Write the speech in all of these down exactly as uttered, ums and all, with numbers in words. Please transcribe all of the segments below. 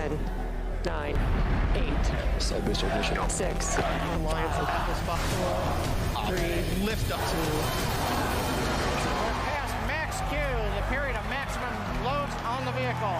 ten, nine, eight, Side booster ignition. six, Online for Atlas Buffalo. Three. Lift up to. We're past max Q, the period of maximum loads on the vehicle.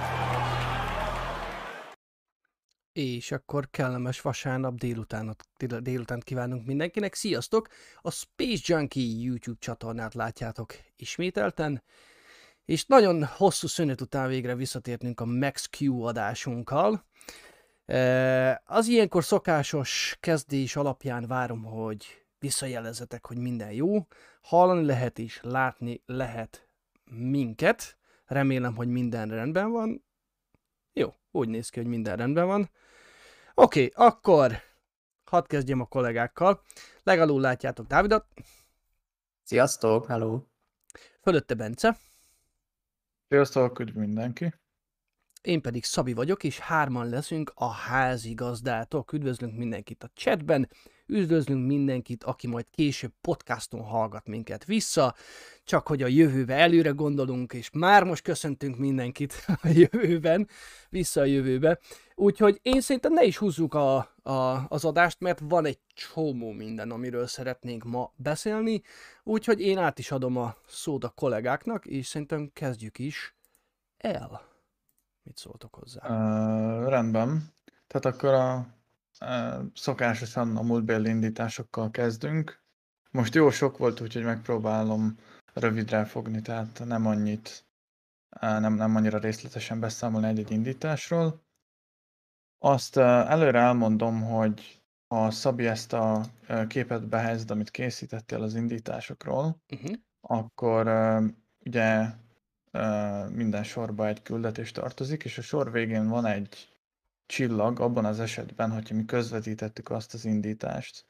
És akkor kellemes vasárnap délutánot, dél- délutánt kívánunk mindenkinek. Sziasztok! A Space Junkie YouTube csatornát látjátok ismételten, és nagyon hosszú szünet után végre visszatértünk a Max Q adásunkkal. E, Az ilyenkor szokásos kezdés alapján várom, hogy visszajelezzetek, hogy minden jó. Hallani lehet és látni lehet minket. Remélem, hogy minden rendben van. Jó, úgy néz ki, hogy minden rendben van. Oké, okay, akkor hadd kezdjem a kollégákkal. Legalul látjátok Dávidot, Sziasztok, hello! fölötte Bence, Sziasztok, üdv mindenki! én pedig Szabi vagyok, és hárman leszünk a házigazdátok. Üdvözlünk mindenkit a chatben, üdvözlünk mindenkit, aki majd később podcaston hallgat minket vissza, csak hogy a jövőbe előre gondolunk, és már most köszöntünk mindenkit a jövőben, vissza a jövőbe. Úgyhogy én szerintem ne is húzzuk a, a, az adást, mert van egy csomó minden, amiről szeretnénk ma beszélni, úgyhogy én át is adom a szót a kollégáknak, és szerintem kezdjük is el. Mit szóltok hozzá? Uh, rendben. Tehát akkor a uh, szokásosan a múltbéli indításokkal kezdünk. Most jó sok volt, úgyhogy megpróbálom rövidre fogni, tehát nem annyit, uh, nem, nem annyira részletesen beszámolni egy-egy indításról. Azt uh, előre elmondom, hogy ha Szabi ezt a uh, képet behelyezed, amit készítettél az indításokról, Uh-huh. akkor uh, ugye Uh, minden sorba egy küldetés tartozik, és a sor végén van egy csillag abban az esetben, hogyha mi közvetítettük azt az indítást.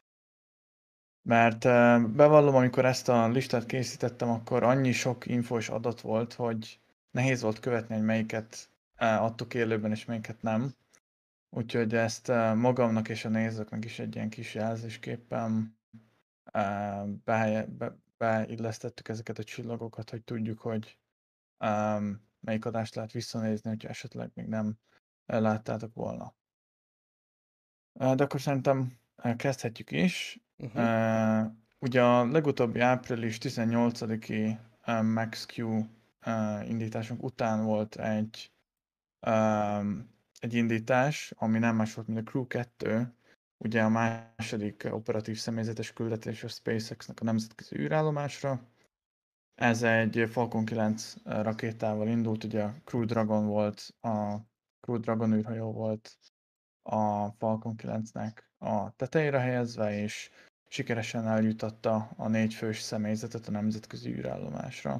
Mert uh, bevallom, amikor ezt a listát készítettem, akkor annyi sok infós adat volt, hogy nehéz volt követni, hogy melyiket uh, adtuk élőben, és melyiket nem. Úgyhogy ezt uh, magamnak és a nézőknek is egy ilyen kis jelzésképpen uh, behelye, be, beillesztettük ezeket a csillagokat, hogy tudjuk, hogy Um, melyik adást lehet visszanézni, hogyha esetleg még nem láttátok volna. Uh, de akkor szerintem uh, kezdhetjük is. Uh-huh. Uh, ugye a legutóbbi április tizennyolcadiki uh, MaxQ uh, indításunk után volt egy, um, egy indítás, ami nem más volt, mint a Crew kettő, ugye a második operatív személyzetes küldetés a SpaceX-nek a nemzetközi űrállomásra. Ez egy Falcon kilenc rakétával indult, ugye a Crew Dragon volt, a Crew Dragon űrhajó volt a Falcon kilencnek a tetejére helyezve, és sikeresen eljutatta a négy fős személyzetet a nemzetközi űrállomásra.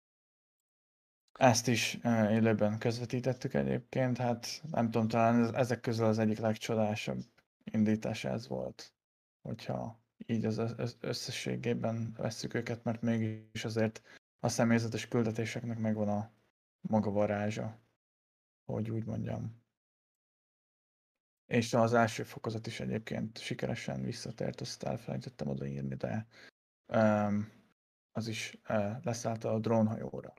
Ezt is élőben közvetítettük egyébként, hát nem tudom, talán ezek közül az egyik legcsodásabb indítás ez volt, hogyha így az összességében vesszük őket, mert mégis azért a személyzetes küldetéseknek megvan a maga varázsa, hogy úgy mondjam. És az első fokozat is egyébként sikeresen visszatért, azt elfelejtettem odaírni, de um, az is uh, leszállt a drónhajóra.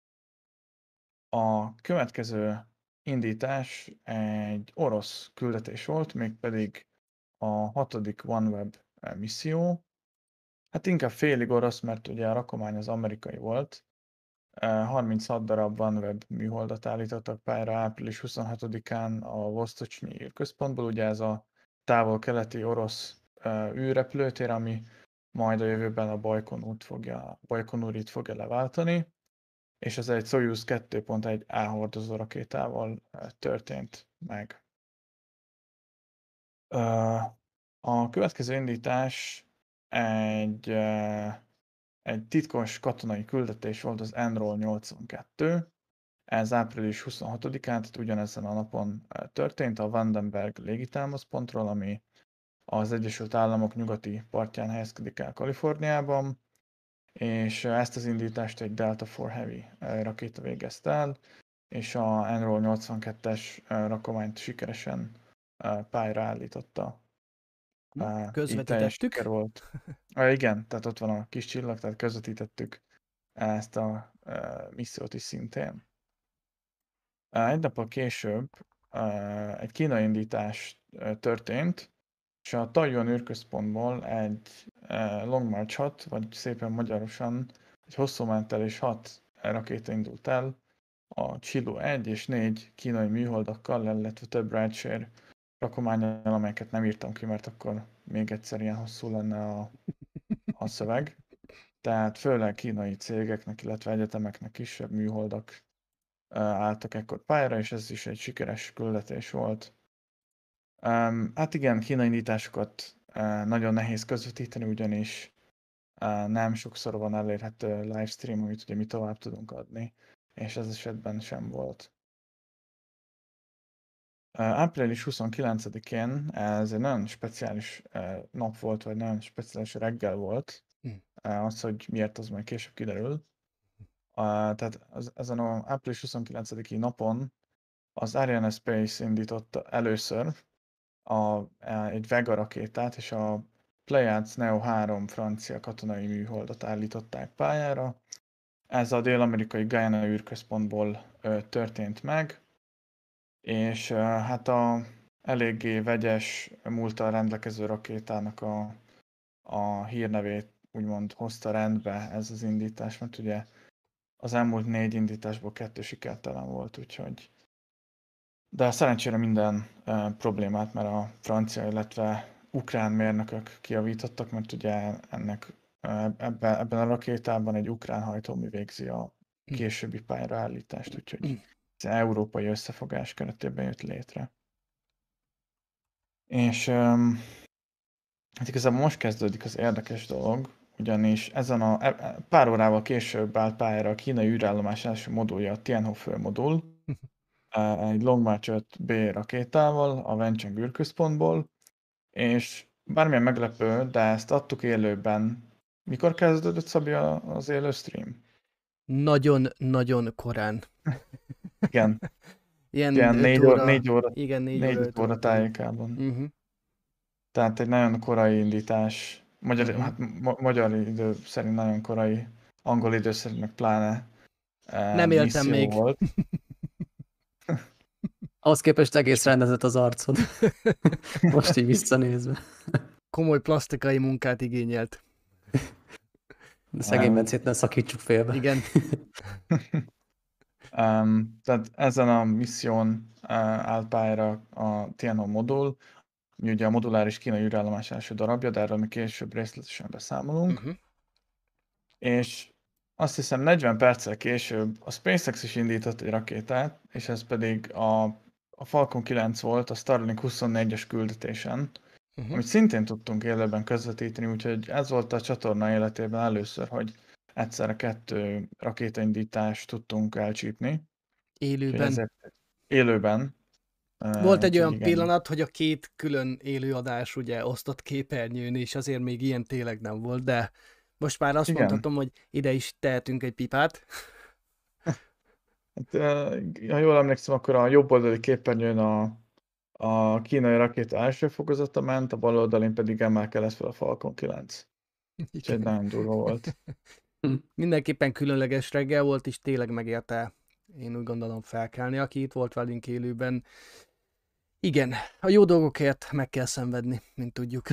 A következő indítás egy orosz küldetés volt, mégpedig a hatodik OneWeb misszió. Hát inkább félig orosz, mert ugye a rakomány az amerikai volt. harminchat darab OneWeb műholdat állítottak pályára április huszonhatodikán a Vosztocsnyi űrközpontból. Ugye ez a távol-keleti orosz űrrepülőtér, ami majd a jövőben a Bajkonurt fogja, Bajkonurit fogja leváltani. És ez egy Szojuz kettő pont egy A hordozó rakétával történt meg. A következő indítás egy, egy titkos katonai küldetés volt, az Enroll nyolcvankettő. Ez április huszonhatodikán, tehát ugyanezen a napon történt a Vandenberg légitámaszpontról, ami az Egyesült Államok nyugati partján helyezkedik el Kaliforniában, és ezt az indítást egy Delta négy Heavy rakéta végezte el, és a Enroll nyolcvankettes rakományt sikeresen pályára állította. Közvetítettük? Volt. Ah, igen, tehát ott van a kis csillag, tehát közvetítettük ezt a uh, missziót is szintén. Uh, egy nappal később egy kínai indítás történt, és a Taiyuan űrközpontból egy Long March hat, vagy szépen magyarosan egy hosszú mentelés hat rakéta indult el, a Chilu egy és négy kínai műholdakkal, illetve több rideshare rakománnyal, amelyeket nem írtam ki, mert akkor még egyszer ilyen hosszú lenne a, a szöveg. Tehát főleg kínai cégeknek, illetve egyetemeknek kisebb műholdak álltak ekkor pályára, és ez is egy sikeres küldetés volt. Um, hát igen, kínai indításokat uh, nagyon nehéz közvetíteni, ugyanis uh, nem sokszor van elérhető livestream, amit ugye mi tovább tudunk adni, és ez esetben sem volt. Uh, április huszonkilencedikén ez egy nagyon speciális uh, nap volt, vagy nagyon speciális reggel volt. Uh, az, hogy miért, az majd később kiderül. Uh, tehát az, ezen az április huszonkilencediki napon az Ariane Space indította először a, egy Vega rakétát, és a Pléiades Neo három francia katonai műholdat állították pályára. Ez a dél-amerikai Guyana űrközpontból ö, történt meg, és ö, hát a eléggé vegyes múlttal rendelkező rakétának a, a hírnevét úgymond hozta rendbe ez az indítás, mert ugye az elmúlt négy indításból kettő sikertelen volt, úgyhogy de szerencsére minden uh, problémát már a francia, illetve ukrán mérnökök kijavítottak, mert ugye ennek uh, ebben, ebben a rakétában egy ukrán hajtómű végzi a későbbi pályáraállítást, úgyhogy ez európai összefogás keretében jött létre. És um, hát igazából most kezdődik az érdekes dolog, ugyanis ezen a pár órával később állt pályára a kínai űrállomás első modulja, a Tianhe modul, egy Long March öt bé rakétával a Wenchang űrközpontból, és bármilyen meglepő, de ezt adtuk élőben. Mikor kezdődött, Szabi, az élő stream? Nagyon-nagyon korán. Igen. Ilyen, Ilyen négy óra, négy óra, igen, négy, négy óra, óra tájékában. Uh-huh. Tehát egy nagyon korai indítás. Magyar, uh-huh. hát, ma, magyar idő szerint nagyon korai, angol idő szerint meg pláne nem eh, éltem még. Volt. Ahhoz képest egész rendezett az arcod. Most így visszanézve. Komoly plastikai munkát igényelt. De szegény Bencét ne szakítsuk félbe. Igen. um, tehát ezen a misszión uh, állt pályára a Tianhe modul, mi ugye a moduláris kínai űrállomás első darabja, de erről mi később részletesen beszámolunk. Uh-huh. És azt hiszem negyven perccel később a SpaceX is indított egy rakétát, és ez pedig a, a Falcon kilenc volt a Starlink huszonnégyes küldetésen, uh-huh. amit szintén tudtunk élőben közvetíteni, úgyhogy ez volt a csatorna életében először, hogy egyszerre kettő rakétaindítást tudtunk elcsípni. Élőben. Élőben. Volt egy olyan igen. pillanat, hogy a két külön élőadás ugye osztott képernyőn, és azért még ilyen tényleg nem volt, de most már azt igen. mondhatom, hogy ide is tehetünk egy pipát. Hát, ha jól emlékszem, akkor a jobb oldali képernyőn a, a kínai rakéta első fokozata ment, a bal oldalén pedig emelkedett fel a Falcon kilenc. Úgyhogy nagyon durva volt. Mindenképpen különleges reggel volt, és tényleg megérte, én úgy gondolom, felkelni, aki itt volt velünk élőben. Igen, a jó dolgokért meg kell szenvedni, mint tudjuk.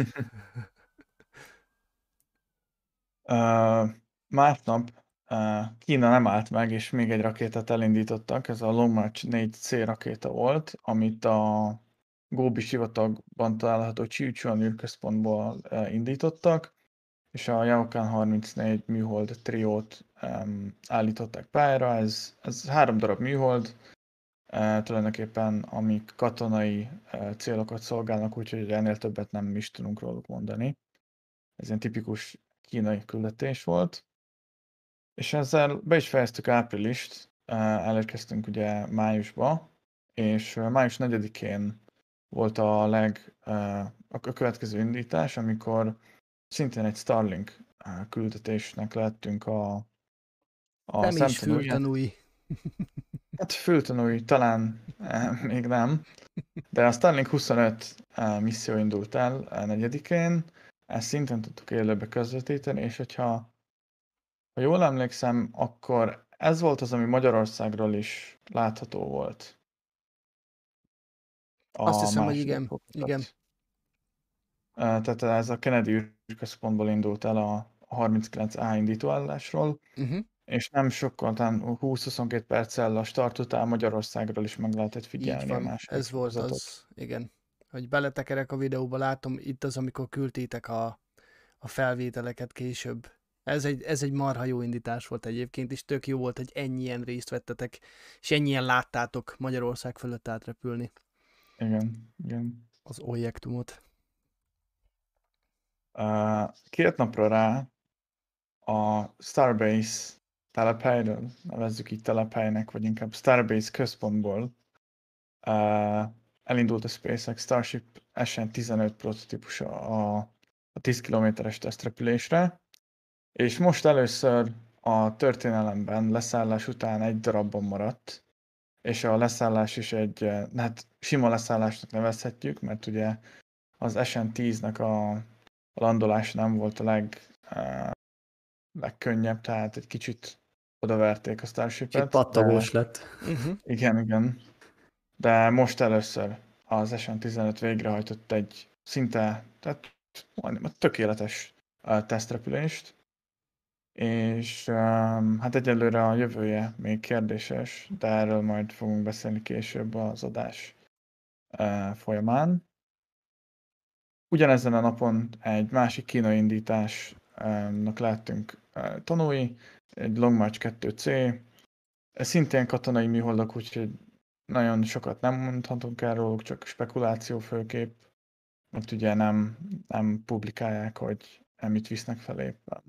uh, másnap uh, Kína nem állt meg, és még egy rakétát elindítottak, ez a Long March négy cé rakéta volt, amit a Gobi sivatagban található Sichuan űrközpontból uh, indítottak, és a Yaokan harmincnégy műhold triót um, állították pályára. Ez, ez három darab műhold, uh, tulajdonképpen amik katonai uh, célokat szolgálnak, úgyhogy ennél többet nem is tudunk róluk mondani. Ez ilyen tipikus kínai küldetés volt. És ezzel be is fejeztük áprilist, uh, elérkeztünk ugye májusba, és uh, május negyedikén volt a leg uh, a következő indítás, amikor szintén egy Starlink küldetésnek lettünk a, a nem is fültanúi. Hát fültanúi talán eh, még nem, de a Starlink huszonöt eh, misszió indult el a negyedikén, ezt szintén tudtuk élőbe közvetíteni, és hogyha ha jól emlékszem, akkor ez volt az, ami Magyarországról is látható volt. a Azt hiszem, hogy második igen. fokozat. Igen. Ö, Tehát ez a Kennedy űrközpontból indult el a a harminckilenc A indítóállásról, Uh-huh. és nem sokkal, talán húsz-huszonkettő perccel a start után Magyarországról is meg lehetett Így figyelni a van, második ez volt fokozatot. az, igen. Hogy beletekerek a videóba, látom itt az, amikor küldtétek a, a felvételeket később. Ez egy, ez egy marha jó indítás volt egyébként, és tök jó volt, hogy ennyien részt vettetek, és ennyien láttátok Magyarország fölött átrepülni Igen, igen. az objektumot. Uh, két napra rá a Starbase telephelyről, nevezzük így telephelynek, vagy inkább Starbase központból uh, elindult a SpaceX Starship S N tizenöt prototípusa a, a tíz kilométeres tesztrepülésre, és most először a történelemben leszállás után egy darabban maradt, és a leszállás is egy, eh, hát sima leszállásnak nevezhetjük, mert ugye az S N tíznek a landolás nem volt a leg, uh, legkönnyebb, tehát egy kicsit odaverték a Starship-et. Kicsit pattogós de... lett. Uh-huh. Igen, igen. De most először az S N tizenöt végrehajtott egy szinte, tehát majdnem tökéletes uh, tesztrepülést, és um, hát egyelőre a jövője még kérdéses, de erről majd fogunk beszélni később az adás uh, folyamán. Ugyanezen a napon egy másik kínai indításnak lettünk uh, tanúi, egy Long March kettő C, szintén katonai műholdak, úgyhogy nagyon sokat nem mondhatunk el róluk, csak spekuláció főképp, mert ugye nem, nem publikálják, hogy mit visznek fel éppen.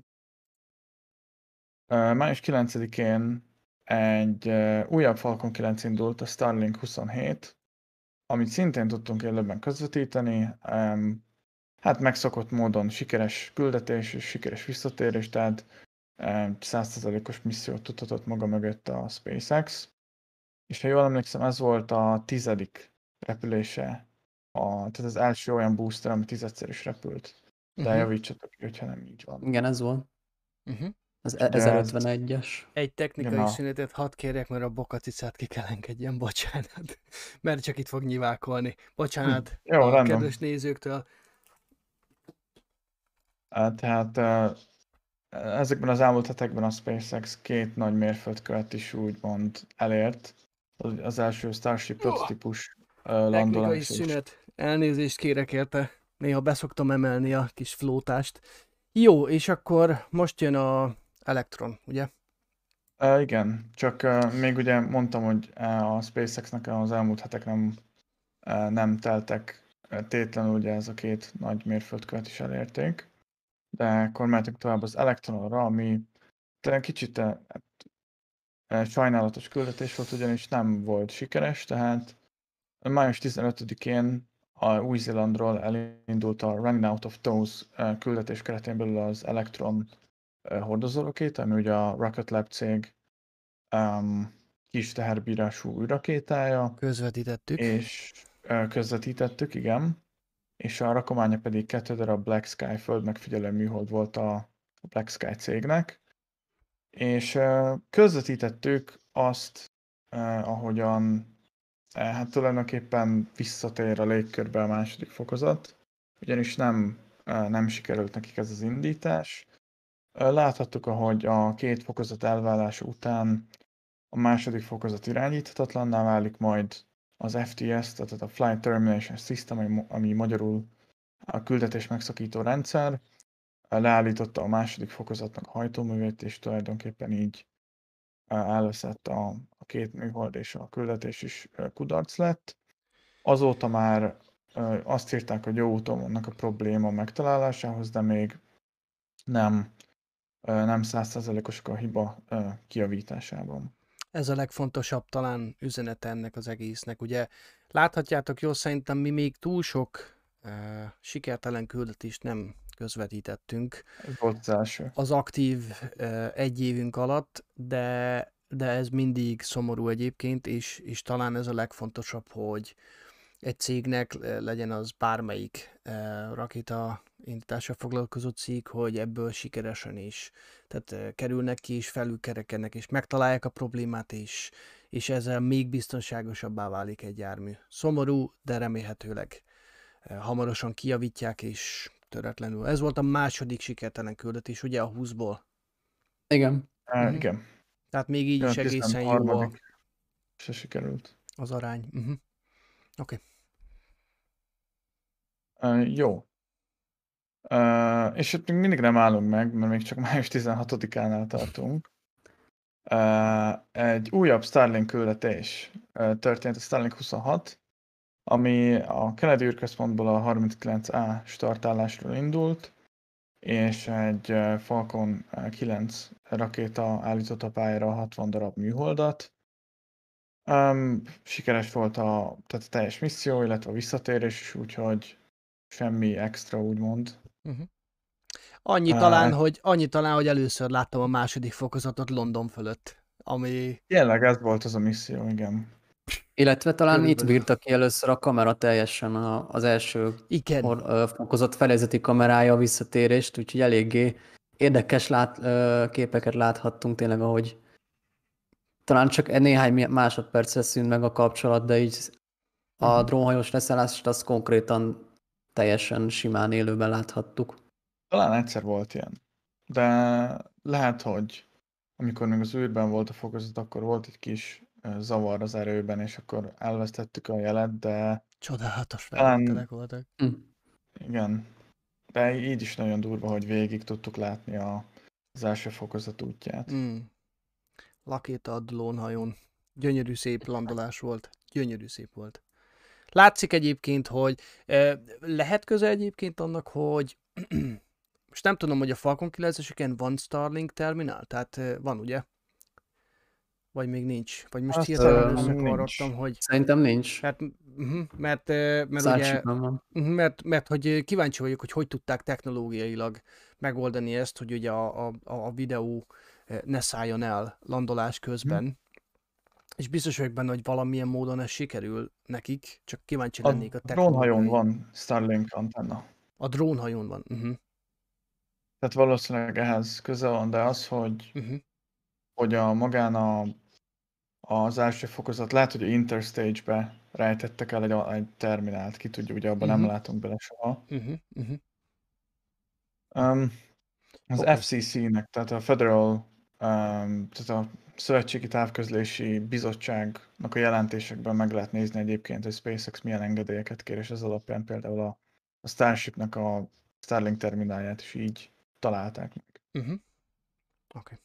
május kilencedikén egy újabb Falcon kilenc indult, a Starlink huszonhét, amit szintén tudtunk élőben közvetíteni. Hát megszokott módon sikeres küldetés és sikeres visszatérés, tehát száz százalékos missziót tudhatott maga mögött a SpaceX. És ha jól emlékszem, ez volt a tizedik repülése, a, tehát az első olyan booster, ami tizedszer is repült. De Uh-huh. javítsatok ki, hogyha nem így van. Igen, ez volt. Uh-huh. Az Ugye ez- ezerötvenegyes. Egy technikai Igen, a- szünetet hadd kérjek, mert a bokacicát ki kell engedjen, bocsánat. Mert csak itt fog nyivákolni. Bocsánat Jó, a rendben. kedves nézőktől. Uh, Tehát uh, ezekben az elmúlt hetekben a SpaceX két nagy mérföldkövet is úgymond elért. Az- Az első Starship prototípus uh, Technikai landolás. és- szünet. Elnézést kérek érte. Néha beszoktam emelni a kis flótást. Jó, és akkor most jön a Electron, ugye? Uh, igen, csak uh, még ugye mondtam, hogy uh, a SpaceX-nek az elmúlt hetek nem, uh, nem teltek uh, tétlenül, ugye ez a két nagy mérföldkövet is elérték. De akkor mehetünk tovább az Electronra, ami talán kicsit uh, uh, sajnálatos küldetés volt, ugyanis nem volt sikeres, tehát május tizenötödikén a Új-Zélandról elindult a Running Out of Toes uh, küldetés keretén belül az Electron uh, hordozórakét, ami ugye a Rocket Lab cég um, kis teherbírású űrrakétája, Közvetítettük. és uh, közvetítettük, igen, és a rakománya pedig kettő darab Black Sky föld megfigyelő műhold volt a Black Sky cégnek, és uh, közvetítettük azt, uh, ahogyan uh, hát tulajdonképpen visszatér a légkörbe a második fokozat, ugyanis nem, uh, nem sikerült nekik ez az indítás. Uh, láthattuk, ahogy a két fokozat elválása után a második fokozat irányíthatatlanná válik, majd az F T S, tehát a Flight Termination System, ami, ami magyarul a küldetés megszakító rendszer, leállította a második fokozatnak a hajtóművét, és tulajdonképpen így elveszett a, a két műhold, és a küldetés is kudarc lett. Azóta már azt írták, hogy jó úton vannak a probléma megtalálásához, de még nem, nem száz százalékosak a hiba kijavításában. Ez a legfontosabb talán üzenete ennek az egésznek. Ugye láthatjátok jól, szerintem mi még túl sok uh, sikertelen küldetést nem közvetítettünk Ez volt az első. az aktív uh, egy évünk alatt, de, de ez mindig szomorú egyébként, és, és talán ez a legfontosabb, hogy egy cégnek, legyen az bármelyik uh, rakéta indítással foglalkozó cég, hogy ebből sikeresen is, tehát uh, kerülnek ki és felülkerekednek, és megtalálják a problémát, és, és ezzel még biztonságosabbá válik egy jármű. Szomorú, de remélhetőleg hamarosan kijavítják, és töretlenül. Ez volt a második sikertelen küldetés, ugye a húszból? Igen. Uh, Mhm. igen. Tehát még így Ja, is egészen jó a, tizenharmadik se sikerült. az arány. Uh-huh. Oké. Okay. Uh, jó. Uh, és itt még mindig nem állunk meg, mert még csak május tizenhatodikánál tartunk. Uh, egy újabb Starlink küldetés uh, történt, a Starlink huszonhat, ami a Kennedy űrközpontból a harminckilenc á startálásról indult, és egy uh, Falcon kilenc rakéta állított a pályára hatvan darab műholdat. Um, sikeres volt a, tehát a teljes misszió, illetve a visszatérés is, úgyhogy semmi extra, úgymond. Uh-huh. Annyi, Uh, talán, hogy, annyi talán, hogy először láttam a második fokozatot London fölött, ami... Tényleg ez volt az a misszió, igen. Illetve talán Körülbelül. itt bírta ki először a kamera teljesen a, az első Igen. or, ö, fokozott fedélzeti kamerája a visszatérést, úgyhogy eléggé érdekes lát, ö, képeket láthattunk tényleg, ahogy talán csak néhány másodpercre szűnt meg a kapcsolat, de így a Mhm. drónhajós leszállást azt konkrétan teljesen simán élőben láthattuk. Talán egyszer volt ilyen. De lehet, hogy amikor még az űrben volt a fokozat, akkor volt egy kis ö, zavar az erőben, és akkor elvesztettük a jelet, de Csodálatos Talán- felvételek voltak. Hm. igen. De így is nagyon durva, hogy végig tudtuk látni a, az első fokozat útját. Mm. Lakéta a drónhajón. Gyönyörű szép landolás volt. Gyönyörű szép volt. Látszik egyébként, hogy eh, lehet köze egyébként annak, hogy most nem tudom, hogy a Falcon kilenceseken van Starlink terminál? Tehát eh, van, ugye? Vagy még nincs? Vagy most Azt, hirtelen ö, összekavarodtam, nincs. hogy... Szerintem nincs. Mert, uh-huh, mert, eh, mert ugye... Szárcsikban van. Mhm, Mert, mert hogy eh, kíváncsi vagyok, hogy hogy tudták technológiailag megoldani ezt, hogy ugye a, a, a videó eh, ne szálljon el landolás közben. És biztos vagyok benne, hogy valamilyen módon ez sikerül nekik, csak kíváncsi A lennék a drónhajón technológiai... van Starlink antenna. A drónhajón van. Uh-huh. Tehát valószínűleg ehhez köze van, de az, hogy, Uh-huh. hogy a magán a, az első fokozat, lehet, hogy a Interstage-be rejtettek el egy, egy terminált, ki tudja, ugye abban Mhm. nem látunk bele soha. Uh-huh. Uh-huh. Um, az Oké. ef cé cé-nek, tehát a Federal, um, tehát a Szövetségi Távközlési Bizottságnak a jelentésekben meg lehet nézni egyébként, hogy SpaceX milyen engedélyeket kér, és ez alapján például a, a Starshipnek a Starlink terminálját is így találták meg. Uh-huh. Oké.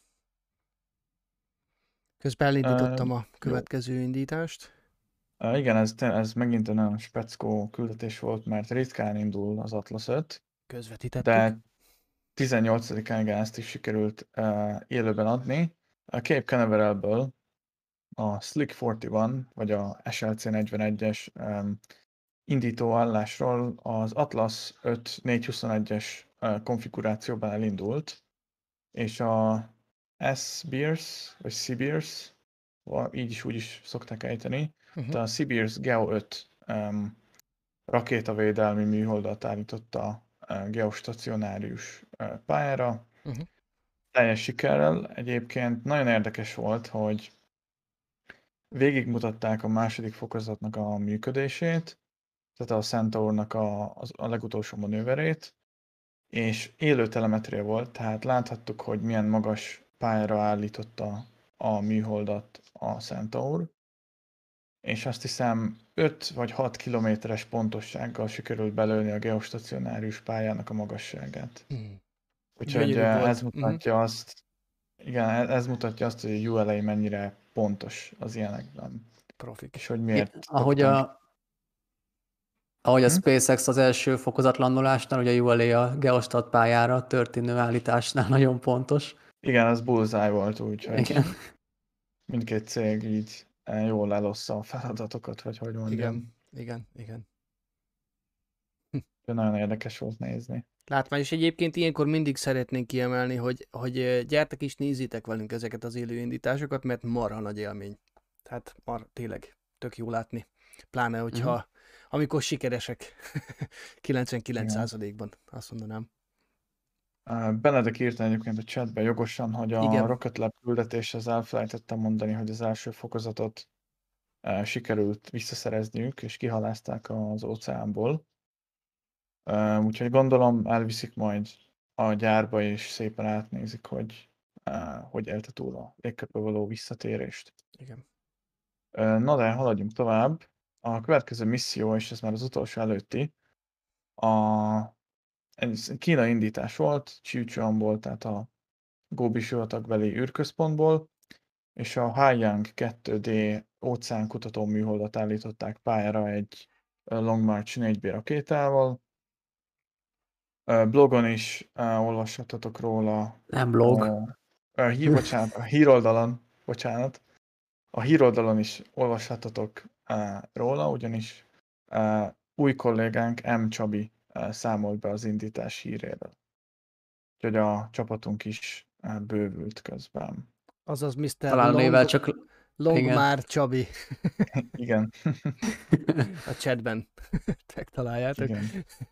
Közben elindítottam a következő indítást. Uh, igen, ez, te- ez megint egy nagyon speckó küldetés volt, mert ritkán indul az Atlas öt, Közvetítettük. de tizennyolcadikán igen, ezt is sikerült uh, élőben adni. A Cape Canaveralből a Slick negyvenegy, vagy a es el cé negyvenegyes um, indító állásról az Atlas öt négyszázhuszonegyes uh, konfigurációban elindult, és a S-Bears, vagy Seabears, így is úgy is szokták ejteni, Uh-huh. de a Seabears Geo öt um, rakétavédelmi műholdat állította a geostacionárius uh, pályára. Uh-huh. Teljes sikerrel. Egyébként nagyon érdekes volt, hogy végigmutatták a második fokozatnak a működését, tehát a Centaurnak a, a, a legutolsó manőverét, és élő telemetria volt, tehát láthattuk, hogy milyen magas pályára állította a műholdat a Centaur, és azt hiszem öt vagy hat kilométeres pontossággal sikerült belőni a geostacionárius pályának a magasságát. Uh-huh. Úgyhogy Gyönyörű eh, volt. ez mutatja uh-huh. azt, igen, ez ez mutatja azt, hogy a u el á mennyire pontos az ilyenekben, Profik. és hogy miért. I- ahogy szokták- a, ahogy a Hm? SpaceX az első fokozatlandolásnál, ugye a u el á a Geostat pályára történő állításnál nagyon pontos. Igen, ez bullseye volt, úgyhogy Igen. mindkét cég így eh, jól elossza a feladatokat, vagy hogy mondjam. Igen, igen, igen. De nagyon érdekes volt nézni. Látvány, és egyébként ilyenkor mindig szeretnénk kiemelni, hogy, hogy eh, gyertek is nézzétek velünk ezeket az élőindításokat, mert marha nagy élmény. Tehát mar, tényleg tök jó látni. Pláne, hogyha Mhm. amikor sikeresek kilencvenkilenc Igen. százalékban, azt mondanám. Uh, Benedek írta egyébként a chatben jogosan, hogy a Igen. Rocket Lab küldetéshez elfelejtettem mondani, hogy az első fokozatot uh, sikerült visszaszerezniük, és kihalázták az óceánból. Uh, úgyhogy gondolom elviszik majd a gyárba, és szépen átnézik, hogy uh, hogy élte túl a légkörbe való visszatérést. Igen. Uh, na de haladjunk tovább. A következő misszió, és ez már az utolsó előtti, a ez Kína indítás volt, Sichuanból, tehát a Gobi sivatagbeli űrközpontból, és a Haiyang kettő dé óceánkutató műholdat állították pályára egy Long March négy bé rakétával. Blogon is uh, olvashattatok róla. Nem blog. A, a, hí, bocsánat, a híroldalon, bocsánat, a híroldalon is olvashattatok uh, róla, ugyanis uh, új kollégánk M. Csabi uh, számolt be az indítás híréről. Úgyhogy a csapatunk is uh, bővült közben. Azaz miszter Talán a Long, névvel csak... Longmár Csabi Igen, a chatben megtaláljátok. igen.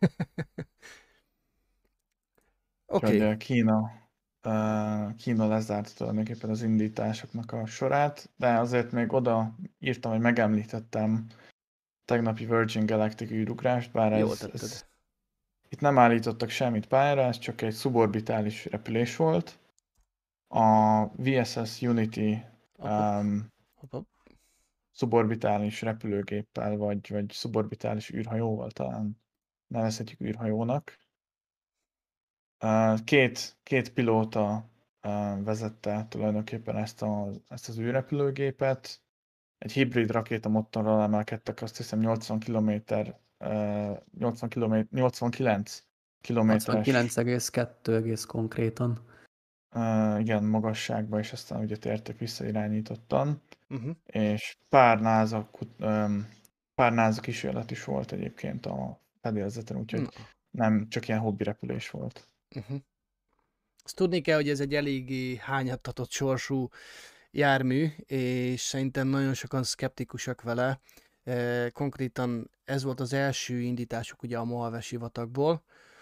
Oké, Úgyhogy okay. uh, Kína, uh, Kína lezárta tulajdonképpen az indításoknak a sorát, de azért még oda írtam, hogy megemlítettem tegnapi Virgin Galactic űrugrást, bár Jól ez, tetted. ez itt nem állítottak semmit pályára, ez csak egy szuborbitális repülés volt. A vé es es Unity um, Hopp, hopp. szuborbitális repülőgéppel, vagy, vagy szuborbitális űrhajóval talán nevezhetjük űrhajónak. Uh, két, két pilóta uh, vezette tulajdonképpen ezt, a, ezt az űrrepülőgépet. Egy hibrid rakéta motorral emelkedtek, azt hiszem nyolcvan kilométer, uh, nyolcvan kilométer, nyolcvankilenc kilométeres hatvankilenc egész kettő egész konkrétan. uh, igen, magasságba, és aztán ugye tértek vissza irányítottan. Uh-huh. És pár NASA, um, pár NASA kísérlet is volt egyébként a fedélzeten, úgyhogy Na. nem csak ilyen hobbi repülés volt. Uh-huh. Azt tudni kell, hogy ez egy eléggé hányattatott sorsú jármű, és szerintem nagyon sokan szkeptikusak vele. E, konkrétan ez volt az első indításuk ugye a Mojave sivatagból,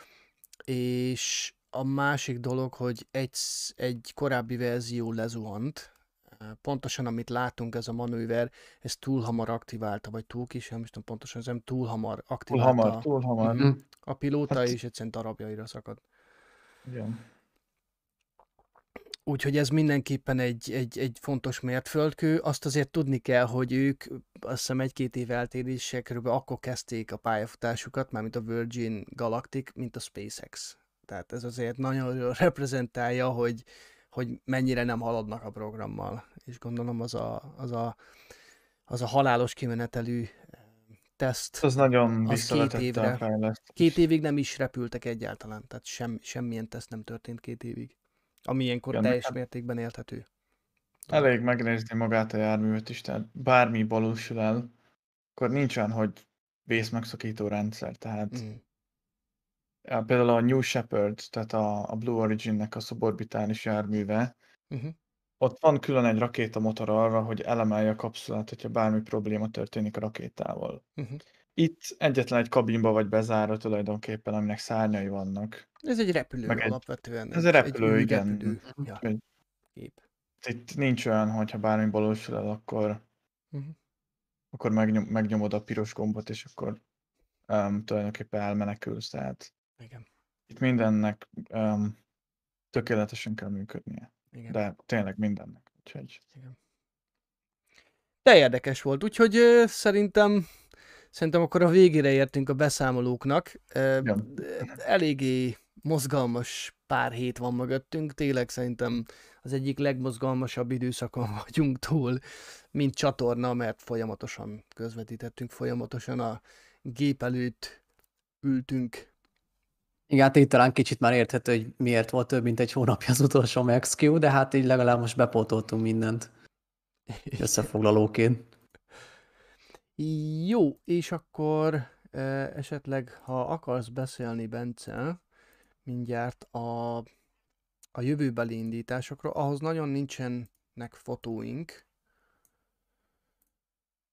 és a másik dolog, hogy egy, egy korábbi verzió lezuhant, pontosan amit látunk, ez a manőver, ez túl hamar aktiválta, vagy túl kis, nem is tudom pontosan, ez nem túl hamar Túl aktiválta hamar, túl hamar. uh-huh. a pilóta, Hát- és egyszerűen darabjaira szakadt. Igen. Úgyhogy ez mindenképpen egy, egy, egy fontos mértföldkő. Azt azért tudni kell, hogy ők azt hiszem egy-két év eltéréssel körülbelül akkor kezdték a pályafutásukat, mármint a Virgin Galactic, mint a SpaceX. Tehát ez azért nagyon reprezentálja, hogy, hogy mennyire nem haladnak a programmal. És gondolom az a, az a, az a halálos kimenetelű teszt, Az nagyon az két visszavetette évre. a fejlesztést. Két évig nem is repültek egyáltalán, tehát sem, semmilyen teszt nem történt két évig. Ami ilyenkor Igen, teljes hát- mértékben élhető. Elég megnézni magát a járművet is, tehát bármi valósul el, akkor nincs olyan, hogy vészmegszakító rendszer, tehát Mm. ja, például a New Shepard, tehát a, a Blue Origin-nek a szuborbitális járműve, Uh-huh. ott van külön egy rakétamotor arra, hogy elemelje a kapszulát, hogyha bármi probléma történik a rakétával. Uh-huh. Itt egyetlen egy kabinba vagy bezárva tulajdonképpen, aminek szárnyai vannak. Ez egy repülő Meg egy- alapvetően. ez egy repülő, igen. űrrepülő. Ja, Úgyhogy gép. itt nincs olyan, hogyha bármi valósul el, akkor, Uh-huh. akkor megnyom, megnyomod a piros gombot, és akkor um, tulajdonképpen elmenekülsz. Tehát Igen. itt mindennek um, tökéletesen kell működnie. Igen. De tényleg mindennek. Úgyhogy Igen. De érdekes volt, úgyhogy ö, szerintem szerintem akkor a végére értünk a beszámolóknak. Ö, Ja. Eléggé mozgalmas pár hét van mögöttünk, tényleg szerintem az egyik legmozgalmasabb időszakon vagyunk túl, mint csatorna, mert folyamatosan közvetítettünk, folyamatosan a gép előtt ültünk. Igen, hát így talán kicsit már érthető, hogy miért volt több, mint egy hónapja az utolsó Max-Q, de hát így legalább most bepótoltunk mindent összefoglalóként. Jó, és akkor e, esetleg, ha akarsz beszélni, Bence, mindjárt a, a jövőbeli indításokról, ahhoz nagyon nincsenek fotóink,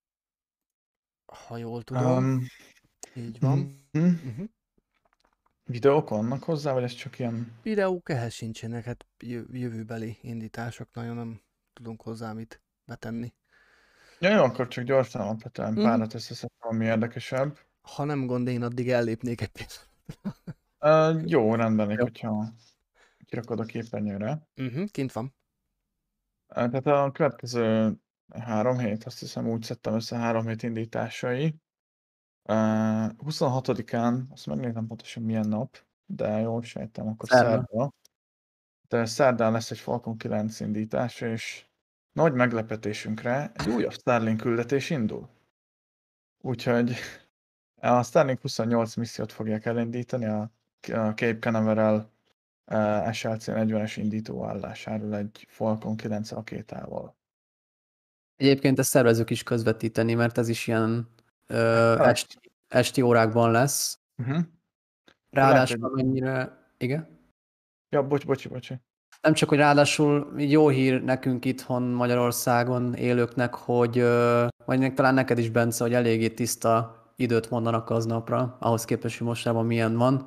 ha jól tudom, Um, így van. mhm. Uh-huh. videók vannak hozzá, vagy ez csak ilyen... Videók ehhez sincsenek, hát jö- jövőbeli indítások, nagyon nem tudunk hozzá mit betenni. Ja, jó, akkor csak gyorsan alapvetően Mhm. párat összeszedtem, ami érdekesebb. Ha nem gond, én addig ellépnék egy pillanat. Uh, jó, rendben, még, Jó. hogyha kirakod a képernyőre. Uh-huh, kint van. Uh, tehát a következő három hét, azt hiszem úgy szedtem össze három hét indításai. Uh, huszonhatodikán, azt megnézem pontosan milyen nap, de jól sejtem, akkor Szerda. szerda. De szerdán lesz egy Falcon kilenc indítás, és nagy meglepetésünkre egy újabb Starlink küldetés indul. Úgyhogy a Starlink huszonnyolc missziót fogják elindítani a a Cape Canaveral uh, es el cé negyvenes indítóállásáról egy Falcon kilenc rakétával. Egyébként ezt szervezők is közvetíteni, mert ez is ilyen ö, esti, esti órákban lesz. Uh-huh. Ráadásul Lehet, mennyire... Igen? Ja, bocs, bocsi, bocsi. Nem csak, hogy ráadásul így jó hír nekünk itthon Magyarországon élőknek, hogy ö, vagy még talán neked is, Bence, hogy eléggé tiszta időt mondanak aznapra, ahhoz képest, hogy mostában milyen van.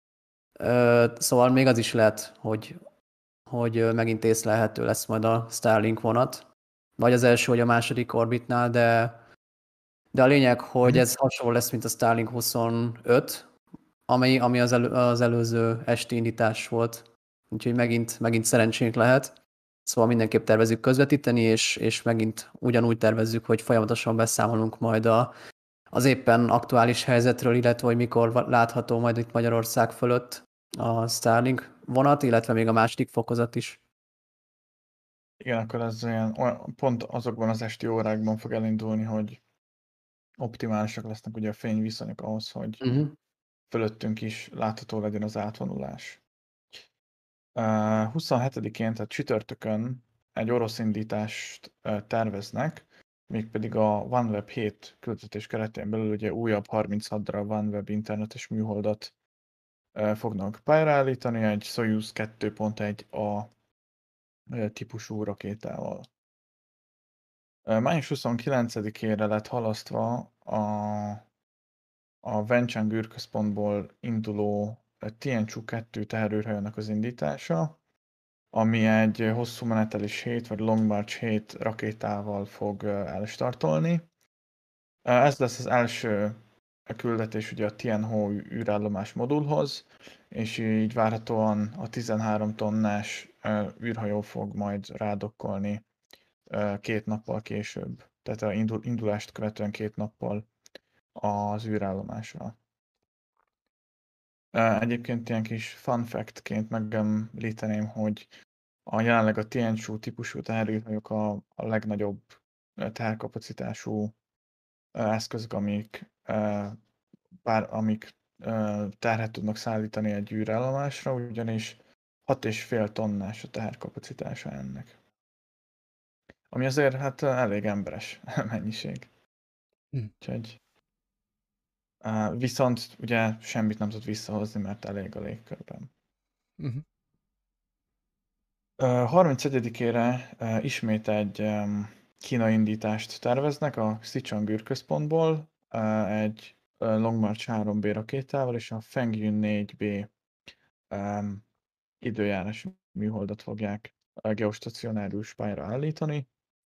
Ö, szóval még az is lehet, hogy, hogy ö, megint észlelhető lesz majd a Starlink vonat. Vagy az első, vagy a második orbitnál, de, de a lényeg, hogy Mhm. ez hasonló lesz, mint a Starlink huszonöt, ami, ami az, elő, az előző esti indítás volt. Úgyhogy megint, megint szerencsénk lehet. Szóval mindenképp tervezzük közvetíteni, és, és megint ugyanúgy tervezzük, hogy folyamatosan beszámolunk majd a, az éppen aktuális helyzetről, illetve hogy mikor látható majd itt Magyarország fölött a Starlink vonat, illetve még a második fokozat is. Igen, akkor ez olyan, olyan, pont azokban az esti órákban fog elindulni, hogy optimálisak lesznek ugye a fényviszonyok ahhoz, hogy Uh-huh. fölöttünk is látható legyen az átvonulás. Uh, huszonhetedikén, tehát csütörtökön egy orosz indítást uh, terveznek, mégpedig a OneWeb hét küldetés keretén belül ugye újabb harminchat darab OneWeb internetes műholdat uh, fognak pályára állítani egy Soyuz kettő pont egy A uh, típusú rakétával. Uh, május huszonkilencedikére lett halasztva a, a Wenchang űrközpontból induló Tianchu kettő teherőrhajónak az indítása, ami egy hosszú menetelés hét vagy Long March hét rakétával fog elstartolni. Ez lesz az első küldetés ugye a Tianhu űrállomás modulhoz, és így várhatóan a tizenhárom tonnás űrhajó fog majd rádokkolni két nappal később, tehát a indulást követően két nappal az űrállomásra. Egyébként ilyen kis fun fact-ként megemlíteném, hogy a jelenleg a Tianchu típusú teherőhajók a, a legnagyobb teherkapacitású eszközök, amik, bár, amik terhet tudnak szállítani egy űrállomásra, ugyanis hat és fél tonnás a teherkapacitása ennek. Ami azért hát elég emberes mennyiség. Hm. Úgyhogy, viszont ugye semmit nem tud visszahozni, mert elég a légkörben. Uh-huh. harmincegyedikére ismét egy kínai indítást terveznek a Xichang űrközpontból, egy Long March három B rakétával és a Fengyun négy B időjárás műholdat fogják geostacionárius pályára állítani.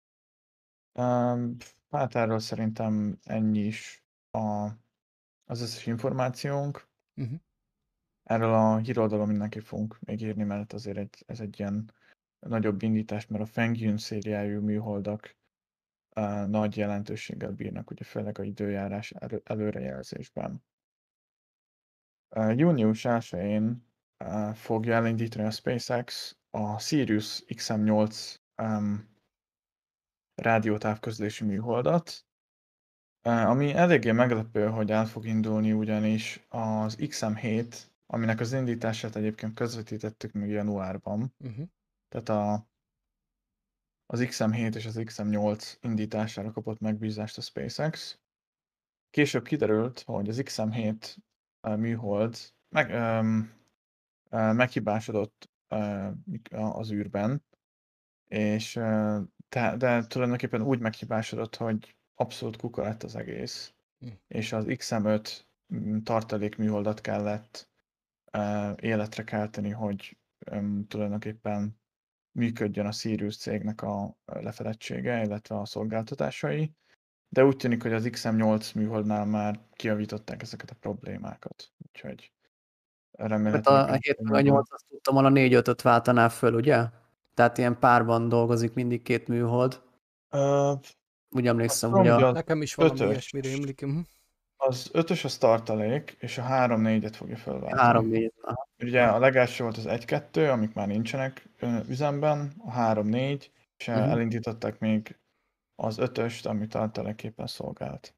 Hát erről szerintem ennyi is a, az összes információnk. Uh-huh. Erről a híroldalon mindenképp fogunk még írni, mert azért egy, ez egy ilyen nagyobb indítás, mert a Fengyun szériájú műholdak uh, nagy jelentőséggel bírnak, ugye főleg a időjárás elő, előrejelzésben. Uh, június elsején uh, fogja elindítani a SpaceX a Sirius X M nyolc um, rádiótávközlési műholdat, uh, ami eléggé meglepő, hogy el fog indulni, ugyanis az X M hét, aminek az indítását egyébként közvetítettük még januárban, Uh-huh. tehát a, az X M hét és az X M nyolc indítására kapott megbízást a SpaceX. Később kiderült, hogy az X M hét uh, műhold meg, um, uh, meghibásodott uh, az űrben, és, uh, de, de tulajdonképpen úgy meghibásodott, hogy abszolút kuka lett az egész, Hm. és az X M öt tartalék műholdat kellett uh, életre kelteni, hogy um, tulajdonképpen működjön a Sirius cégnek a lefedettsége, illetve a szolgáltatásai, de úgy tűnik, hogy az iksz em nyolc műholdnál már kijavították ezeket a problémákat, úgyhogy Hát remélhetőleg... a, a hét meg a nyolc, azt tudtam, a négy ötöt váltaná föl, ugye? Tehát ilyen párban dolgozik mindig két műhold. Uh, Úgy emlékszem, tudom, hogy hogy a... az Nekem is valami ötös. ilyesmire emlék. Mhm. Az ötös az tartalék, és a három négyet fogja felváltani. három négy. Ugye a legelső volt az egy kettő, amik már nincsenek ö, üzemben, a három négy, és Mhm. elindították még az ötöst, ami tartalékképpen szolgált.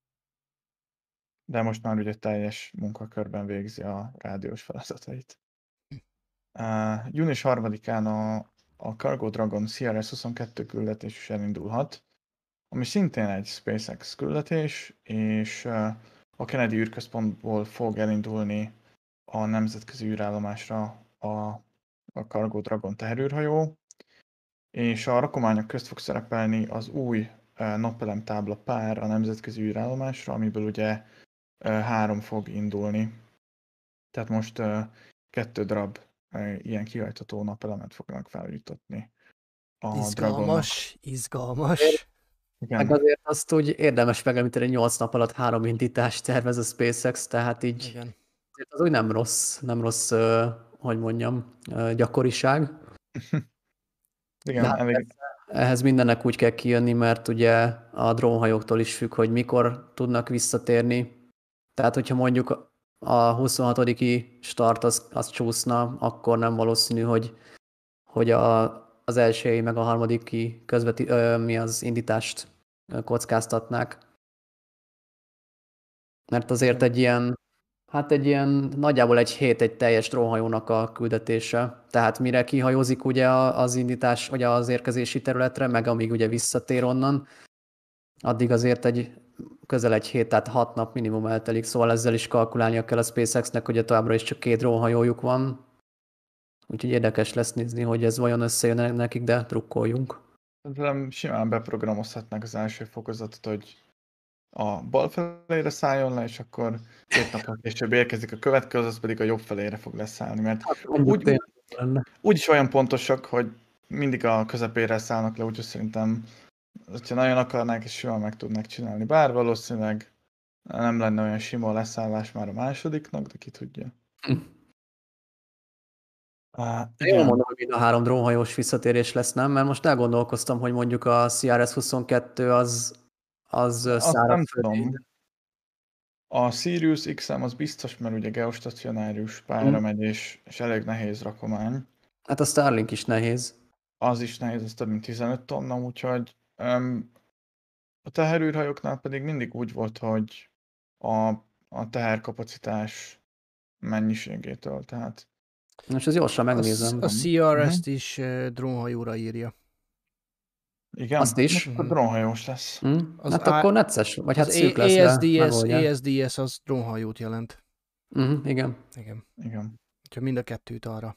De most már ugye teljes munkakörben végzi a rádiós feladatait. Uh, június harmadikán a, a Cargo Dragon cé er es huszonkettő küldetés is elindulhat, ami szintén egy SpaceX küldetés, és uh, a Kennedy űrközpontból fog elindulni a nemzetközi űrállomásra a, a Cargo Dragon teherűrhajó, és a rakományok közt fog szerepelni az új uh, napelemtábla pár a nemzetközi űrállomásra, amiből ugye uh, három fog indulni. Tehát most uh, kettő darab uh, ilyen kihajtható napelemet fognak feljutatni a Dragonnak. Izgalmas, izgalmas. Meg Igen. azért azt úgy érdemes megemlíteni, hogy nyolc nap alatt három indítást tervez a SpaceX, tehát így Igen. azért az úgy nem rossz, nem rossz, ö, hogy mondjam, ö, gyakoriság. Igen, De hát elég, ehhez mindennek úgy kell kijönni, mert ugye a drónhajóktól is függ, hogy mikor tudnak visszatérni. Tehát, hogyha mondjuk a huszonhatodiki start az, az csúszna, akkor nem valószínű, hogy, hogy a, az elsői meg a harmadiki közveti, ö, mi az indítást ö, kockáztatnák. Mert azért egy ilyen, hát egy ilyen, nagyjából egy hét egy teljes drónhajónak a küldetése. Tehát mire kihajózik ugye a- az indítás, vagy az érkezési területre, meg amíg ugye visszatér onnan, addig azért egy közel egy hét, tehát hat nap minimum eltelik, szóval ezzel is kalkulálnia kell a SpaceX-nek, hogy továbbra is csak két drónhajójuk van. Úgyhogy érdekes lesz nézni, hogy ez vajon összejön nekik, de drukkoljunk. szerintem simán beprogramozhatnák az első fokozatot, hogy a bal felére szálljon le, és akkor két nappal később érkezik a következő, az pedig a jobb felére fog leszállni, mert Mondjuk úgy, tényleg lenne. úgyis olyan pontosak, hogy mindig a közepére szállnak le, úgyhogy szerintem, hogyha nagyon akarnák, és jól meg tudnák csinálni. Bár valószínűleg nem lenne olyan sima leszállás már a másodiknak, de ki tudja. Hm. Uh, Jól mondom, hogy mind a három drónhajós visszatérés lesz, nem? Mert most elgondolkoztam, hogy mondjuk a cé er es huszonkettő az, az Azt nem szárazföldi. tudom. A Sirius iksz em az biztos, mert ugye geostacionárius pályára Mm. megy, és, és elég nehéz rakomány. Hát a Starlink is nehéz. Az is nehéz, az több mint tizenöt tonna, úgyhogy um, a teherűrhajóknál pedig mindig úgy volt, hogy a, a teherkapacitás mennyiségétől, tehát Most ez gyorsan megnézem. A, a cé er es-t is uh, drónhajóra írja. igen, Azt is. akkor drónhajós lesz. Hm? Az Hát á- akkor necces, vagy hát Az szűk lesz, de á es dé es, megoldják. á es dé es az drónhajót jelent. Uh-huh, igen. Igen. Igen. Úgyhogy mind a kettőt arra.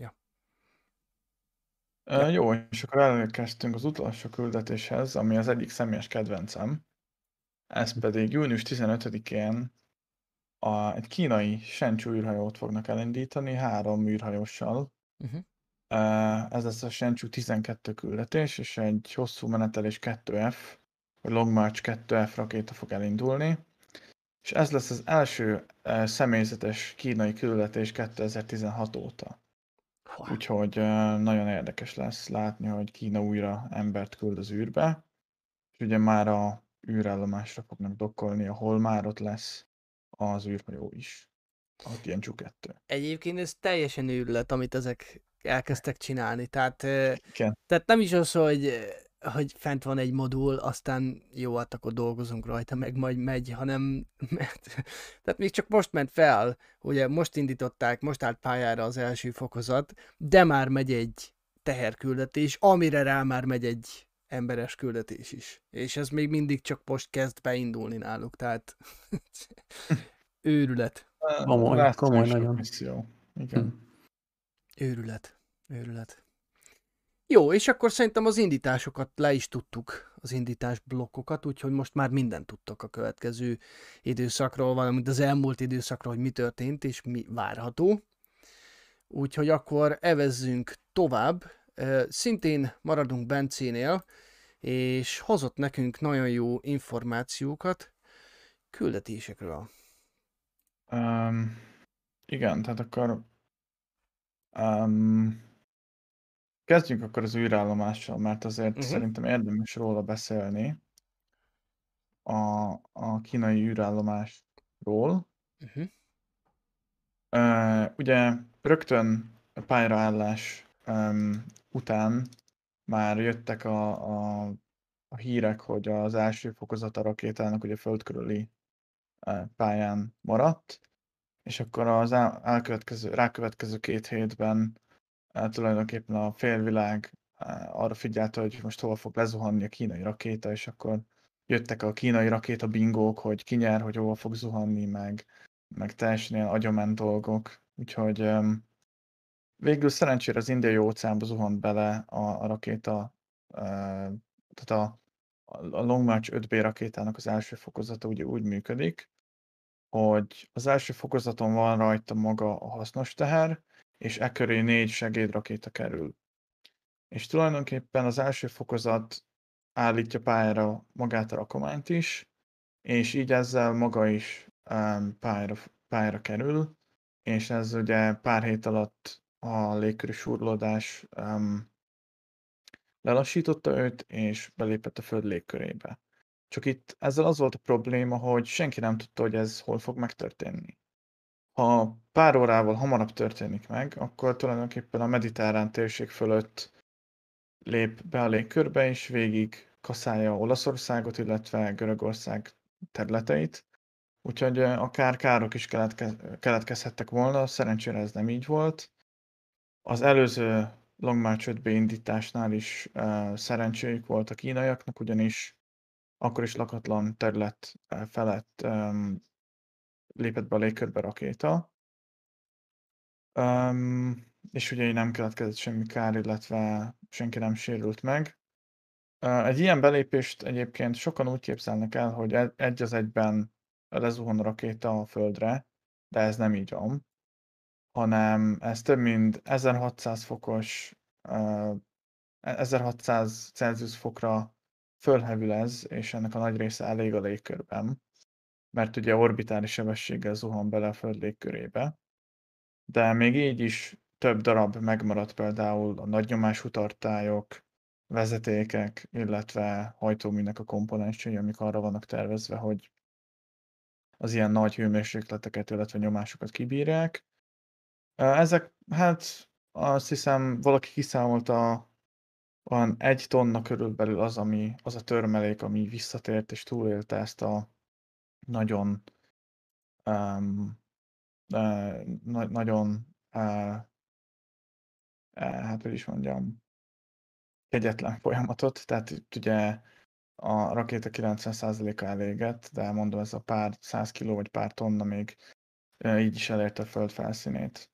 Ja. Uh, jó, és akkor elérkeztünk az utolsó küldetéshez, ami az egyik személyes kedvencem. Ez pedig június tizenötödikén a, egy kínai Shenzhou űrhajót fognak elindítani három űrhajóssal. Uh-huh. Uh, ez lesz a Shenzhou tizenkettő küldetés, és egy hosszú menetelés kettő ef, vagy Long March kettő ef rakéta fog elindulni. És ez lesz az első uh, személyzetes kínai küldetés kétezer-tizenhat óta. Úgyhogy uh, nagyon érdekes lesz látni, hogy Kína újra embert küld az űrbe. És ugye már a űrállomásra fognak dokkolni, ahol már ott lesz az űrhajó is. A Tianzhou kettő. Egyébként ez teljesen őrület, amit ezek elkezdtek csinálni. Tehát, ö, Igen. tehát nem is az, hogy, hogy fent van egy modul, aztán jó, hát akkor dolgozunk rajta, meg majd megy, hanem mert, tehát még csak most ment fel, ugye most indították, most állt pályára az első fokozat, de már megy egy teherküldetés, amire rá már megy egy emberes küldetés is. És ez még mindig csak most kezd beindulni náluk, tehát őrület. Komoly, Látszik komoly sok nagyon. misszió. Igen. Hm. Őrület. Őrület. Jó, és akkor szerintem az indításokat le is tudtuk az indítás blokkokat, úgyhogy most már mindent tudtok a következő időszakról, valamint az elmúlt időszakról, hogy mi történt és mi várható. Úgyhogy akkor evezzünk tovább. Szintén maradunk Bencénél, és hozott nekünk nagyon jó információkat küldetésekről. Um, igen, tehát akkor um, kezdjünk akkor az űrállomással, mert azért Uh-huh. szerintem érdemes róla beszélni. A, a kínai űrállomásról. Uh-huh. Uh, ugye rögtön a pályraállás um, után már jöttek a, a, a hírek, hogy az első fokozata rakétának ugye föld körüli uh, pályán maradt, és akkor az el, elkövetkező, rákövetkező két hétben uh, tulajdonképpen a félvilág uh, arra figyelte, hogy most hova fog lezuhanni a kínai rakéta, és akkor jöttek a kínai rakéta bingók, hogy ki nyer, hogy hova fog zuhanni, meg, meg teljesen ilyen agyament dolgok. Úgyhogy um, végül szerencsére az Indiai óceánba zuhant bele a, a rakéta, uh, tehát a, a Long March öt bé rakétának az első fokozata ugye úgy működik, hogy az első fokozaton van rajta maga a hasznos teher, és e köré négy segédrakéta kerül. És tulajdonképpen az első fokozat állítja pályára magát a rakományt is, és így ezzel maga is um, pályára, pályára kerül, és ez ugye pár hét alatt a légköri súrlódás um, lelassította őt, és belépett a Föld légkörébe. Csak itt ezzel az volt a probléma, hogy senki nem tudta, hogy ez hol fog megtörténni. Ha pár órával hamarabb történik meg, akkor tulajdonképpen a mediterrán térség fölött lép be a légkörbe, és végig kaszálja Olaszországot, illetve Görögország területeit. Úgyhogy akár károk is keletkezhettek volna, szerencsére ez nem így volt. Az előző Long March öt bé indításnál is uh, szerencséjük volt a kínaiaknak, ugyanis akkor is lakatlan terület uh, felett um, lépett be a légkörbe rakéta. Um, és ugye nem keletkezett semmi kár, illetve senki nem sérült meg. Uh, egy ilyen belépést egyébként sokan úgy képzelnek el, hogy egy az egyben lezuhan a rakéta a Földre, de ez nem így van, hanem ez több mint ezerhatszáz fokos, uh, ezerhatszáz Celsius fokra fölhevül ez, és ennek a nagy része elég a légkörben, mert ugye orbitális sebességgel zuhan bele a Föld légkörébe. De még így is több darab megmaradt, például a nagynyomású tartályok, vezetékek, illetve hajtóműnek a komponensei, amik arra vannak tervezve, hogy az ilyen nagy hőmérsékleteket, illetve nyomásokat kibírják. Ezek, hát azt hiszem, valaki kiszámolta, olyan egy tonna körülbelül az, ami, az a törmelék, ami visszatért és túlélte ezt a nagyon um, uh, na- nagyon uh, uh, hát hogy is mondjam, kegyetlen folyamatot, tehát itt ugye a rakéta kilencven százaléka elégett, de mondom, ez a pár száz kiló vagy pár tonna még uh, így is elérte a Föld felszínét.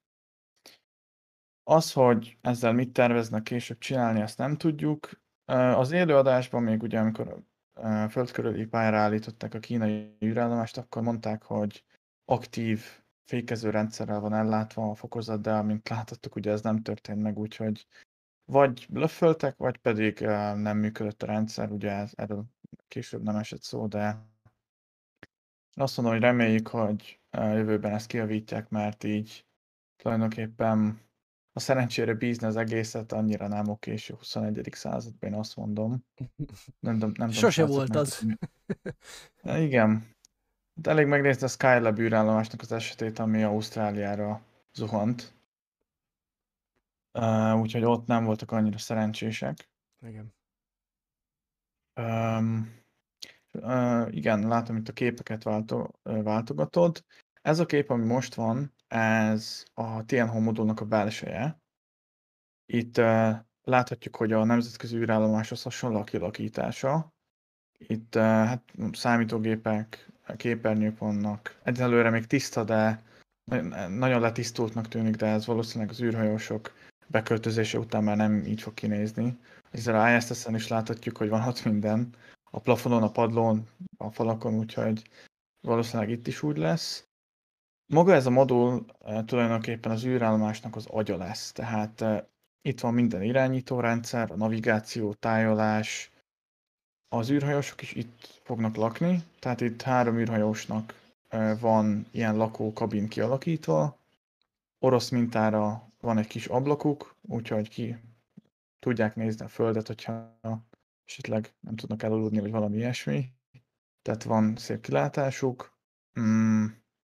Az, hogy ezzel mit terveznek később csinálni, ezt nem tudjuk. Az élőadásban még ugye, amikor föld körüli pályára állították a kínai űrállomást, akkor mondták, hogy aktív fékező rendszerrel van ellátva a fokozat, de amint láthattuk, ugye ez nem történt meg, úgyhogy vagy blöfföltek, vagy pedig nem működött a rendszer, ugye ez, erről később nem esett szó, de azt mondom, hogy reméljük, hogy jövőben ezt kijavítják, mert így tulajdonképpen a szerencsére bízni az egészet annyira nem oké, és a huszonegyedik században én azt mondom. Nem, nem, nem Sose tudom, volt az. Ja, igen. De elég megnézni a Skylab űrállomásnak az esetét, ami Ausztráliára zuhant. Uh, úgyhogy ott nem voltak annyira szerencsések. Igen. Um, uh, igen, látom itt a képeket válto, váltogatod. Ez a kép, ami most van, ez a té en há modulnak a belseje. Itt uh, láthatjuk, hogy a nemzetközi űrállomáshoz hasonló a kilakítása. Itt uh, hát, számítógépek, képernyők vannak. Egyelőre még tiszta, de nagyon letisztultnak tűnik, de ez valószínűleg az űrhajósok beköltözése után már nem így fog kinézni. ezzel a i es es-en is láthatjuk, hogy van ott minden. A plafonon, a padlón, a falakon, úgyhogy valószínűleg itt is úgy lesz. Maga ez a modul eh, tulajdonképpen az űrállomásnak az agya lesz, tehát eh, itt van minden irányítórendszer, a navigáció, tájolás, az űrhajósok is itt fognak lakni, tehát itt három űrhajósnak eh, van ilyen lakókabin kialakítva, orosz mintára van egy kis ablakuk, úgyhogy ki tudják nézni a Földet, hogyha esetleg nem tudnak elaludni, vagy valami ilyesmi. Tehát van szép kilátásuk. Mm.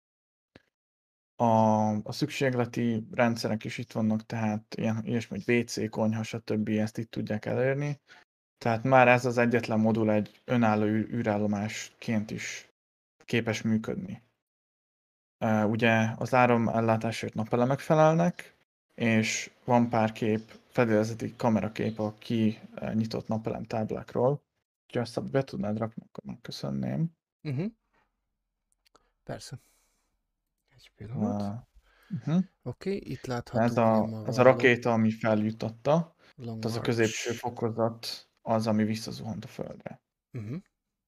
A, a szükségleti rendszerek is itt vannak, tehát ilyen, ilyesmi, hogy vé cé, konyha, stb. Ezt itt tudják elérni. Tehát már ez az egyetlen modul egy önálló űr, űrállomásként is képes működni. Uh, ugye az áramellátásért napelemek felelnek, és van pár kép, fedélzeti kamerakép a kinyitott napelem táblákról. Ha ezt be tudnád rakni, akkor megköszönném. Uh-huh. Persze. Egy pillanat. Uh, uh-huh. Oké, okay, itt látható. Ez a, ez a rakéta, ami feljuttatta, az a középső fokozat az, ami visszazuhant a Földre. Uh-huh.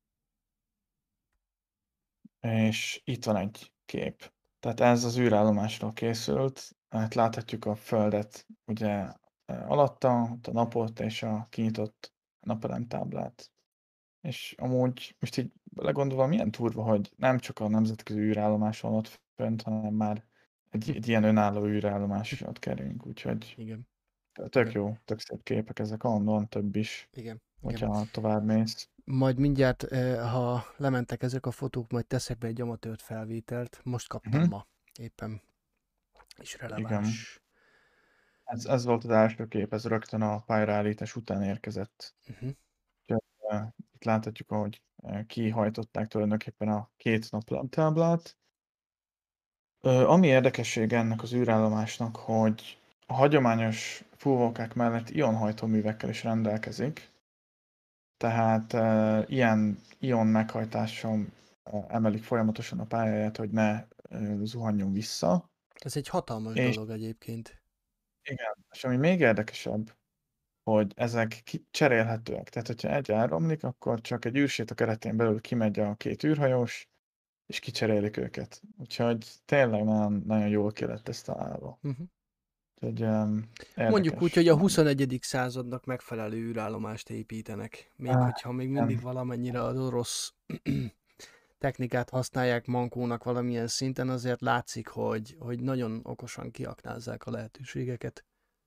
És itt van egy kép. Tehát ez az űrállomásról készült. Hát láthatjuk a Földet ugye alatta, a napot és a kinyitott napelemtáblát. És amúgy most így legondolva milyen turva, hogy nem csak a nemzetközi űrállomás van ott fönt, hanem már egy, egy ilyen önálló űrállomás is ott kerülünk, úgyhogy igen. Tök jó, tök szép képek ezek, van több is, igen. hogyha igen. tovább mész. Majd mindjárt, ha lementek ezek a fotók, majd teszek be egy amatőrt felvételt. Most kaptam uh-huh. ma, éppen is releváns. Igen. Ez, ez volt az első kép, ez rögtön a pályraállítás után érkezett. Uh-huh. Itt láthatjuk, ahogy kihajtották tulajdonképpen a két naplemtáblát. Ami érdekessége ennek az űrállomásnak, hogy a hagyományos fúvókák mellett ionhajtóművekkel is rendelkezik. Tehát e, ilyen ion meghajtással e, emelik folyamatosan a pályáját, hogy ne e, zuhanjon vissza. Ez egy hatalmas és, dolog egyébként. Igen, és ami még érdekesebb, hogy ezek cserélhetőek. Tehát, hogyha egy elromlik, akkor csak egy űrséta keretén belül kimegy a két űrhajós, és kicserélik őket. Úgyhogy tényleg nagyon, nagyon jól ki lett ezt találva. Uh-huh. Úgyhogy, um, mondjuk úgy, hogy a huszonegyedik századnak megfelelő űrállomást építenek. Még ah, hogyha még mindig nem. valamennyire az orosz technikát használják mankónak valamilyen szinten, azért látszik, hogy, hogy nagyon okosan kiaknázzák a lehetőségeket.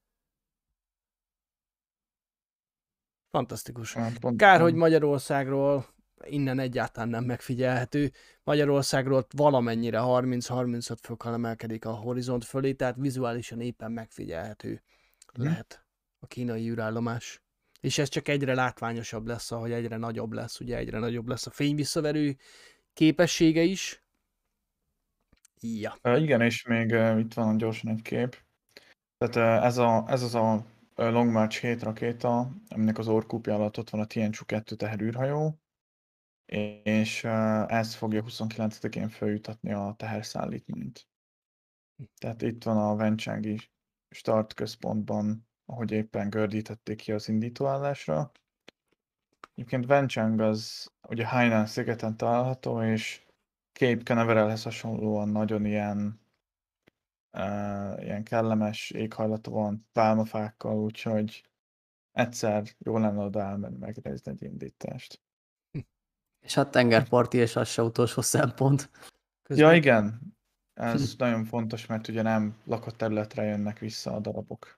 Fantasztikus. Kár, hogy Magyarországról innen egyáltalán nem megfigyelhető. Magyarországról valamennyire harminc-harmincöt fokkal emelkedik a horizont fölé, tehát vizuálisan éppen megfigyelhető hmm. lehet a kínai űrállomás. És ez csak egyre látványosabb lesz, ahogy egyre nagyobb lesz, ugye egyre nagyobb lesz a fényvisszaverő képessége is. Ja. Uh, igen, és még uh, itt van gyorsan egy kép. Tehát uh, ez, a, ez az a Long March hét rakéta, aminek az orrkúpja alatt ott van a Tianchu kettő teherűrhajó, és uh, ez fogja huszonkilencedikén feljutatni a teherszállítmányt. Tehát itt van a Wenchang'i startközpontban, ahogy éppen gördítették ki az indítóállásra. Egyébként Wenchang az ugye Hainan szigeten található, és Cape Canaveralhez hasonlóan nagyon ilyen, uh, ilyen kellemes éghajlata van, pálmafákkal, úgyhogy egyszer jó lenne oda elmenni megnézni egy indítást. És hát tengerparti, és az se utolsó szempont. Közben... Ja, igen. Ez nagyon fontos, mert ugye nem lakott területre jönnek vissza a darabok.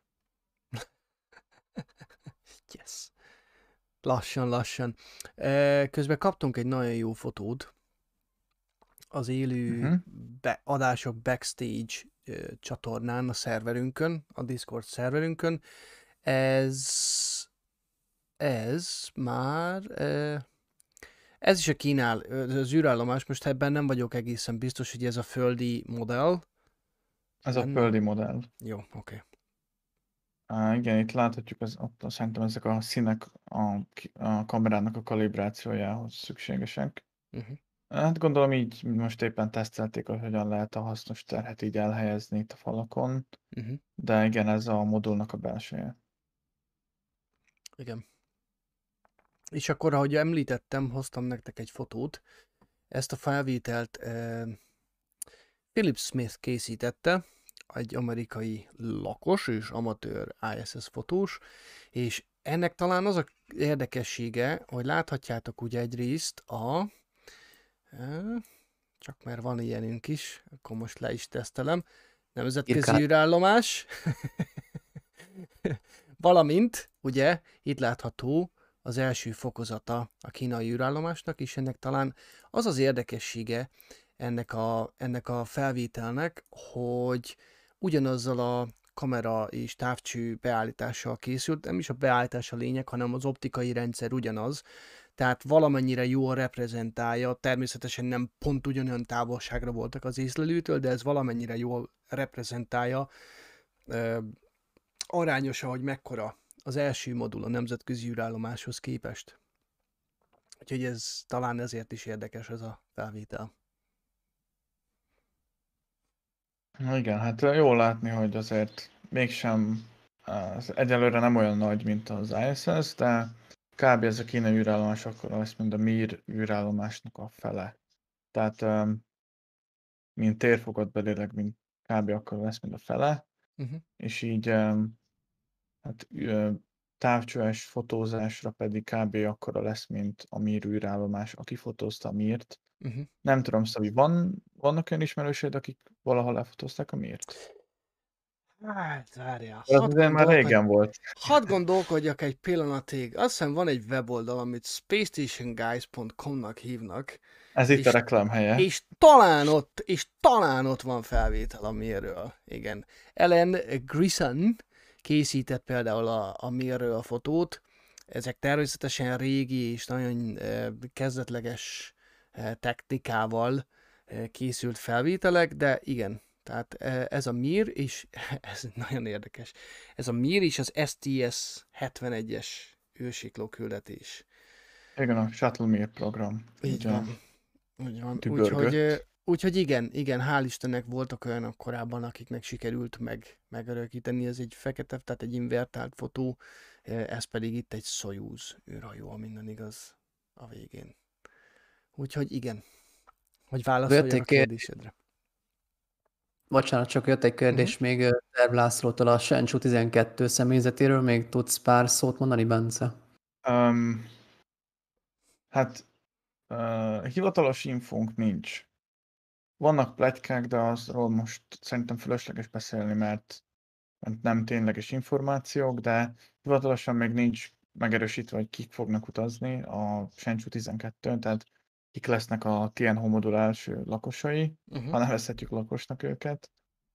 Yes. Lassan, lassan. Közben kaptunk egy nagyon jó fotót az élő uh-huh. be- adások backstage csatornán, a szerverünkön, a Discord szerverünkön. Ez, ez már... Ez is a Kínál, az űrállomás, most ebben nem vagyok egészen biztos, hogy ez a földi modell. Ez a földi modell. Jó, oké. Okay. Uh, igen, itt láthatjuk, az, ott szerintem ezek a színek a, a kamerának a kalibrációjához szükségesek. Uh-huh. Hát gondolom így most éppen tesztelték, hogy hogyan lehet a hasznos terhet így elhelyezni itt a falakon, uh-huh. de igen, ez a modulnak a belseje. Igen. És akkor, ahogy említettem, hoztam nektek egy fotót. Ezt a felvételt eh, Philip Smith készítette, egy amerikai lakos és amatőr I S S fotós, és ennek talán az a érdekessége, hogy láthatjátok ugye egyrészt a... Eh, csak mert van ilyenünk is, akkor most le is tesztelem. Nemzetközi Irkát. űrállomás. Valamint, ugye, itt látható az első fokozata a kínai űrállomásnak, és ennek talán az az érdekessége ennek a, ennek a felvételnek, hogy ugyanazzal a kamera és távcső beállítással készült, nem is a beállítás a lényeg, hanem az optikai rendszer ugyanaz, tehát valamennyire jól reprezentálja, természetesen nem pont ugyanolyan távolságra voltak az észlelőtől, de ez valamennyire jól reprezentálja, ö, arányosan, hogy mekkora az első modul a nemzetközi űrállomáshoz képest. Úgyhogy ez talán ezért is érdekes ez a felvétel. Na igen, hát jól látni, hogy azért mégsem, az egyelőre nem olyan nagy, mint az I S S, de kb. Ez a kínai űrállomás akkor lesz, mint a Mir űrállomásnak a fele. Tehát um, mint térfogatbelileg, mint kb. Akkor lesz, mint a fele, Uh-huh. és így um, hát ö, távcsöves fotózásra pedig kb. Akkora lesz, mint a Mir űrállomás, aki fotózta a Mirt. Uh-huh. Nem tudom, Szabi, van, vannak olyan ismerőseid, akik valaha lefotózták a Mirt? Hát, várjál. Ez Hadd azért már gondolkodj- régen volt. Hadd gondolkodjak egy pillanatig. Azt hiszem van egy weboldal, amit space station guys pont com-nak hívnak, Ez itt És- a reklám helye. és talán ott, és talán ott van felvétel a Mirről. Igen. Ellen Grison készített például a, a Mirről a fotót. Ezek természetesen régi és nagyon eh, kezdetleges eh, technikával eh, készült felvételek, de igen, tehát eh, ez a Mir, és ez nagyon érdekes. Ez a Mir és az S T S hetvenegyes űrsikló küldetés. Igen, a Shuttle Mir program. Így Ugye? van. Úgy van. Dübörgött. Úgyhogy, ö, úgyhogy igen, igen, hál' Istennek voltak olyanok korábban, akiknek sikerült meg, megörökíteni. Ez egy fekete, tehát egy invertált fotó, ö, ez pedig itt egy Soyuz űrhajó, ha minden igaz a végén. Úgyhogy igen, hogy válaszoljak egy a kér- kérdésedre. Bocsánat, csak jött egy kérdés még ö, Terv Lászlótól a Shenzhou tizenkettő személyzetéről. Még tudsz pár szót mondani, Bence? Um, hát uh, hivatalos infónk nincs. Vannak pletykák, de azról most szerintem fölösleges beszélni, mert, mert nem tényleges információk, de hivatalosan még nincs megerősítve, hogy kik fognak utazni a Shenzhou tizenkettőn, tehát kik lesznek a Tianhou modul első lakosai, Uh-huh. ha nevezhetjük lakosnak őket.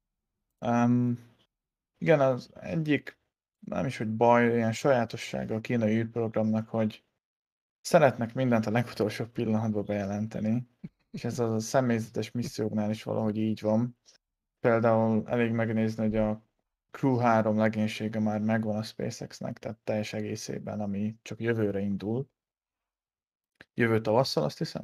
Um, igen, az egyik, nem is hogy baj, ilyen sajátossága a kínai űrprogramnak, hogy szeretnek mindent a legutolsó pillanatban bejelenteni, és ez a személyzetes misszióknál is valahogy így van. Például elég megnézni, hogy a Crew három legénysége már megvan a SpaceX-nek, tehát teljes egészében, ami csak jövőre indul. Jövő tavasszal, azt hiszem?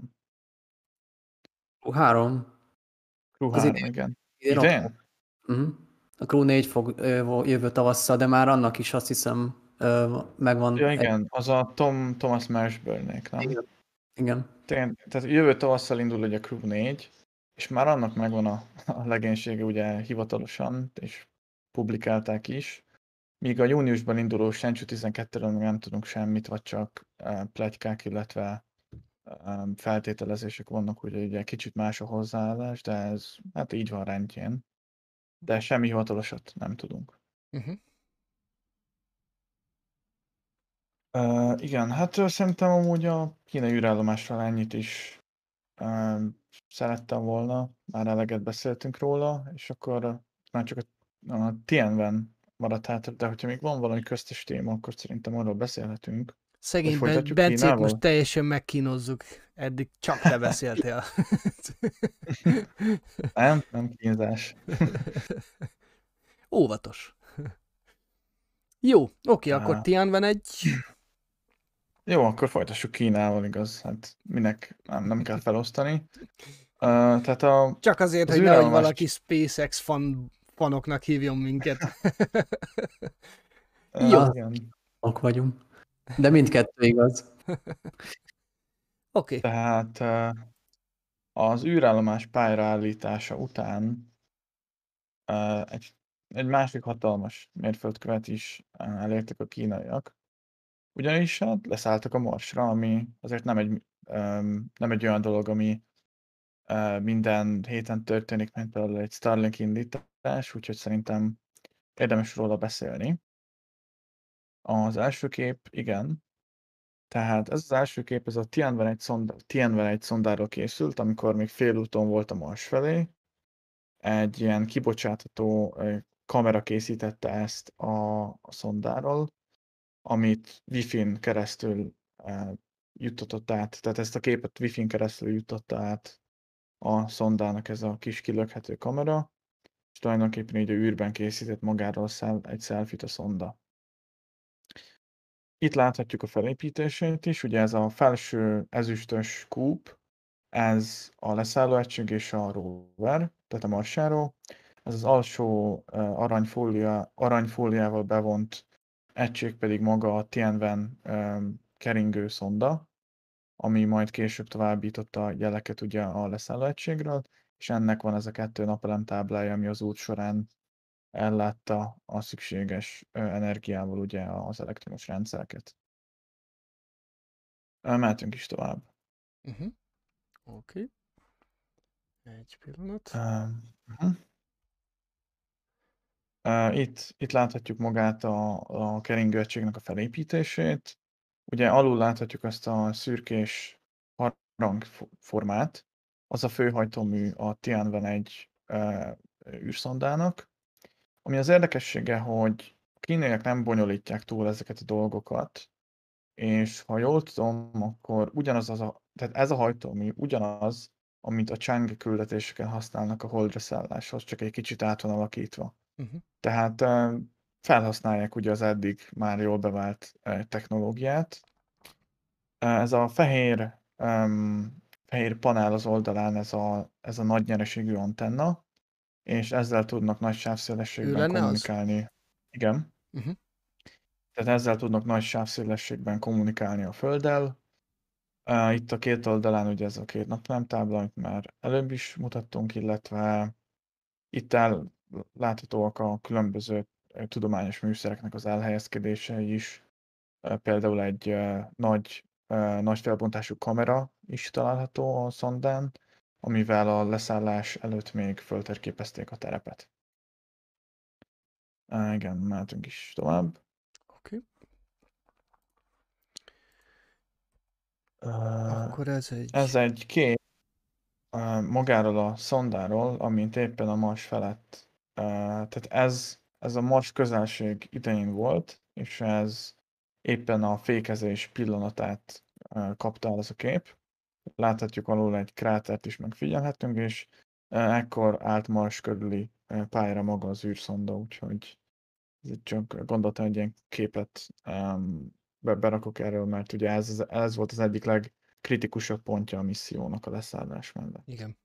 Három. Crew Az három, idén. igen. Idén Idén? Uh-huh. A Crew négy fog ö, jövő tavasszal, de már annak is azt hiszem ö, megvan. Ja, egy- igen, az a Tom, Thomas Marshburnék, nem? Igen. Igen. Tény, tehát jövő tavasszal indul ugye a Crew négy, és már annak megvan a, a legénysége ugye hivatalosan, és publikálták is. Míg a júniusban induló Shenzhou tizenkettőről még nem tudunk semmit, vagy csak uh, pletykák, illetve um, feltételezések vannak, hogy ugye kicsit más a hozzáállás, de ez hát így van rendjén. De semmi hivatalosat nem tudunk. Uh-huh. Uh, igen, hát ö, szerintem amúgy a kínai űrállomásról ennyit is uh, szerettem volna, már eleget beszéltünk róla, és akkor uh, már csak a, a Tianwen maradt hátra, de hogyha még van valami köztes téma, akkor szerintem arról beszélhetünk. Szegény Hogy ben- folytatjuk Bencét Kínával? most teljesen megkínozzuk. Eddig csak te beszéltél. Nem, nem kínzás. Óvatos. Jó, oké, akkor Á. Tianwen egy... Jó, akkor folytassuk Kínával, igaz? Hát minek nem, nem kell felosztani. Uh, tehát a... Csak azért, Az hogy nehogy űrállomás- valaki SpaceX fan, fanoknak hívjon minket. Uh, Jó. igen. Ok vagyunk. De mindkettő igaz. Oké. Tehát ö, az űrállomás pályára állítása után ö, egy, egy másik hatalmas mérföldkövet is ö, elértek a kínaiak. Ugyanis hát leszálltak a Marsra, ami azért nem egy, öm, nem egy olyan dolog, ami ö, minden héten történik, mint például egy Starlink indítás, úgyhogy szerintem érdemes róla beszélni. Az első kép, igen, tehát ez az első kép, ez a Tianwen egy, szonda, Tianwen egy szondáról készült, amikor még félúton volt a Mars felé. Egy ilyen kibocsátható ö, kamera készítette ezt a, a szondáról, amit Wi-Fi-n keresztül uh, juttatott át, tehát ezt a képet Wi-Fi-n keresztül juttatta át a szondának ez a kis kilökhető kamera, és tulajdonképpen így a űrben készített magáról szel- egy selfie-t a szonda. Itt láthatjuk a felépítését is, ugye ez a felső ezüstös kúp, ez a leszállóegység és a rover, tehát a marsjáró. Ez az alsó uh, aranyfólia, aranyfóliával bevont egység pedig maga a Tianwen um, keringő szonda, ami majd később továbbította a jeleket ugye a leszállóegységről, és ennek van ez a kettő napelem táblája, ami az út során ellátta a szükséges ö, energiával ugye az elektromos rendszereket. Ö, Mehetünk is tovább. Uh-huh. Oké. Egy pillanat. Um, uh-huh. Uh, itt, itt láthatjuk magát a, a keringőegységnek a felépítését. Ugye alul láthatjuk azt a szürkés harangformát, az a főhajtómű a Tianwen egy uh, űrszondának, ami az érdekessége, hogy a kínaiak nem bonyolítják túl ezeket a dolgokat, és ha jól tudom, akkor ugyanaz az a, tehát ez a hajtómű ugyanaz, amit a Chang'e küldetéseken használnak a holdra szálláshoz, csak egy kicsit át van alakítva. Uh-huh. Tehát ö, felhasználják ugye az eddig már jól bevált ö, technológiát. Ö, Ez a fehér, öm, fehér panel az oldalán, ez a, ez a nagy nyereségű antenna, és ezzel tudnak nagy Ő sávszélességben lenne az? kommunikálni. Igen. Uh-huh. Tehát ezzel tudnak nagy sávszélességben kommunikálni a Földdel. Uh, Itt a két oldalán ugye ez a két naplementábla, amit már előbb is mutattunk, illetve itt el láthatóak a különböző uh, tudományos műszereknek az elhelyezkedései is. Uh, Például egy uh, nagy, uh, nagy felbontású kamera is található a szondán, amivel a leszállás előtt még föltérképezték a terepet. Uh, Igen, mehetünk is tovább. Oké. Uh, Akkor ez egy... Ez egy kép uh, magáról a szondáról, amint éppen a Mars felett. Uh, tehát ez, ez a Mars közelség idején volt, és ez éppen a fékezés pillanatát uh, kapta el ez a kép. Láthatjuk alul egy krátert is megfigyelhetünk, és uh, ekkor állt Mars körüli uh, pályára maga az űrszonda, úgyhogy ez itt csak gondoltam, egy ilyen képet um, be, berakok erről, mert ugye ez, ez volt az egyik legkritikusabb pontja a missziónak a leszállás mellett. Igen.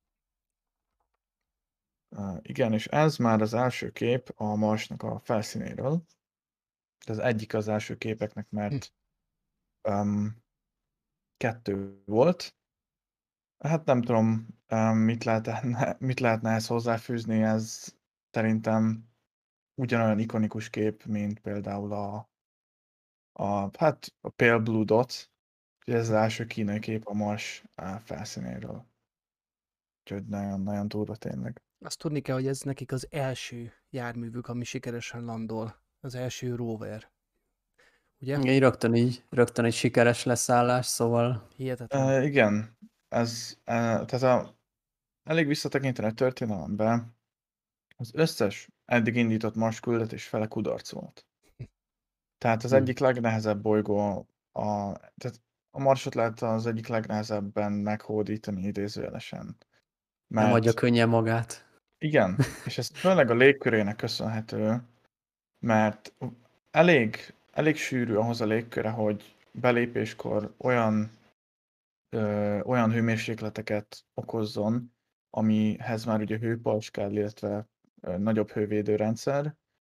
Uh, igen, és ez már az első kép a Marsnak a felszínéről. Ez egyik az első képeknek, mert um, kettő volt. Hát nem tudom, um, mit, lehetne, mit lehetne ezt hozzáfűzni, ez szerintem ugyanolyan ikonikus kép, mint például a, a, hát a Pale Blue Dot, ugye ez az első kínai kép a Mars uh, felszínéről. Úgyhogy nagyon-nagyon durva tényleg. Azt tudni kell, hogy ez nekik az első járművük, ami sikeresen landol. Az első rover. Ugye? Igen, rögtön így, rögtön egy sikeres leszállás, szóval Hihetetlen. Uh, igen, ez, uh, tehát a, elég visszatekinteni a történelembe, az összes eddig indított Mars küldetés fele kudarc volt. Tehát az Hm. egyik legnehezebb bolygó, a, tehát a Marsot lehet az egyik legnehezebben meghódítani idézőjelesen. nem adja Mert könnyen magát. igen, és ez főleg a légkörének köszönhető, mert elég, elég sűrű ahhoz a légköre, hogy belépéskor olyan, ö, olyan hőmérsékleteket okozzon, amihez már ugye hőpals kell, illetve ö, nagyobb hővédőrendszer,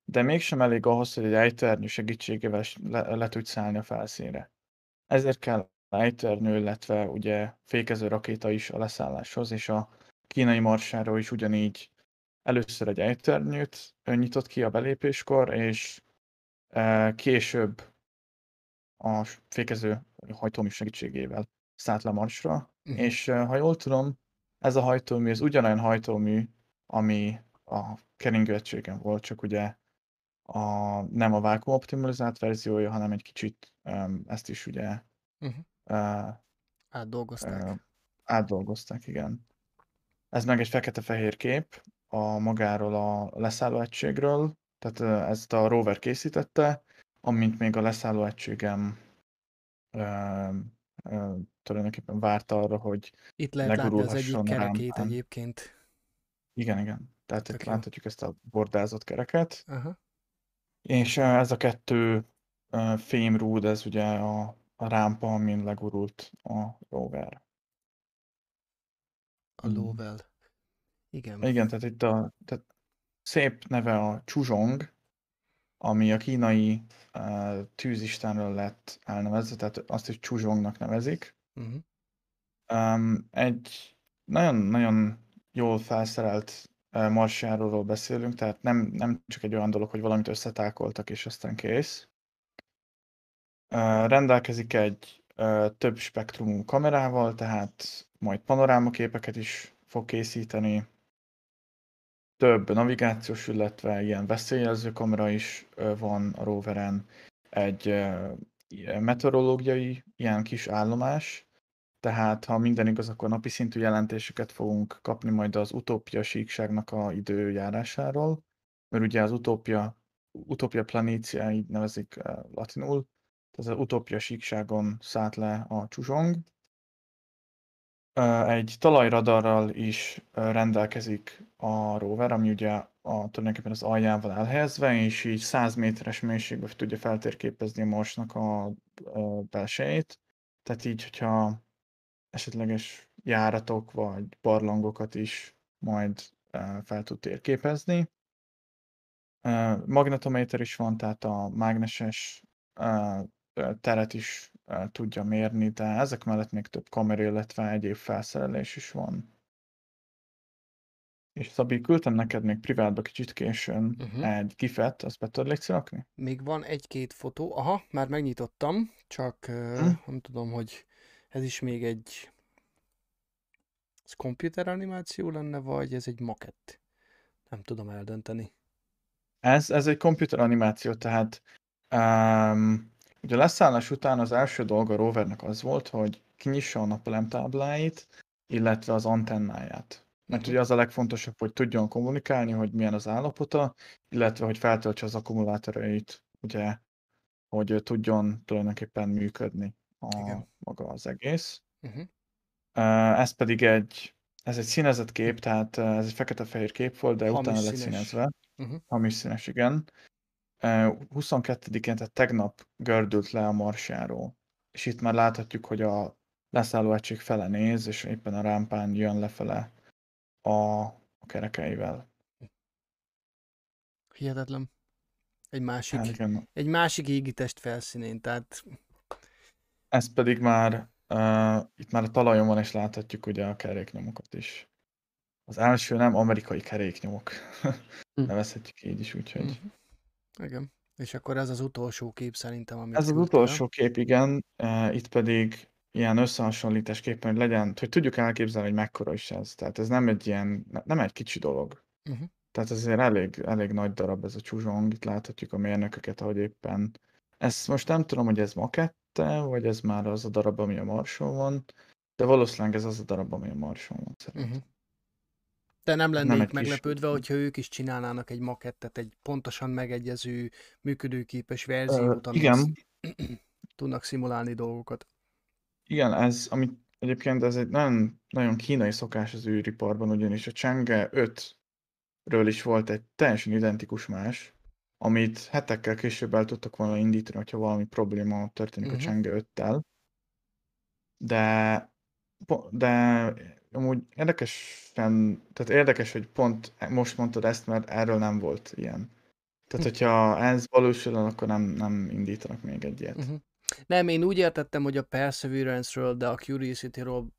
de mégsem elég ahhoz, hogy egy ejtőernyő segítségével le, le tudj szállni a felszínre. Ezért kell ejtőernyő, illetve ugye fékező rakéta is a leszálláshoz, és a kínai marsjáról is ugyanígy először egy ejtőernyőt nyitott ki a belépéskor, és e, később a fékező hajtómű segítségével szállt le Marsra, Mhm. és e, ha jól tudom, ez a hajtómű, ez ugyanolyan hajtómű, ami a keringőegységen volt, csak ugye a, nem a vákuum optimalizált verziója, hanem egy kicsit um, ezt is ugye Uh-huh. uh, Átdolgozták. uh, átdolgozták, igen. Ez meg egy fekete-fehér kép a magáról a leszállóegységről, tehát uh, ezt a rover készítette, amint még a leszállóegységem uh, uh, tulajdonképpen várta arra, hogy Itt lehet látni az egyik legurulhasson a kerekét rámpán. egyébként. Igen, igen. Tehát Tök itt jó. láthatjuk ezt a bordázott kereket. Aha. És uh, ez a kettő uh, fémrúd, ez ugye a, a rámpa, amin legurult a rover. A Mm. lóvel. Igen. Igen, tehát itt a tehát szép neve a Chuzhong, ami a kínai uh, tűzistenről lett elnevezve, tehát azt is Chuzhongnak nevezik. Uh-huh. Um, egy nagyon-nagyon jól felszerelt uh, marsjáróról beszélünk, tehát nem, nem csak egy olyan dolog, hogy valamit összetákoltak és aztán kész. Uh, rendelkezik egy uh, több spektrumú kamerával, tehát majd panorámaképeket is fog készíteni. Több navigációs, illetve ilyen veszélyjelző kamera is uh, van a roveren. Egy uh, meteorológiai ilyen kis állomás, tehát ha minden igaz, akkor napi szintű jelentéseket fogunk kapni majd az Utópia síkságnak a időjárásáról, mert ugye az Utópia, Utópia Planitia, így nevezik uh, latinul, tehát az Utópia síkságon szállt le a Chuzhong. Uh, egy talajradarral is uh, rendelkezik a rover, ami ugye a, tulajdonképpen az aljával elhelyezve, és így száz méteres mélységbe tudja feltérképezni a Marsnak a, a belsejét. Tehát így, hogyha esetleges járatok vagy barlangokat is majd uh, fel tud térképezni. Uh, magnetométer is van, tehát a mágneses uh, teret is uh, tudja mérni, de ezek mellett még több kamera, illetve egyéb felszerelés is van. És Szabi, küldtem neked még privátba kicsit későn Uh-huh. egy gifet, azt be tudod légy rakni? Még van egy-két fotó. Aha, már megnyitottam, csak uh, Hm? nem tudom, hogy ez is még egy ez komputer animáció lenne, vagy ez egy makett. Nem tudom eldönteni. Ez, ez egy komputer animáció, tehát um, ugye a leszállás után az első dolga a rovernek az volt, hogy kinyissa a napelemtábláit, illetve az antennáját. Mert Uh-huh. ugye az a legfontosabb, hogy tudjon kommunikálni, hogy milyen az állapota, illetve hogy feltöltse az akkumulátorait, ugye, hogy ő tudjon tulajdonképpen működni a, Igen. maga az egész. Uh-huh. Uh, ez pedig egy, ez egy színezett kép, tehát uh, ez egy fekete-fehér kép volt, de Hamis utána lett színes. színezve. Uh-huh. Hamis színes, igen. Uh, huszonkettedikén, tehát tegnap gördült le a marsjáról. És itt már láthatjuk, hogy a leszálló egység fele néz, és éppen a rámpán jön lefele a, a kerekeivel. Hihetetlen. Egy másik, Hát igen. egy másik égitest felszínén, tehát Ez pedig már, uh, itt már a talajon van, és láthatjuk ugye a keréknyomokat is. Az első nem amerikai keréknyomok. Hm. Nevezhetjük így is, úgyhogy... uh-huh. Igen. És akkor ez az utolsó kép szerintem, amit Ez az küldtél. utolsó kép, igen. Uh, itt pedig ilyen összehasonlításképpen, hogy legyen, hogy tudjuk elképzelni, hogy mekkora is ez. Tehát ez nem egy ilyen, nem egy kicsi dolog. Uh-huh. Tehát ezért elég, elég nagy darab ez a Chuzhong, itt láthatjuk a mérnököket, ahogy éppen. Ezt most nem tudom, hogy ez makette, vagy ez már az a darab, ami a Marson van, de valószínűleg ez az a darab, ami a Marson van szerintem. Uh-huh. De nem Nem lennék egy kis- meglepődve, hogyha ők is csinálnának egy makettet, egy pontosan megegyező, működőképes verziót, Ö, amit igen. tudnak szimulálni dolgokat. Igen, ez, amit egyébként ez egy nagyon, nagyon kínai szokás az űriparban, ugyanis a Chang'e ötről is volt egy teljesen identikus más, amit hetekkel később el tudtak volna indítani, hogyha valami probléma történik Mhm. a Chang'e öttel. De, po- de amúgy érdekesen, tehát érdekes, hogy pont most mondtad ezt, mert erről nem volt ilyen. Tehát, hogyha ez valósul, akkor nem, nem indítanak még egy ilyet. Uh-huh. Nem, én úgy értettem, hogy a Perseverance-ről, de a Curiosity-ról,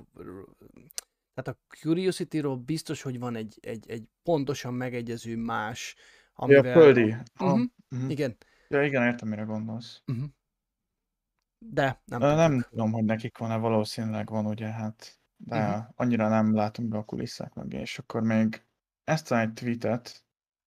tehát a Curiosity-ról biztos, hogy van egy, egy, egy pontosan megegyező más, Ja, amivel... földi. Uh-huh. Ah, mhm. Igen. Ja, igen, értem, mire gondolsz. Uh-huh. De nem Ö, Nem tudjuk. tudom, hogy nekik van-e, valószínűleg van, ugye, hát, de Uh-huh. annyira nem látunk be a kulisszák mögé, és akkor még ezt a egy tweetet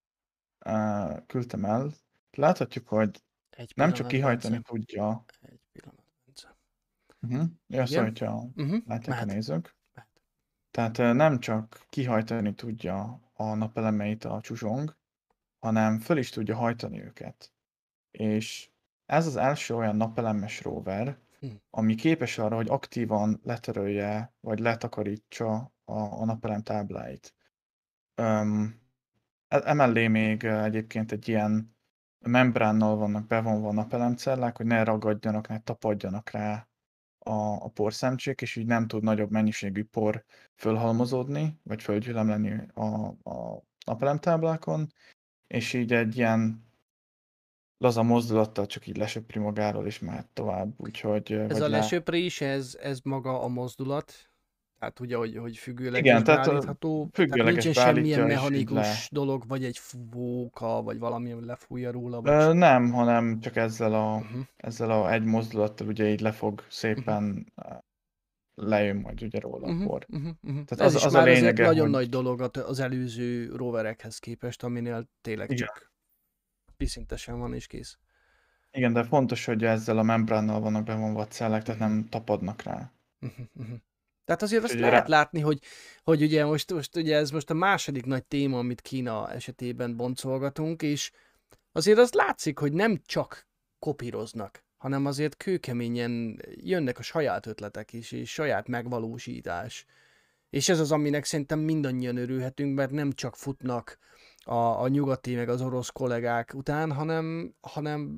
uh, küldtem el. Láthatjuk, hogy Egy nem csak pillanat, kihajtani Bence. tudja. Egy pillanat, Bence. Uh-huh. Ja, szóval, Igen? hogyha Uh-huh. látják Mehet. a nézők. Mehet. Tehát ö, nem csak kihajtani tudja a napelemeit a csuzsong, hanem föl is tudja hajtani őket. És ez az első olyan napelemes rover, Hm. ami képes arra, hogy aktívan letörölje, vagy letakarítsa a, a napelem tábláit. Öm, e- emellé még ö, egyébként egy ilyen membránnal vannak bevonva a napelemcellák, hogy ne ragadjanak, ne tapadjanak rá a, a porszemcsék, és így nem tud nagyobb mennyiségű por fölhalmozódni, vagy fölgyülemleni a, a napelemtáblákon, és így egy ilyen laza mozdulattal csak így lesöpri magáról, és mehet tovább, úgyhogy, ö, Ez vagy a le... lesöprés, ez, ez maga a mozdulat, tehát ugye, hogy, hogy függőleges Igen, tehát a beállítható, tehát függőleges nincsen semmilyen beállítja, és így mechanikus le... dolog, vagy egy fóka, vagy valami, ami lefújja róla, vagy... Ö, nem, hanem csak ezzel a, Uh-huh. ezzel a egy mozdulattal ugye így le fog Uh-huh. szépen ö, lejön majd ugye róla a Uh-huh. por. Uh-huh. Uh-huh. Tehát Ez az, is az a már azért lényege, nagyon hogy nagy dolog a- az előző roverekhez képest, aminél tényleg igen, csak piszintesen van és kész. igen, de fontos, hogy ezzel a membránnal vannak bevonva a cellek, tehát Uh-huh. nem tapadnak rá. Uh-huh. Uh-huh. Tehát azért azt Úgyhogy lehet rá... látni, hogy, hogy ugye most, most ugye ez most a második nagy téma, amit Kína esetében boncolgatunk, és azért az látszik, hogy nem csak kopíroznak, hanem azért kőkeményen jönnek a saját ötletek is, és saját megvalósítás. És ez az, aminek szerintem mindannyian örülhetünk, mert nem csak futnak a, a nyugati meg az orosz kollégák után, hanem, hanem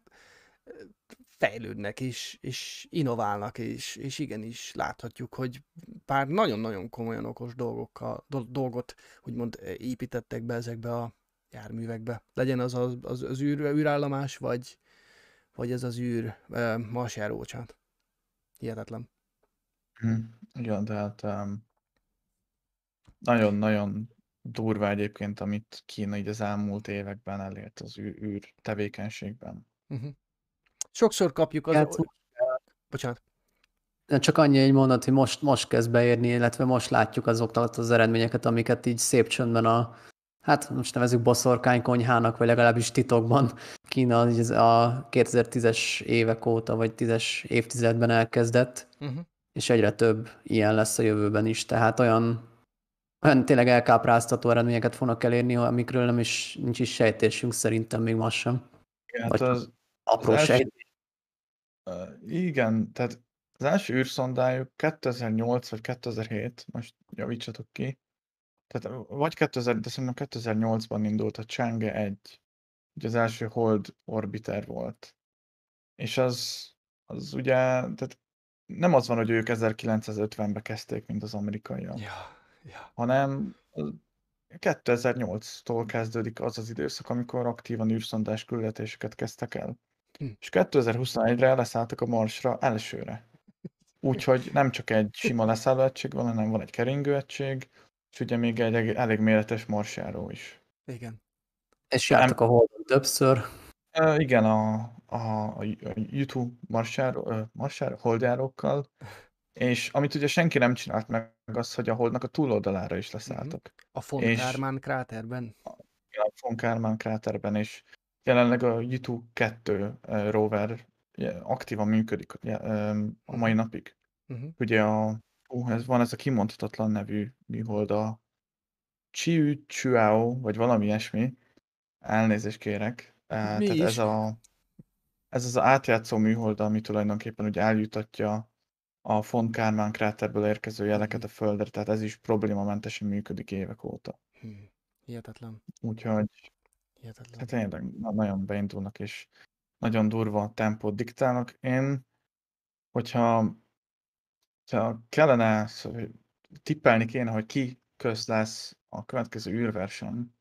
fejlődnek és, és innoválnak, és, és igenis láthatjuk, hogy pár nagyon-nagyon komolyan okos dolgokkal, do, dolgot úgymond építettek be ezekbe a járművekbe. Legyen az az, az, az űr, űrállomás, vagy, vagy ez az űr e, marsjáró, bocsánat. Hihetetlen. Hm, igen, tehát um, nagyon-nagyon durva egyébként, amit Kína így az elmúlt években elért az űr, űr tevékenységben. Uh-huh. Sokszor kapjuk az... Játszunk. Bocsánat. Csak annyi egy mondat, hogy most, most kezd beérni, illetve most látjuk azokat az eredményeket, amiket így szép csöndben a, hát most nevezzük boszorkánykonyhának, vagy legalábbis titokban Kína így az a kétezer-tízes évek óta, vagy tízes évtizedben elkezdett, Uh-huh. és egyre több ilyen lesz a jövőben is. Tehát olyan, olyan tényleg elkápráztató eredményeket fognak elérni, amikről nem is, nincs is sejtésünk szerintem még most sem. Igen, Vagy hát az, az apró első, sejt. uh, igen, tehát az első űrszondájuk kétezer-nyolc vagy kétezer-hét, most javítsatok ki, tehát vagy kétezer, de szerintem kétezer-nyolcban indult a Chang'e egy, ugye az első hold orbiter volt. És az, az ugye, tehát nem az van, hogy ők ezerkilencszázötvenben kezdték, mint az amerikaiak, Ja, ja. hanem kétezer-nyolctól kezdődik az az időszak, amikor aktívan űrszondás küldetéseket kezdtek el. Hm. És kétezer-huszonegyre leszálltak a Marsra elsőre. Úgyhogy nem csak egy sima leszállóegység van, hanem van egy keringőegység, és ugye még egy elég, elég méretes marsjáró is. Igen. És jártak a Holdon többször. Uh, igen, a, a, a YouTube marsjáró, uh, marsjáró, holdjárókkal, és amit ugye senki nem csinált meg, az, hogy a Holdnak a túloldalára is leszálltak. A von És Karman kráterben. a von Karman kráterben is. Jelenleg a YouTube kettő uh, rover ugye, aktívan működik ugye, um, a mai napig. Uh-huh. Ugye a, uh, ez van ez a kimondhatatlan nevű műhold, a Chiu Chuao, vagy valami ilyesmi. Elnézést kérek. Uh, Mi tehát is? ez a Ez az átjátszó műhold, ami tulajdonképpen ugye eljutatja a von Karman kráterből érkező jeleket a Földre, tehát ez is problémamentesen működik évek óta. Hm. Hihetetlen. Úgyhogy Hihetetlen. hát tényleg na- nagyon beindulnak, és nagyon durva tempót diktálnak. Én, hogyha, hogyha kellene, szóval tippelni kéne, hogy ki köz lesz a következő űrverseny,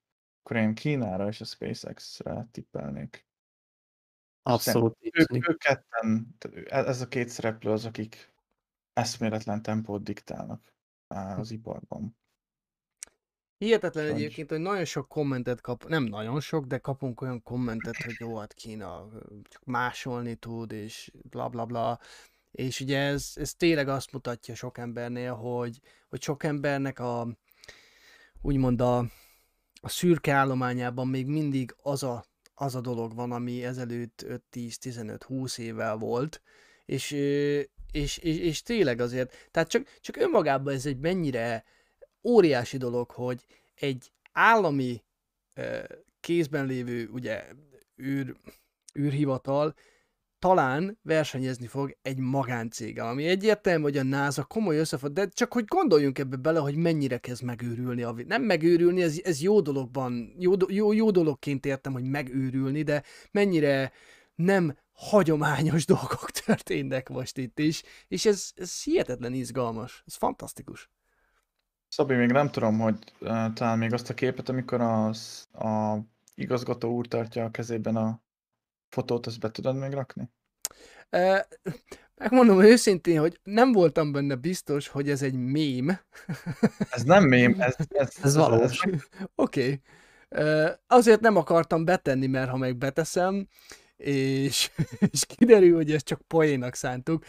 akkor én Kínára és a SpaceX-re tippelnék. Abszolút így Ők, tűnik. ők ketten, ez a két szereplő az, akik eszméletlen tempót diktálnak az iparban. Hihetetlen Hogy- egyébként, hogy nagyon sok kommentet kap, nem nagyon sok, de kapunk olyan kommentet, hogy jó, hát Kína csak másolni tud, és bla bla bla. És ugye ez, ez tényleg azt mutatja sok embernél, hogy, hogy sok embernek a úgymond a, a szürke állományában még mindig az a, az a dolog van, ami ezelőtt öt tíz tizenöt húsz évvel volt, és, ö, és, és, és tényleg azért, tehát csak, csak önmagában ez egy mennyire óriási dolog, hogy egy állami ö, kézben lévő ugye űr, űrhivatal talán versenyezni fog egy magáncéggel, ami egyértelmű, hogy a NASA komoly összefog, de csak hogy gondoljunk ebbe bele, hogy mennyire kezd megőrülni a vi- Nem megőrülni, ez, ez jó dologban, jó, do- jó, jó dologként értem, hogy megőrülni, de mennyire nem hagyományos dolgok történnek most itt is, és ez, ez hihetetlen izgalmas, ez fantasztikus. Szabi, még nem tudom, hogy uh, talán még azt a képet, amikor az, a igazgató úr tartja a kezében a fotót, azt be tudod még rakni? Uh, megmondom őszintén, hogy nem voltam benne biztos, hogy ez egy mém. Ez nem mém, ez, ez, Ez valós. Oké. Okay. Azért nem akartam betenni, mert ha meg beteszem, és, és kiderül, hogy ezt csak poénnak szántuk.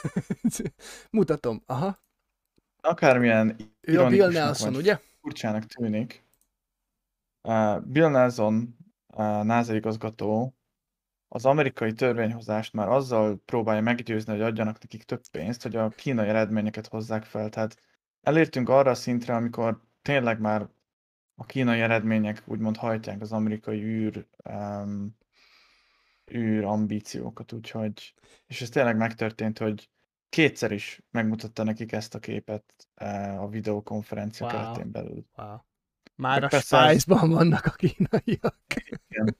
Mutatom. Aha. Akármilyen Ő a Bill ironikusnak Nelson, vagy ugye? furcsának tűnik. Uh, Bill Nelson, uh, NASA igazgató, az amerikai törvényhozást már azzal próbálja meggyőzni, hogy adjanak nekik több pénzt, hogy a kínai eredményeket hozzák fel. Tehát elértünk arra a szintre, amikor tényleg már a kínai eredmények úgymond hajtják az amerikai űr, um, űr ambíciókat, úgyhogy, és ez tényleg megtörtént, hogy kétszer is megmutatta nekik ezt a képet uh, a videokonferencia Wow. keretén belül. Wow. Már Meg a persze ez- Spice-ban vannak a kínaiak. Igen.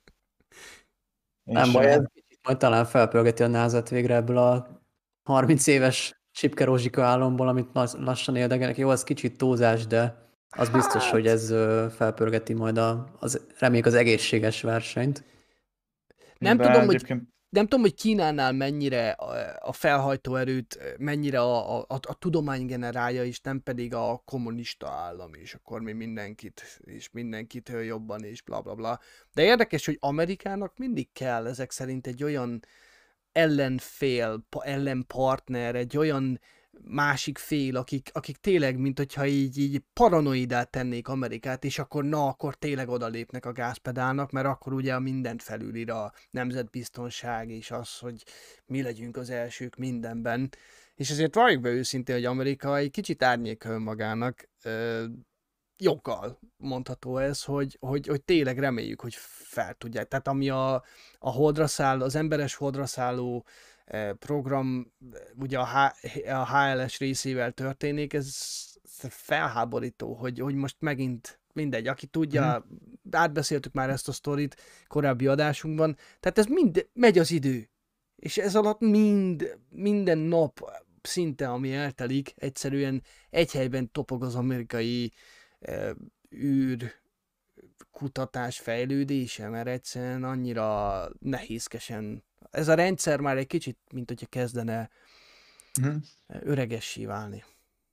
Nem És, baj, uh, ez kicsit majd talán felpörgeti a názat végre ebből a harminc éves Csipke Rózsika álomból, amit lass- lassan érdekelnek. Jó, az kicsit túlzás, de az biztos, Hát. hogy ez ö, felpörgeti majd a, az, reméljük az egészséges versenyt. Nem de tudom, hogy egyébként nem tudom, hogy Kínánál mennyire a a felhajtó erőt, mennyire a, a, a, a tudomány generálja, és nem pedig a kommunista állam, és akkor mi mindenkit, és mindenkit jobban, és bla bla bla. De érdekes, hogy Amerikának mindig kell ezek szerint egy olyan ellenfél, pa- ellenpartner, egy olyan másik fél, akik, akik tényleg, mint hogyha így, így paranoidát tennék Amerikát, és akkor na, akkor tényleg odalépnek a gázpedálnak, mert akkor ugye mindent felülír a nemzetbiztonság, és az, hogy mi legyünk az elsők mindenben. És ezért valljuk be őszintén, hogy Amerika egy kicsit árnyéköl magának, ö, joggal mondható ez, hogy, hogy, hogy tényleg reméljük, hogy fel tudják. Tehát ami a, a holdra száll, az emberes holdra szálló eh, program, eh, ugye a, H, a há el es részével történik, ez felháborító, hogy, hogy most megint mindegy, aki tudja, mm. átbeszéltük már ezt a sztorit korábbi adásunkban, tehát ez mind megy az idő, és ez alatt mind, minden nap szinte, ami eltelik, egyszerűen egy helyben topog az amerikai e, űr kutatás fejlődése, mert egyszerűen annyira nehézkesen. Ez a rendszer már egy kicsit, mint hogyha kezdene uh-huh. öregessé válni.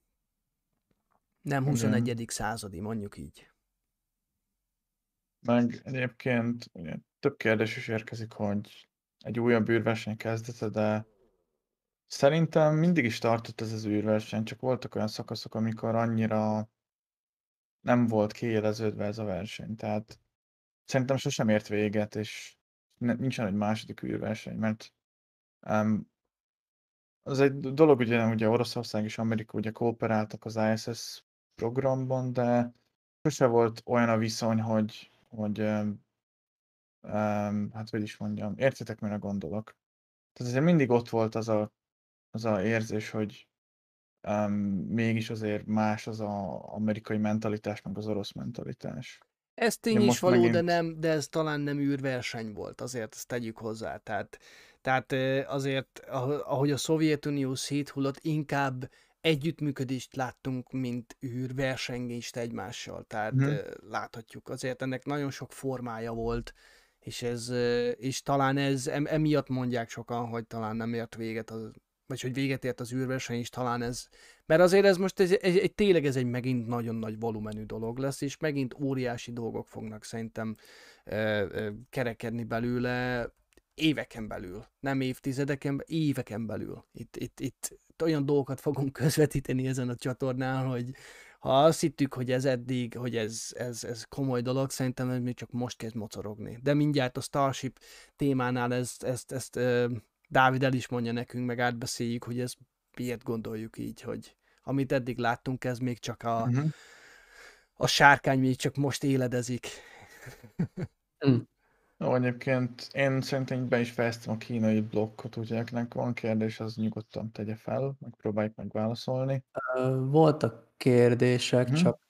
Nem huszonegyedik századi, mondjuk így. Meg egyébként ugye, több kérdés is érkezik, hogy egy újabb űrverseny kezdete, de szerintem mindig is tartott ez az űrverseny, csak voltak olyan szakaszok, amikor annyira nem volt kiéleződve ez a verseny. Tehát szerintem sosem ért véget, és nincsen egy második űrverseny, mert um, az egy dolog, ugye, ugye Oroszország és Amerika ugye kooperáltak az i es es programban, de sose volt olyan a viszony, hogy, hogy um, um, hát hogy is mondjam, értitek, mire gondolok. Tehát azért mindig ott volt az a, az a érzés, hogy um, mégis azért más az a amerikai mentalitás, meg az orosz mentalitás. Ez tény Én is most való, megint- de, nem, de ez talán nem űrverseny volt, azért ezt tegyük hozzá. Tehát, tehát ö, azért, ah- ahogy a Szovjetunió széthullott, inkább együttműködést láttunk, mint űrversengést egymással. Tehát Mhm. uh, láthatjuk, azért ennek nagyon sok formája volt, és ez, uh, és talán ez, em, emiatt mondják sokan, hogy talán nem ért véget, az, vagy hogy véget ért az űrverseny, és talán ez, mert azért ez most egy, egy, egy, tényleg ez egy megint nagyon nagy volumenű dolog lesz, és megint óriási dolgok fognak szerintem uh, uh, kerekedni belőle, éveken belül, nem évtizedeken, éveken belül. Itt, itt, itt olyan dolgokat fogunk közvetíteni ezen a csatornán, hogy ha azt hittük, hogy ez eddig, hogy ez, ez, ez komoly dolog, szerintem ez még csak most kezd mocorogni. De mindjárt a Starship témánál ezt, ezt, ezt uh, Dávid el is mondja nekünk, meg átbeszéljük, hogy ezt miért gondoljuk így, hogy amit eddig láttunk, ez még csak a, Mhm. a sárkány még csak most éledezik. Hm. Ó, egyébként én szerintem így be is fejeztem a kínai blokkot, úgyhogy akinek van kérdés, az nyugodtan tegye fel, megpróbáljuk megválaszolni. Ö, Voltak kérdések, Mhm. csak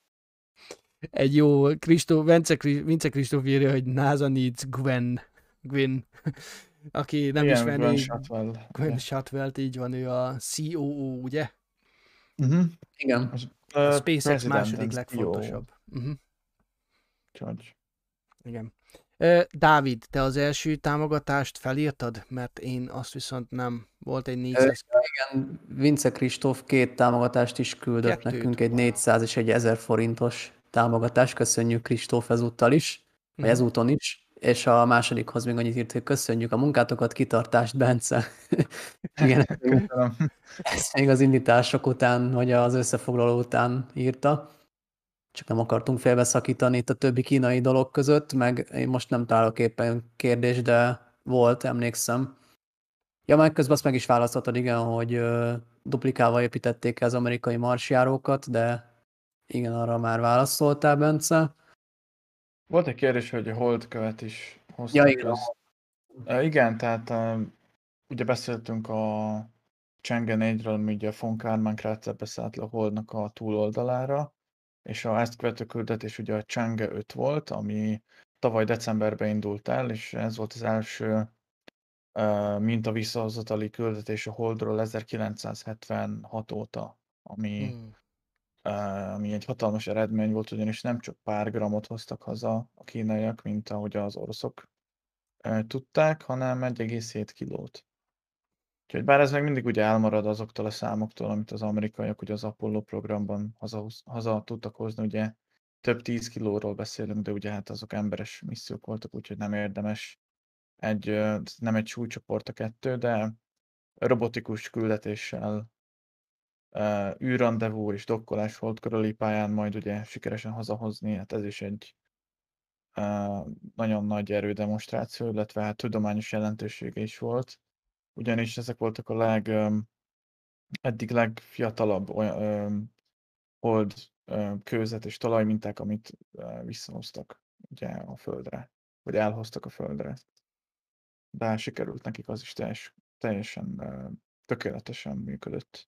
Egy jó Kristó, Vince, Kri- Vince Kristóf írja, hogy NASA needs Gwen. Gwen. Aki nem Igen, ismerné, Gwen Shotwell. Gwen ugye. Shotwell-t, így van, ő a C O O, ugye? Mhm. igen. Az, A ö, SpaceX President második and legfontosabb. Uh-huh. George. Igen. Ö, Dávid, te az első támogatást felírtad? Mert én azt viszont nem. Volt egy Ö, négyszáz... igen, Vince Kristóf két támogatást is küldött Kettőt. nekünk, egy négyszáz és egy ezer forintos támogatást. Köszönjük Kristóf ezúttal is, vagy Mhm. ezúton is. És a másodikhoz még annyit írt, hogy köszönjük a munkátokat, kitartást, Bence. Igen, ezt még, Köszönöm. ezt még az indítások után, vagy az összefoglaló után írta. Csak nem akartunk félbeszakítani itt a többi kínai dolog között, meg én most nem találok éppen kérdés, de volt, emlékszem. Ja, meg közben azt meg is választottad, igen, hogy ö, duplikálva építették az amerikai marsjárókat, de igen, arra már válaszoltál, Bence. Volt egy kérdés, hogy a holdkövet is Ja, hoztak igen, köz. Uh, igen, tehát uh, ugye beszéltünk a Chang'e négyről, ami ugye a von Karman kráter beszállt le a holdnak a túloldalára, és a ezt követő küldetés ugye a Chang'e öt volt, ami tavaly decemberben indult el, és ez volt az első uh, minta visszahozatali küldetés a holdról ezerkilencszázhetvenhat óta, ami Hmm. Uh, ami egy hatalmas eredmény volt, ugyanis nem csak pár gramot hoztak haza a kínaiak, mint ahogy az oroszok uh, tudták, hanem egy egész hét kilót. Úgyhogy bár ez még mindig ugye elmarad azoktól a számoktól, amit az amerikaiak ugye az Apollo programban haza, haza tudtak hozni, ugye több tíz kilóról beszélünk, de ugye hát azok emberes missziók voltak, úgyhogy nem érdemes egy, uh, nem egy súlycsoport a kettő, de robotikus küldetéssel uh, űrrandevú és dokkolás hold körüli pályán majd ugye sikeresen hazahozni, hát ez is egy uh, nagyon nagy erődemonstráció, illetve hát tudományos jelentősége is volt, ugyanis ezek voltak a leg, um, eddig legfiatalabb olyan, um, hold um, kőzet és talajminták, amit uh, visszahoztak ugye a Földre, vagy elhoztak a Földre. De sikerült nekik az is teljes, teljesen uh, tökéletesen működött.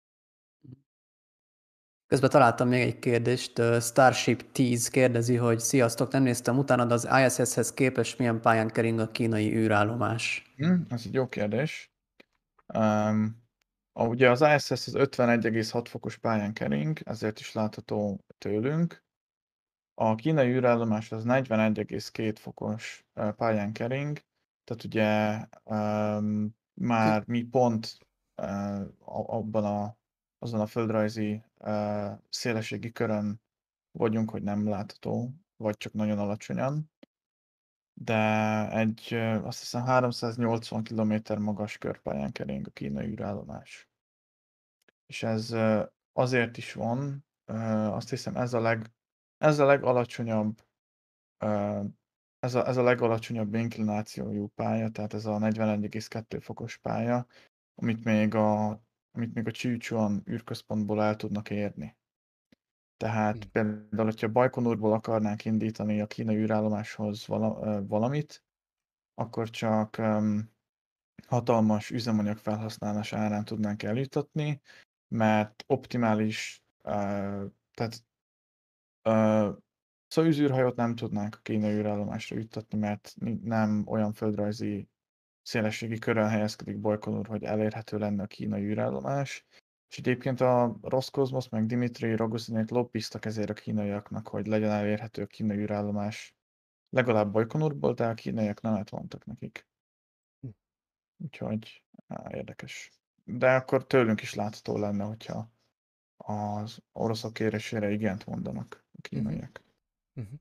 Közben találtam még egy kérdést. ö, Starship tíz kérdezi, hogy sziasztok, nem néztem utána, de az I S S-hez képest milyen pályán kering a kínai űrállomás? Hm, ez egy jó kérdés. Um, a, ugye az I S S az ötvenegy egész hat fokos pályán kering, ezért is látható tőlünk. A kínai űrállomás az negyvenegy egész két fokos uh, pályán kering, tehát ugye um, már mi pont uh, abban a, azon a földrajzi uh, szélességi körön vagyunk, hogy nem látható, vagy csak nagyon alacsonyan. De egy, uh, azt hiszem háromszáznyolcvan kilométer magas körpályán kering a kínai űrállomás. És ez uh, azért is van, uh, azt hiszem ez a, leg, ez a legalacsonyabb uh, ez a, ez a legalacsonyabb inklinációjú pálya, tehát ez a negyvenegy egész kettő fokos pálya, amit még a, amit még a Csiucsuan űrközpontból el tudnak érni. Tehát Hm. például, hogyha Bajkonurból akarnánk indítani a kínai űrállomáshoz vala, valamit, akkor csak um, hatalmas üzemanyag felhasználás árán tudnánk eljutatni, mert optimális, uh, tehát uh, Szojuz űrhajót nem tudnánk a kínai űrállomásra juttatni, mert nem olyan földrajzi szélességi körön helyezkedik Bajkonur, hogy elérhető lenne a kínai űrállomás. És egyébként a Roszkozmosz meg Dimitri Rogozinék lobbiztak ezért a kínaiaknak, hogy legyen elérhető a kínai űrállomás legalább Bajkonurból, de a kínaiak nemet mondtak nekik. Úgyhogy á, érdekes. De akkor tőlünk is látható lenne, hogyha az oroszok kérésére igent mondanak a kínaiak. Uh-huh.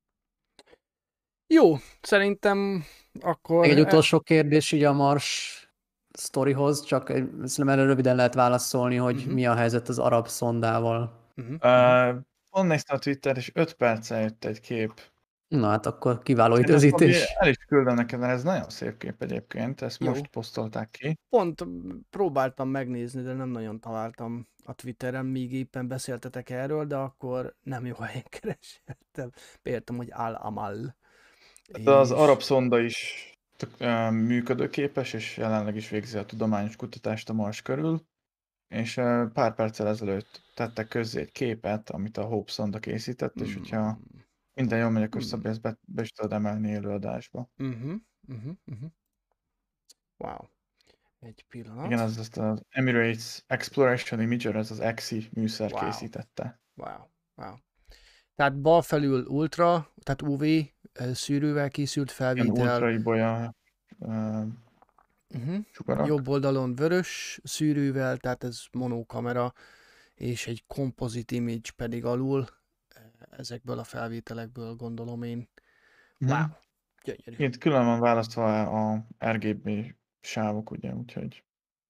Jó, szerintem akkor... Még egy utolsó kérdés így a Mars sztorihoz, csak egy- szerintem erre röviden lehet válaszolni, hogy Mhm. mi a helyzet az arab szondával. Uh-huh. Uh, Pont néztem a Twitter, és öt perccel jött egy kép. Na hát akkor kiváló Én ezt Tobi, időzítés. el is küldöm neked, mert ez nagyon szép kép egyébként, ezt Jó. most posztolták ki. Pont próbáltam megnézni, de nem nagyon találtam a Twitteren, míg éppen beszéltetek erről, de akkor nem jó helyen kerestem. Beértem, hogy Al-Amal. De az És- arab szonda is tök, ö, működőképes, és jelenleg is végzi a tudományos kutatást a Mars körül. És ö, pár perccel ezelőtt tettek közzé egy képet, amit a Hope szonda készített, és hogyha minden jól megy, akkor Hmm. Szabi ezt be, be is tudod emelni élőadásba. Uh-huh, uh-huh, uh-huh. Wow. Egy pillanat. Igen, az azt az Emirates Exploration Imager, ez az E X I műszer Wow. készítette. Wow, wow. Tehát bal felül ultra, tehát u vé eh, szűrővel készült Ilyen felvétel. ultraibolya uh, Uh-huh. sugarak. Jobb oldalon vörös szűrővel, tehát ez monokamera, és egy composite image pedig alul, eh, ezekből a felvételekből gondolom én. Mhm. Wow, gyönyörű. Itt külön van választva a er gé bé sávok, ugye, úgyhogy...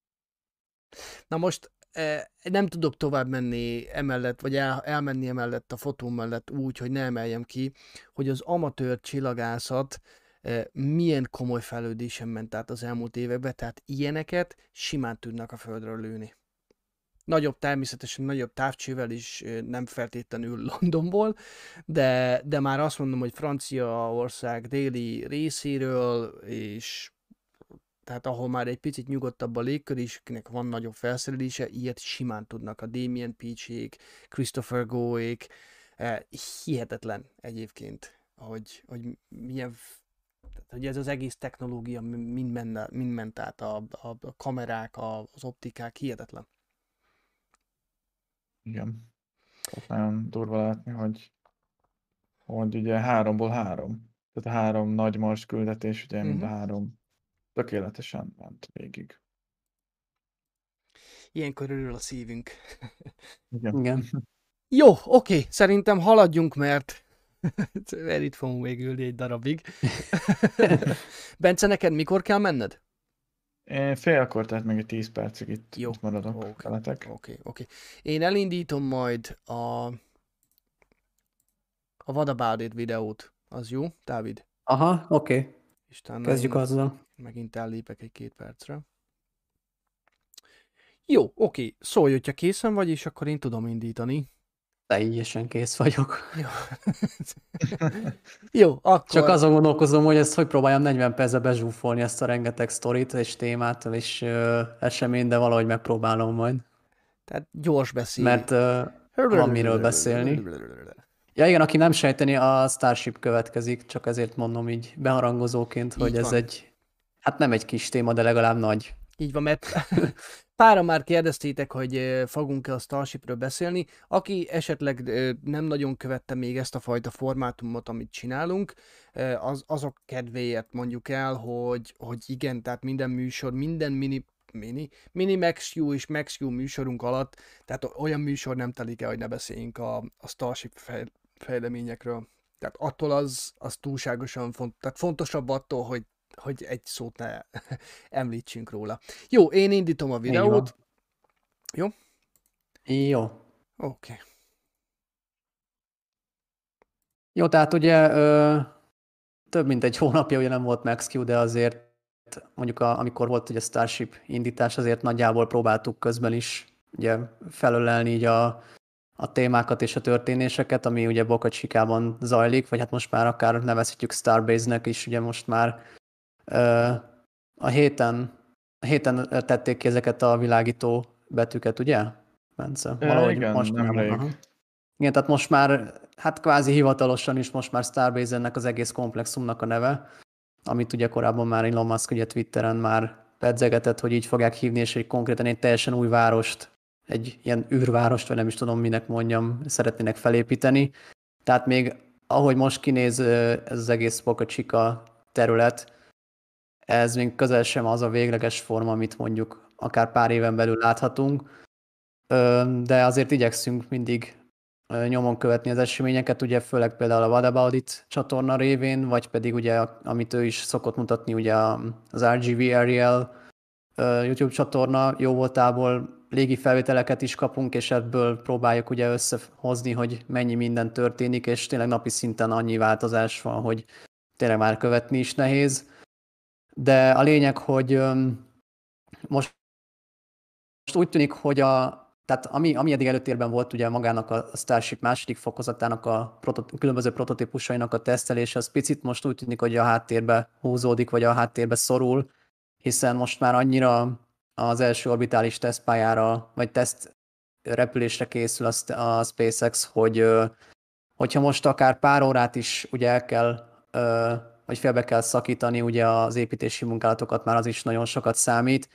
Na most eh, nem tudok tovább menni emellett, vagy el, elmenni emellett a fotó mellett úgy, hogy ne emeljem ki, hogy az amatőr csillagászat eh, milyen komoly fejlődésen ment át az elmúlt években, tehát ilyeneket simán tudnak a földről lőni. Nagyobb, természetesen nagyobb távcsővel is, eh, nem feltétlenül Londonból, de, de már azt mondom, hogy Franciaország déli részéről, és tehát ahol már egy picit nyugodtabb a légkör is, akinek van nagyobb felszerelése, ilyet simán tudnak a Damien Peachék, Christopher Goék. Eh, hihetetlen egyébként, hogy, hogy milyen, f- tehát, hogy ez az egész technológia mind, menne, mind ment át, a, a, a kamerák, a, az optikák, hihetetlen. Igen. Tehát nagyon durva látni, hogy, hogy ugye háromból három. Tehát a három nagy Mars küldetés, ugye mind a Mhm. három tökéletesen ment végig. Ilyenkor örül a szívünk. Igen. Igen. Jó, oké, szerintem haladjunk, mert mert itt fogunk még ülni egy darabig. Bence, neked mikor kell menned? Én félkor, tehát még egy tíz percig itt, Jó. itt maradok Oké. veletek. Oké, oké. Én elindítom majd a a What About It videót. Az jó, Dávid? Aha, oké. Okay. És utána Kezdjük én azzal. megint ellépek egy-két percre. Jó, oké. Szólj, hogyha készen vagy, és akkor én tudom indítani. Teljesen kész vagyok. Jó, jó akkor... Csak azon gondolkozom, hogy ezt hogy próbáljam negyven percbe bezsúfolni ezt a rengeteg sztorit és témát és ö, eseményt, de valahogy megpróbálom majd. Tehát gyors beszélj. Mert ö, van miről beszélni. Ja igen, aki nem sejteni, a Starship következik, csak ezért mondom így beharangozóként, Így hogy ez van. egy, hát nem egy kis téma, de legalább nagy. Így van, mert páran már kérdeztétek, hogy ö, fogunk-e a Starshipről beszélni. Aki esetleg ö, nem nagyon követte még ezt a fajta formátumot, amit csinálunk, ö, az, azok kedvéért mondjuk el, hogy, hogy igen, tehát minden műsor, minden mini, mini, mini MaxQ és MaxQ műsorunk alatt, tehát olyan műsor nem telik el, hogy ne beszéljünk a, a Starship fej, fejleményekről. Tehát attól az, az túlságosan font, tehát fontosabb attól, hogy hogy egy szót ne említsünk róla. Jó, én indítom a Így videót. van. Jó? Jó. Oké. Okay. Jó, tehát ugye ö, több mint egy hónapja ugye nem volt MaxQ, de azért mondjuk a, amikor volt ugye Starship indítás, azért nagyjából próbáltuk közben is ugye felölelni így a, a témákat és a történéseket, ami ugye Boca Chicában zajlik, vagy hát most már akár nevezhetjük Starbase-nek is, ugye most már ö, a héten, a héten tették ki ezeket a világító betűket, ugye, Bence? E, igen, most már- nemrég. aha. Igen, tehát most már, hát kvázi hivatalosan is most már Starbase ennek az egész komplexumnak a neve, amit ugye korábban már Elon Musk ugye Twitteren már pedzegetett, hogy így fogják hívni, és hogy konkrétan egy teljesen új várost egy ilyen űrvárost, vagy nem is tudom minek mondjam, szeretnének felépíteni. Tehát még ahogy most kinéz ez az egész Boca Chica terület, ez még közel sem az a végleges forma, amit mondjuk akár pár éven belül láthatunk, de azért igyekszünk mindig nyomon követni az eseményeket, ugye főleg például a What About It csatorna révén, vagy pedig ugye, amit ő is szokott mutatni, ugye az er gé vé Ariel YouTube csatorna jó voltából légi felvételeket is kapunk, és ebből próbáljuk ugye összehozni, hogy mennyi minden történik, és tényleg napi szinten annyi változás van, hogy tényleg már követni is nehéz. De a lényeg, hogy most, most úgy tűnik, hogy a, tehát ami, ami eddig előtérben volt ugye magának a Starship második fokozatának a protot, különböző prototípusainak a tesztelése, az picit most úgy tűnik, hogy a háttérbe húzódik, vagy a háttérbe szorul, hiszen most már annyira az első orbitális tesztpályára, vagy teszt repülésre készül a SpaceX, hogy hogyha most akár pár órát is ugye el kell, vagy félbe kell szakítani ugye az építési munkálatokat, már az is nagyon sokat számít.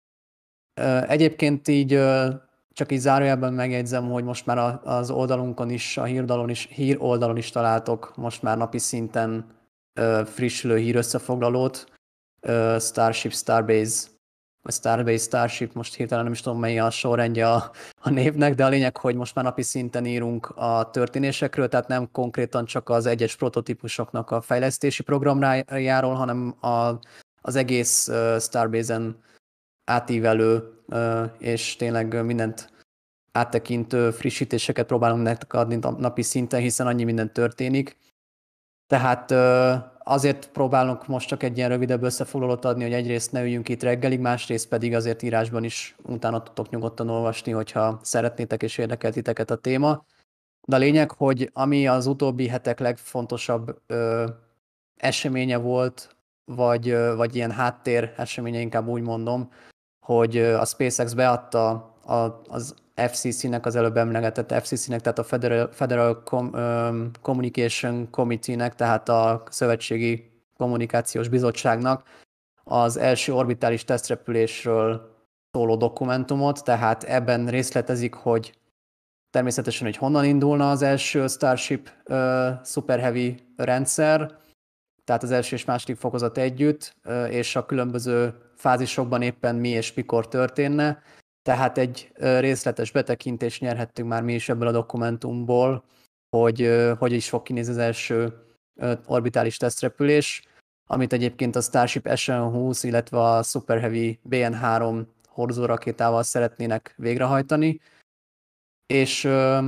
Egyébként így csak így zárójelben megjegyzem, hogy most már az oldalunkon is, a híroldalon is, hír oldalon is találtok most már napi szinten frissülő hírösszefoglalót, Starship, Starbase, vagy Starbase, Starship, most hirtelen nem is tudom, mely a sorrendje a, a névnek, de a lényeg, hogy most már napi szinten írunk a történésekről, tehát nem konkrétan csak az egyes prototípusoknak a fejlesztési programjáról, hanem a, az egész uh, Starbase-en átívelő uh, és tényleg mindent áttekintő frissítéseket próbálunk nektek adni napi szinten, hiszen annyi minden történik. Tehát uh, azért próbálunk most csak egy ilyen rövidebb összefoglalót adni, hogy egyrészt ne üljünk itt reggelig, másrészt pedig azért írásban is utána tudtok nyugodtan olvasni, hogyha szeretnétek és érdekel titeket a téma. De a lényeg, hogy ami az utóbbi hetek legfontosabb ö, eseménye volt, vagy, ö, vagy ilyen háttér eseménye, inkább úgy mondom, hogy a SpaceX beadta a, az ef cé cé-nek, az előbb emlegetett ef cé cé-nek, tehát a Federal, Federal Com, um, Communication Committee-nek, tehát a Szövetségi Kommunikációs Bizottságnak az első orbitális tesztrepülésről szóló dokumentumot, tehát ebben részletezik, hogy természetesen, hogy honnan indulna az első Starship uh, Super Heavy rendszer, tehát az első és második fokozat együtt, uh, és a különböző fázisokban éppen mi és mikor történne. Tehát egy részletes betekintést nyerhettünk már mi is ebből a dokumentumból, hogy hogy is fog kinézni az első orbitális tesztrepülés, amit egyébként a Starship es en húsz, illetve a Super Heavy bé en három hordozó rakétával szeretnének végrehajtani. És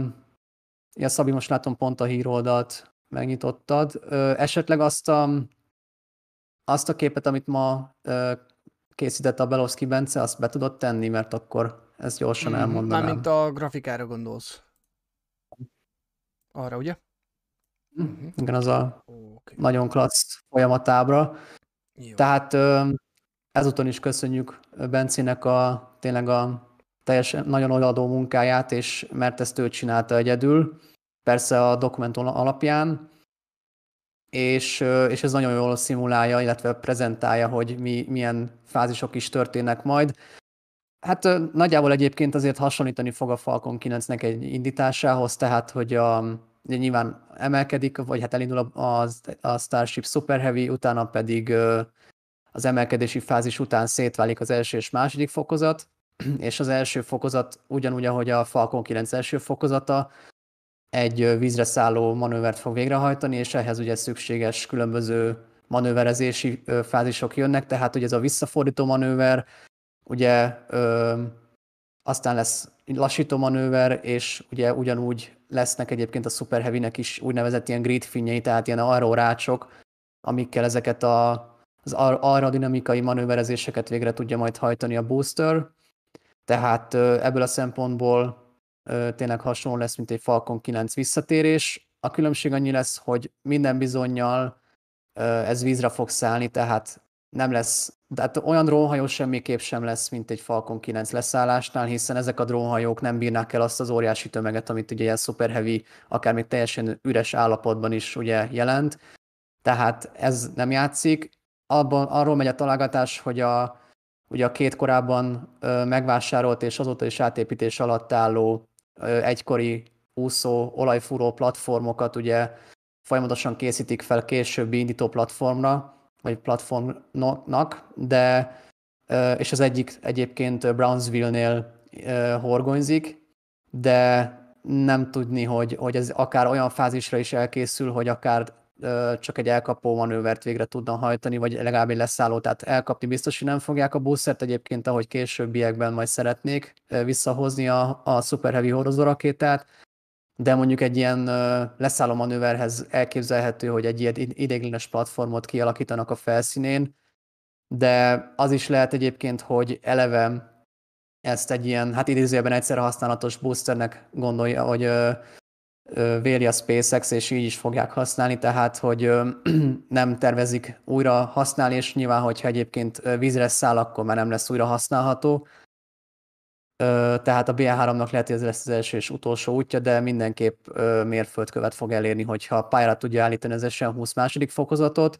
ja, Szabi, most látom pont a híroldalt megnyitottad. Esetleg azt a, azt a képet, amit ma készített a Belowski Bence, azt be tudod tenni, mert akkor ezt gyorsan elmondanám. Mármint a grafikára gondolsz. Arra, ugye? Uh-huh. Igen, az a okay. nagyon klassz folyamatábra. Jó. Tehát ezúton is köszönjük Bencének a tényleg a teljesen nagyon odaadó munkáját, és mert ezt ő csinálta egyedül, persze a dokumentum alapján, És, és ez nagyon jól szimulálja, illetve prezentálja, hogy mi, milyen fázisok is történnek majd. Hát nagyjából egyébként azért hasonlítani fog a Falcon kilencnek egy indításához, tehát hogy a, nyilván emelkedik, vagy hát elindul a, a Starship Super Heavy, utána pedig az emelkedési fázis után szétválik az első és második fokozat, és az első fokozat ugyanúgy, ahogy a Falcon kilenc első fokozata, egy vízre szálló manővert fog végrehajtani, és ehhez ugye szükséges különböző manőverezési fázisok jönnek, tehát ugye ez a visszafordító manőver, ugye ö, aztán lesz lassító manőver, és ugye ugyanúgy lesznek egyébként a Super Heavy-nek is úgynevezett ilyen grid finjei, tehát ilyen aerorácsok, amikkel ezeket a, az aerodinamikai manőverezéseket végre tudja majd hajtani a booster. Tehát ö, ebből a szempontból tényleg hasonló lesz, mint egy Falcon kilenc visszatérés. A különbség annyi lesz, hogy minden bizonnyal ez vízre fog szállni, tehát nem lesz, tehát olyan drónhajó semmiképp sem lesz, mint egy Falcon kilenc leszállásnál, hiszen ezek a drónhajók nem bírnák el azt az óriási tömeget, amit ugye ilyen Super Heavy, akár még teljesen üres állapotban is ugye jelent. Tehát ez nem játszik. Abban, arról megy a találgatás, hogy a ugye a két korábban ö, megvásárolt és azóta is átépítés alatt álló ö, egykori úszó, olajfúró platformokat ugye folyamatosan készítik fel későbbi indító platformra, vagy platformnak, de ö, és az egyik egyébként Brownsville-nél ö, horgonyzik, de nem tudni, hogy, hogy ez akár olyan fázisra is elkészül, hogy akár ö, csak egy elkapó manővert végre tudna hajtani, vagy legalább egy leszálló, tehát elkapni biztos, hogy nem fogják a boostert, egyébként ahogy későbbiekben majd szeretnék ö, visszahozni a, a Super Heavy hordozó rakétát, de mondjuk egy ilyen ö, leszálló manőverhez elképzelhető, hogy egy ilyen ideiglenes platformot kialakítanak a felszínén, de az is lehet egyébként, hogy eleve ezt egy ilyen, hát idézőjelben egyszer használatos boosternek gondolja, hogy ö, ö, véli a SpaceX, és így is fogják használni, tehát hogy ö, nem tervezik újra használni, és nyilván, hogyha egyébként ö, vízre száll, akkor már nem lesz újra használható. Ö, tehát a bé háromnak lehet, hogy ez lesz az első és utolsó útja, de mindenképp ö, mérföldkövet fog elérni, hogyha pályára tudja állítani az es en húsz második fokozatot,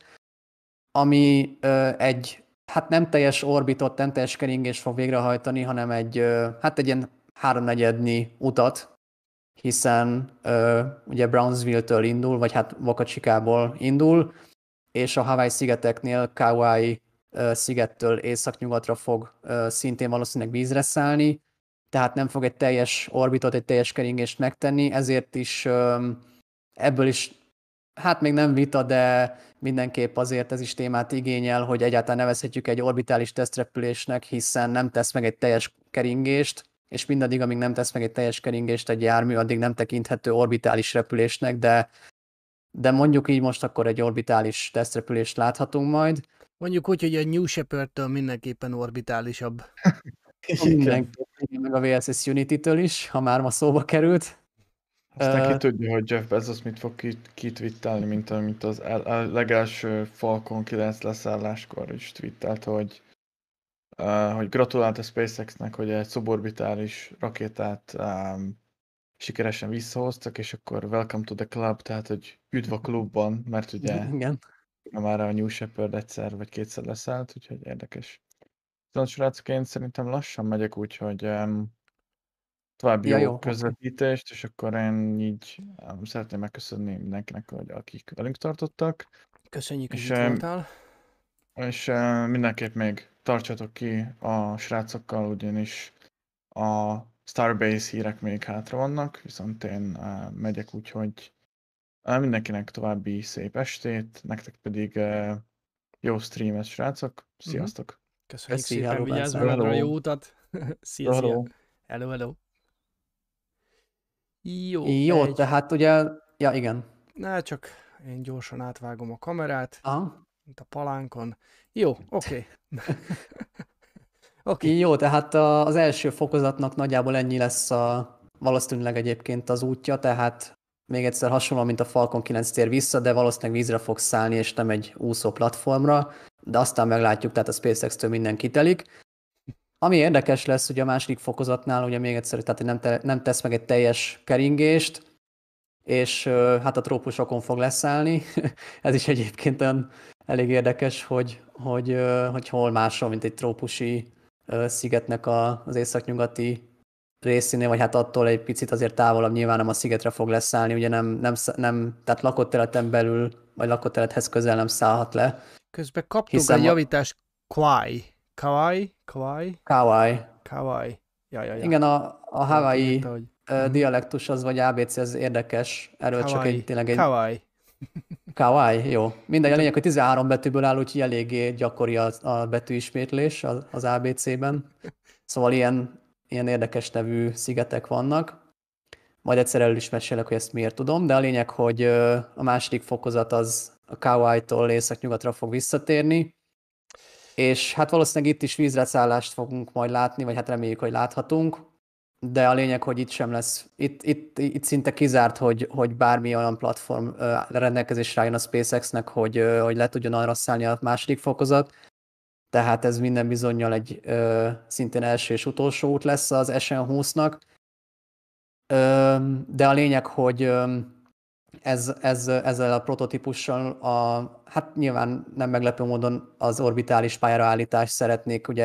ami ö, egy hát nem teljes orbitot, nem teljes keringést fog végrehajtani, hanem egy, hát egy ilyen háromnegyednyi utat, hiszen ö, ugye Brownsville-től indul, vagy hát Boca Chicából indul, és a Hawaii-szigeteknél Kauai ö, szigettől északnyugatra fog ö, szintén valószínűleg vízre szállni, tehát nem fog egy teljes orbitot, egy teljes keringést megtenni, ezért is ö, ebből is hát még nem vita, de mindenképp azért ez is témát igényel, hogy egyáltalán nevezhetjük egy orbitális tesztrepülésnek, hiszen nem tesz meg egy teljes keringést, és mindaddig, amíg nem tesz meg egy teljes keringést egy jármű, addig nem tekinthető orbitális repülésnek, de, de mondjuk így most akkor egy orbitális tesztrepülést láthatunk majd. Mondjuk úgy, hogy a New Shepard-től mindenképpen orbitálisabb. Mindenképpen, meg a vé es es Unity-től is, ha már ma szóba került. Aztán ki Ö, tudja, hogy Jeff Bezos mit fog kit- kitwittelni, mint amit az el, a legelső Falcon kilenc leszálláskor is twittelt, hogy, uh, hogy gratulált a SpaceX-nek, hogy egy szuborbitális rakétát um, sikeresen visszahoztak, és akkor welcome to the club, tehát hogy üdv a klubban, mert ugye igen. már a New Shepard egyszer vagy kétszer leszállt, úgyhogy érdekes. Viszont srácok, én szerintem lassan megyek, úgyhogy um, további Ja, jó, jó, jó oké. közvetítést, és akkor én így um, szeretném megköszönni mindenkinek, hogy akik velünk tartottak, Köszönjük, hogy és, itt em, voltál. és uh, mindenképp még tartsatok ki a srácokkal, ugyanis a Starbase hírek még hátra vannak, viszont én uh, megyek, úgyhogy uh, mindenkinek további szép estét, nektek pedig uh, jó streamet, srácok, sziasztok! Köszönjük Köszi, szépen, hello, vigyázz Bence. magadra, Hello. jó utat. Szia, szia. Hello. Hello, hello. Jó, Jó, egy... tehát ugye, ja igen. Na, csak én gyorsan átvágom a kamerát, Aha. mint a palánkon. Jó, oké. Oké. Jó, tehát a- az első fokozatnak nagyjából ennyi lesz a, valószínűleg egyébként az útja, tehát még egyszer hasonló, mint a Falcon kilenc tér vissza, de valószínűleg vízre fog szállni, és nem egy úszó platformra, de aztán meglátjuk, tehát a SpaceX-től minden kitelik. Ami érdekes lesz, ugye a második fokozatnál, ugye még egyszer, tehát nem, te, nem tesz meg egy teljes keringést, és ö, hát a trópusokon fog leszállni. Ez is egyébként olyan elég érdekes, hogy, hogy, ö, hogy hol máshol, mint egy trópusi ö, szigetnek a, az északnyugati részénél, vagy hát attól egy picit azért távolabb nyilván nem a szigetre fog leszállni, ugye nem, nem, sz- nem tehát lakott területen belül, vagy lakott területhez közel nem szállhat le. Közben kaptunk Hiszem a a- javítást Kauai. Kauai? Kauai? Kauai. Kauai. Ja, ja, ja. Igen, a, a Hawaii Írta, hogy- ö, Mhm. dialektus az, vagy á bé cé, ez érdekes. Erről csak Kauai. egy, tényleg egy Kauai. Kauai, jó. Mindegy, a lényeg, hogy tizenhárom betűből áll, úgyhogy eléggé gyakori az, a betűismétlés az, az á bé cében. Szóval ilyen, ilyen érdekes nevű szigetek vannak. Majd egyszer elő is mesélek, hogy ezt miért tudom, de a lényeg, hogy ö, a második fokozat az a Kauai-tól északnyugatra fog visszatérni, és hát valószínűleg itt is vízreszállást fogunk majd látni, vagy hát reméljük, hogy láthatunk, de a lényeg, hogy itt sem lesz, itt, itt, itt szinte kizárt, hogy, hogy bármi olyan platform ö, rendelkezésre álljon a SpaceX-nek, hogy, ö, hogy le tudjon arra szállni a második fokozat, tehát ez minden bizonnyal egy ö, szintén első és utolsó út lesz az es en húsznak. Ö, de a lényeg, hogy ö, ez, ez, ezzel a prototípussal a, hát nyilván nem meglepő módon az orbitális pályára állítást szeretnék ugye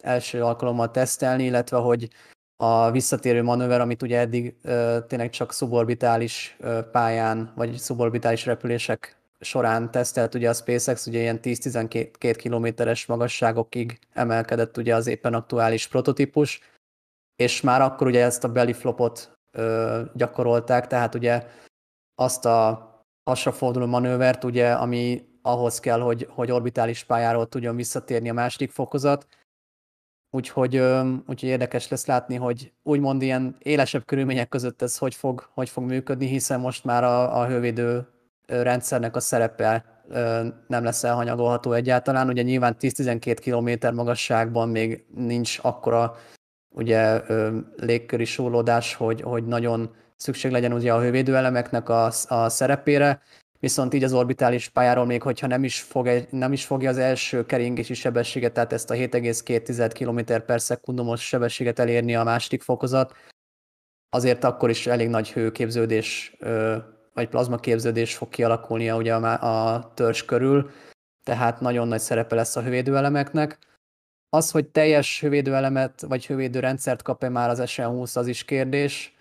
első alkalommal tesztelni, illetve hogy a visszatérő manőver, amit ugye eddig ö, tényleg csak szuborbitális ö, pályán, vagy szuborbitális repülések során tesztelt ugye a SpaceX, ugye ilyen tíz-tizenkét kilométeres magasságokig emelkedett ugye az éppen aktuális prototípus, és már akkor ugye ezt a belly flopot ö, gyakorolták, tehát ugye azt a hasraforduló manővert, ugye, ami ahhoz kell, hogy, hogy orbitális pályáról tudjon visszatérni a második fokozat. Úgyhogy, úgyhogy érdekes lesz látni, hogy úgymond ilyen élesebb körülmények között ez hogy fog, hogy fog működni, hiszen most már a, a hővédő rendszernek a szerepe nem lesz elhanyagolható egyáltalán. Ugye nyilván tíz-tizenkét kilométer magasságban még nincs akkora ugye, légköri súrlódás, hogy, hogy nagyon szükség legyen ugye a hővédőelemeknek a, a szerepére, viszont így az orbitális pályáról még, hogyha nem is, fog egy, nem is fogja az első keringési sebességet, tehát ezt a hét egész két kilométer per szekundumos sebességet elérni a második fokozat, azért akkor is elég nagy hőképződés, vagy plazmaképződés fog kialakulnia ugye a, a törzs körül, tehát nagyon nagy szerepe lesz a hővédőelemeknek. Az, hogy teljes hővédőelemet, vagy hővédőrendszert kap-e már az es en húsz, az is kérdés.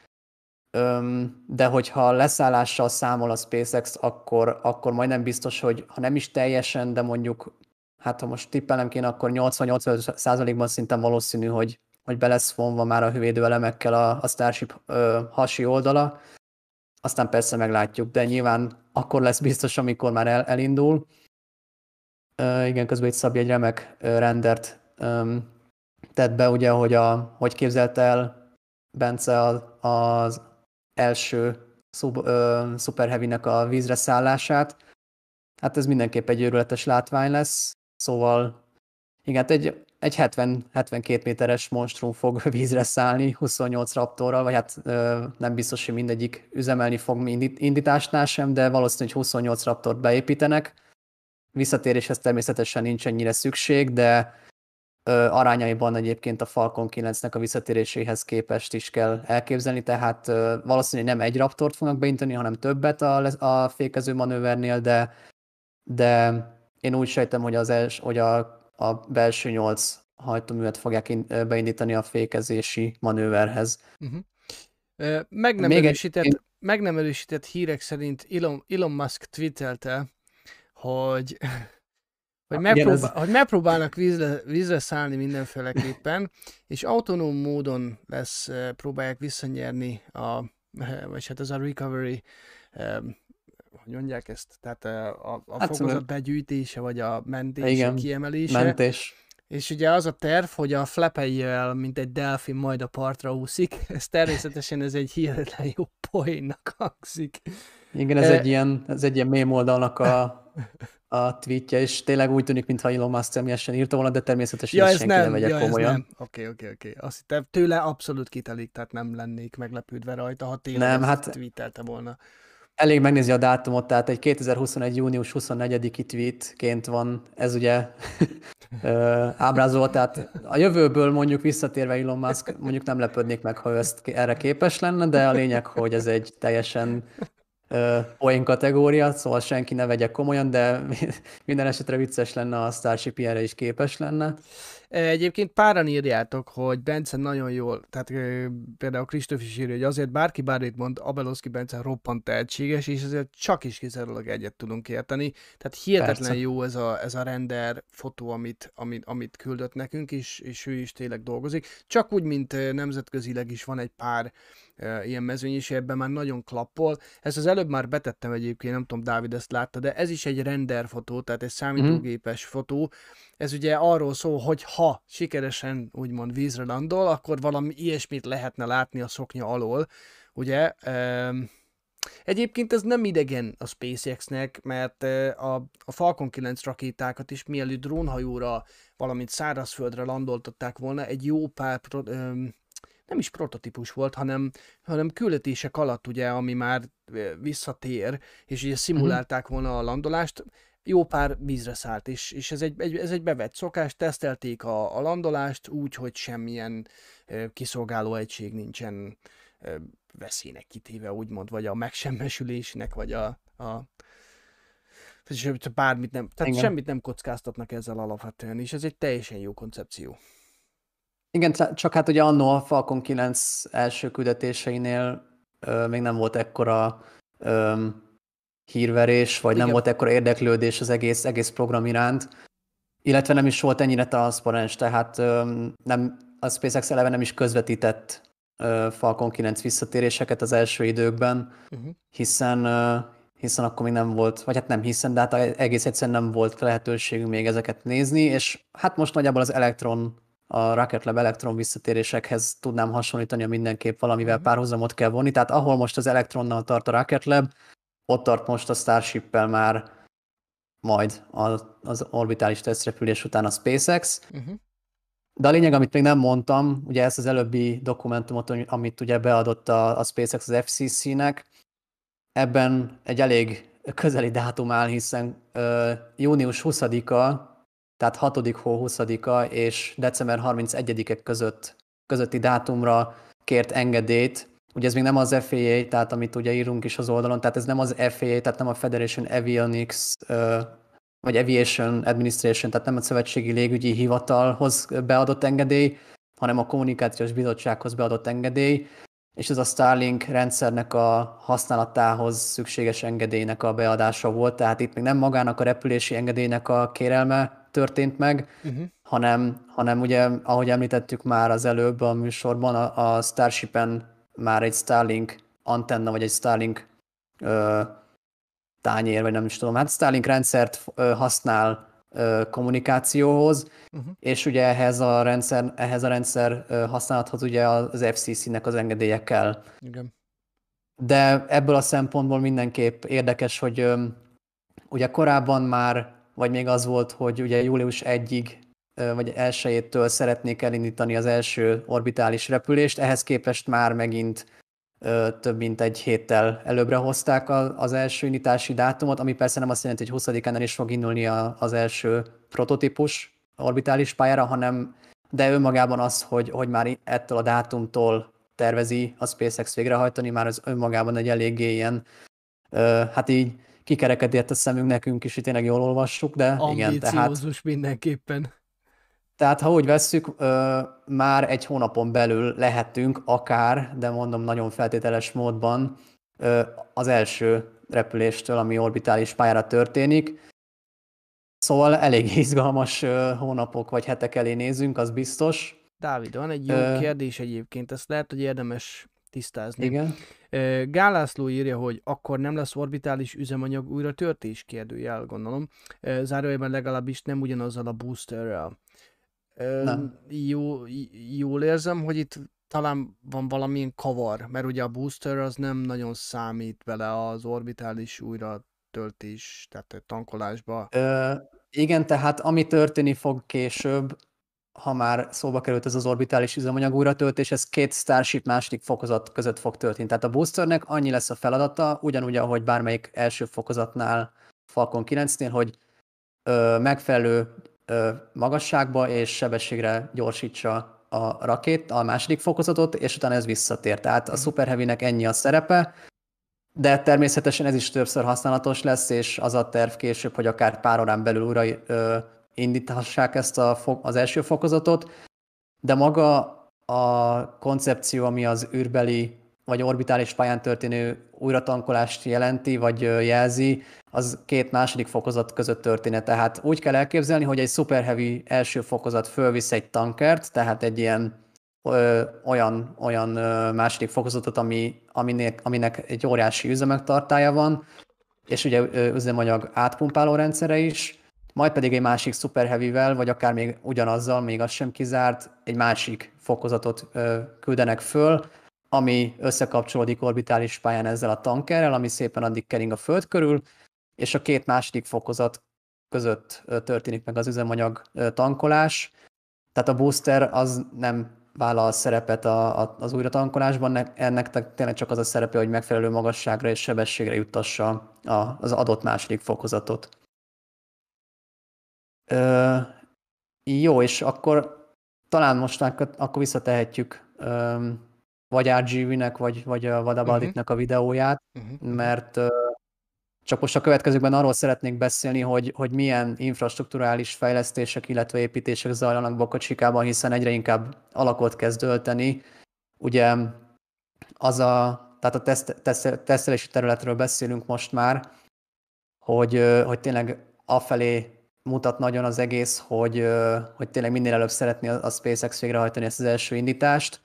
De hogyha leszállással számol a SpaceX, akkor, akkor majdnem biztos, hogy ha nem is teljesen, de mondjuk, hát ha most tippelnem kéne, akkor nyolcvan-nyolcvanöt százalékban szinte valószínű, hogy, hogy be lesz vonva már a hővédőelemekkel a, a Starship ö, hasi oldala. Aztán persze meglátjuk, de nyilván akkor lesz biztos, amikor már el, elindul. Ö, igen, közben itt Szabi egy remek ö, rendert ö, tett be, ugye, hogy, a, hogy képzelte el Bence az, az első szub, ö, Super Heavy-nek a vízre szállását. Hát ez mindenképp egy őrületes látvány lesz, szóval igen, egy, egy hetven-hetvenkét méteres monstrum fog vízre szállni huszonnyolc Raptorral, vagy hát ö, nem biztos, hogy mindegyik üzemelni fog indításnál sem, de valószínűleg huszonnyolc Raptort beépítenek. Visszatéréshez természetesen nincs ennyire szükség, de ö, arányaiban egyébként a Falcon kilencnek a visszatéréséhez képest is kell elképzelni, tehát ö, valószínűleg nem egy Raptort fognak beinteni, hanem többet a, a fékező manővernél, de, de én úgy sejtem, hogy, az els, hogy a, a belső nyolc hajtóművet fogják in, beindítani a fékezési manőverhez. Uh-huh. Meg nem erősített, egy... meg nem erősített hírek szerint Elon, Elon Musk twittelte, hogy, hogy, megpróbál, ez... hogy megpróbálnak vízre, vízre szállni mindenféleképpen, és autonóm módon lesz, próbálják visszanyerni, a, vagy hát ez a recovery, hogy mondják ezt, tehát a, a hát fokozat begyűjtése, vagy a mentés, igen, kiemelése. Mentés. És ugye az a terv, hogy a flepeivel, mint egy delfin majd a partra úszik, ez természetesen ez egy hihetetlen jó poénnak hangzik. Igen, ez, e... egy ilyen, ez egy ilyen mém oldalnak a, a tweetje, és tényleg úgy tűnik, mintha Elon Musk személyesen írta volna, de természetesen ja, ez senki nem, nem vegye ja, komolyan. Oké, oké, oké. Azt hittem, tőle abszolút kitelik, tehát nem lennék meglepődve rajta, ha tényleg nem, ezt hát... tweetelte volna. Elég megnézni a dátumot, tehát egy kétezer-huszonegy. június huszonnegyediki tweetként van ez ugye ábrázolva, tehát a jövőből mondjuk visszatérve Elon Musk, mondjuk nem lepődnék meg, ha ő ezt erre képes lenne, de a lényeg, hogy ez egy teljesen poén kategória, szóval senki ne vegye komolyan, de minden esetre vicces lenne, a Starship ilyenre is képes lenne. Egyébként páran írjátok, hogy Bence nagyon jól, tehát például Kristóf is írja, hogy azért bárki bármit mond, Abelowski Bence roppant tehetséges, és ezért csak is kizárólag egyet tudunk érteni. Tehát hihetetlen Persze. jó ez a, ez a render fotó, amit, amit, amit küldött nekünk, és, és ő is tényleg dolgozik. Csak úgy, mint nemzetközileg is van egy pár uh, ilyen mezőny, és ebben már nagyon klappol. Ezt az előbb már betettem egyébként, nem tudom, Dávid ezt látta, de ez is egy render fotó, tehát egy számítógépes mm-hmm. fotó. Ez ugye arról szól, hogy ha sikeresen úgymond vízre landol, akkor valami ilyesmit lehetne látni a szoknya alól, ugye? Egyébként ez nem idegen a SpaceX-nek, mert a, a Falcon kilenc rakétákat is mielőtt drónhajóra, valamint szárazföldre landoltatták volna, egy jó pár, pro, nem is prototípus volt, hanem, hanem küldetések alatt, ugye, ami már visszatér, és ugye szimulálták volna a landolást, jó pár vízre szállt, és, és ez, egy, egy, ez egy bevett szokás, tesztelték a, a landolást úgy, hogy semmilyen e, kiszolgáló egység nincsen e, veszélynek kitéve, úgymond, vagy a megsemmisülésnek, vagy a, a bármit nem, tehát Igen. semmit nem kockáztatnak ezzel alapvetően, és ez egy teljesen jó koncepció. Igen, tra- csak hát ugye annó a Falcon kilenc első küldetéseinél ö, még nem volt ekkora ö, hírverés, vagy nem Igen. volt ekkora érdeklődés az egész, egész program iránt, illetve nem is volt ennyire transzparens, tehát ö, nem, a SpaceX eleve nem is közvetített ö, Falcon kilenc visszatéréseket az első időkben, Uh-huh. hiszen, ö, hiszen akkor még nem volt, vagy hát nem hiszen, de hát egész egyszerűen nem volt lehetőségünk még ezeket nézni, és hát most nagyjából az Electron, a Rocket Lab Electron visszatérésekhez tudnám hasonlítani, a mindenképp valamivel Mhm. párhuzamot kell vonni, tehát ahol most az Electronnal tart a Rocket Lab, ott tart most a Starship-pel már majd az, az orbitális tesztrepülés után a SpaceX. Uh-huh. De a lényeg, amit még nem mondtam, ugye ezt az előbbi dokumentumot, amit ugye beadott a, a SpaceX az ef cé cé-nek, ebben egy elég közeli dátum áll, hiszen uh, június huszadika, tehát hatodik hó huszadika és december harmincegyedike között, közötti dátumra kért engedélyt. Ugye ez még nem az ef á á, tehát amit ugye írunk is az oldalon, tehát ez nem az ef á á, tehát nem a Federation Avionics, uh, vagy Aviation Administration, tehát nem a Szövetségi Légügyi Hivatalhoz beadott engedély, hanem a Kommunikációs Bizottsághoz beadott engedély, és ez a Starlink rendszernek a használatához szükséges engedélynek a beadása volt, tehát itt még nem magának a repülési engedélynek a kérelme történt meg, Uh-huh. hanem, hanem ugye, ahogy említettük már az előbb a műsorban, a, a Starshipen már egy Starlink antenna, vagy egy Starlink ö, tányér, vagy nem is tudom, hát Starlink rendszert ö, használ ö, kommunikációhoz, Uh-huh. és ugye ehhez a rendszer, ehhez a rendszer ö, használathoz ugye az ef cé cé-nek az engedélye kell. Igen. De ebből a szempontból mindenképp érdekes, hogy ö, ugye korábban már, vagy még az volt, hogy ugye július elsejéig, ö, vagy elsejétől szeretnék elindítani az első orbitális repülést, ehhez képest már megint ö, több mint egy héttel előbbre hozták a, az első indítási dátumot, ami persze nem azt jelenti, hogy huszadikán el is fog indulni a, az első prototípus orbitális pályára, hanem de önmagában az, hogy, hogy már ettől a dátumtól tervezi a SpaceX végrehajtani, már az önmagában egy eléggé ilyen, ö, hát így kikerekedett a szemünk nekünk is, hogy tényleg jól olvassuk, de igen, tehát, Ambiciózus mindenképpen. tehát ha úgy vesszük, ö, már egy hónapon belül lehetünk akár, de mondom nagyon feltételes módban, ö, az első repüléstől, ami orbitális pályára történik. Szóval elég izgalmas ö, hónapok vagy hetek elé nézünk, az biztos. Dávid, van egy jó Ö, kérdés egyébként, ezt lehet, hogy érdemes tisztázni. Igen. Ö, Gál László írja, hogy akkor nem lesz orbitális üzemanyag újra törtés, kérdőjel, gondolom. Ö, Zárójelben legalábbis nem ugyanazzal a boosterrel. Ö, Nem. Jó, jól érzem, hogy itt talán van valamilyen kavar, mert ugye a booster az nem nagyon számít bele az orbitális újra töltés, tehát tankolásba. Ö, igen, tehát ami történni fog később, ha már szóba került ez az orbitális üzemanyag újratöltés, ez két Starship második fokozat között fog történni. Tehát a boosternek annyi lesz a feladata, ugyanúgy, ahogy bármelyik első fokozatnál, Falcon kilencnél, hogy ö, megfelelő ö, magasságba és sebességre gyorsítsa a rakét, a második fokozatot, és utána ez visszatér. Tehát a Super Heavy-nek ennyi a szerepe, de természetesen ez is többször használatos lesz, és az a terv később, hogy akár pár órán belül újra ö, indíthassák ezt a fo- az első fokozatot, de maga a koncepció, ami az űrbeli vagy orbitális pályán történő újratankolást jelenti, vagy ö, jelzi, az két második fokozat között történne. Tehát úgy kell elképzelni, hogy egy Super Heavy első fokozat fölvisz egy tankert, tehát egy ilyen ö, olyan, olyan ö, második fokozatot, ami, aminek, aminek egy óriási üzemanyagtartálya van, és ugye ö, üzemanyag átpumpáló rendszere is, majd pedig egy másik Super Heavy-vel, vagy akár még ugyanazzal, még az sem kizárt, egy másik fokozatot ö, küldenek föl, ami összekapcsolódik orbitális pályán ezzel a tankerrel, ami szépen addig kering a Föld körül, és a két második fokozat között ö, történik meg az üzemanyag ö, tankolás. Tehát a booster az nem vállal szerepet a, a, az újratankolásban, ennek tényleg csak az a szerepe, hogy megfelelő magasságra és sebességre juttassa a, az adott második fokozatot. Ö, jó, és akkor talán most akkor visszatehetjük ö, vagy er gé vé-nek, vagy, vagy a What About Mhm. It-nek a videóját, Uh-huh. mert ö, Csak most a következőkben arról szeretnék beszélni, hogy, hogy milyen infrastrukturális fejlesztések, illetve építések zajlanak Boca Chicában, hiszen egyre inkább alakot kezd ölteni. Ugye az a, tehát a teszt, teszt, tesztelési területről beszélünk most már, hogy, hogy tényleg afelé mutat nagyon az egész, hogy, hogy tényleg minél előbb szeretné a SpaceX végrehajtani ezt az első indítást.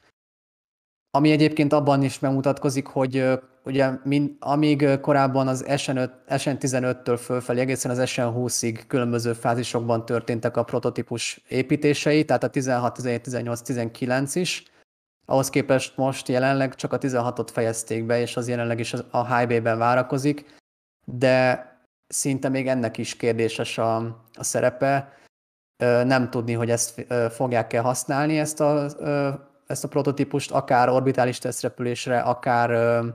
Ami egyébként abban is megmutatkozik, hogy ugye mind, amíg korábban az es en tizenöttől fölfelé egészen az es en húszig különböző fázisokban történtek a prototípus építései, tehát a tizenhat, tizenhét, tizennyolc, tizenkilenc is. Ahhoz képest most jelenleg csak a tizenhatot fejezték be, és az jelenleg is a high bay-ben várakozik, de szinte még ennek is kérdéses a, a szerepe. Nem tudni, hogy ezt fogják-e használni, ezt a, ezt a prototípust, akár orbitális tesztrepülésre, akár,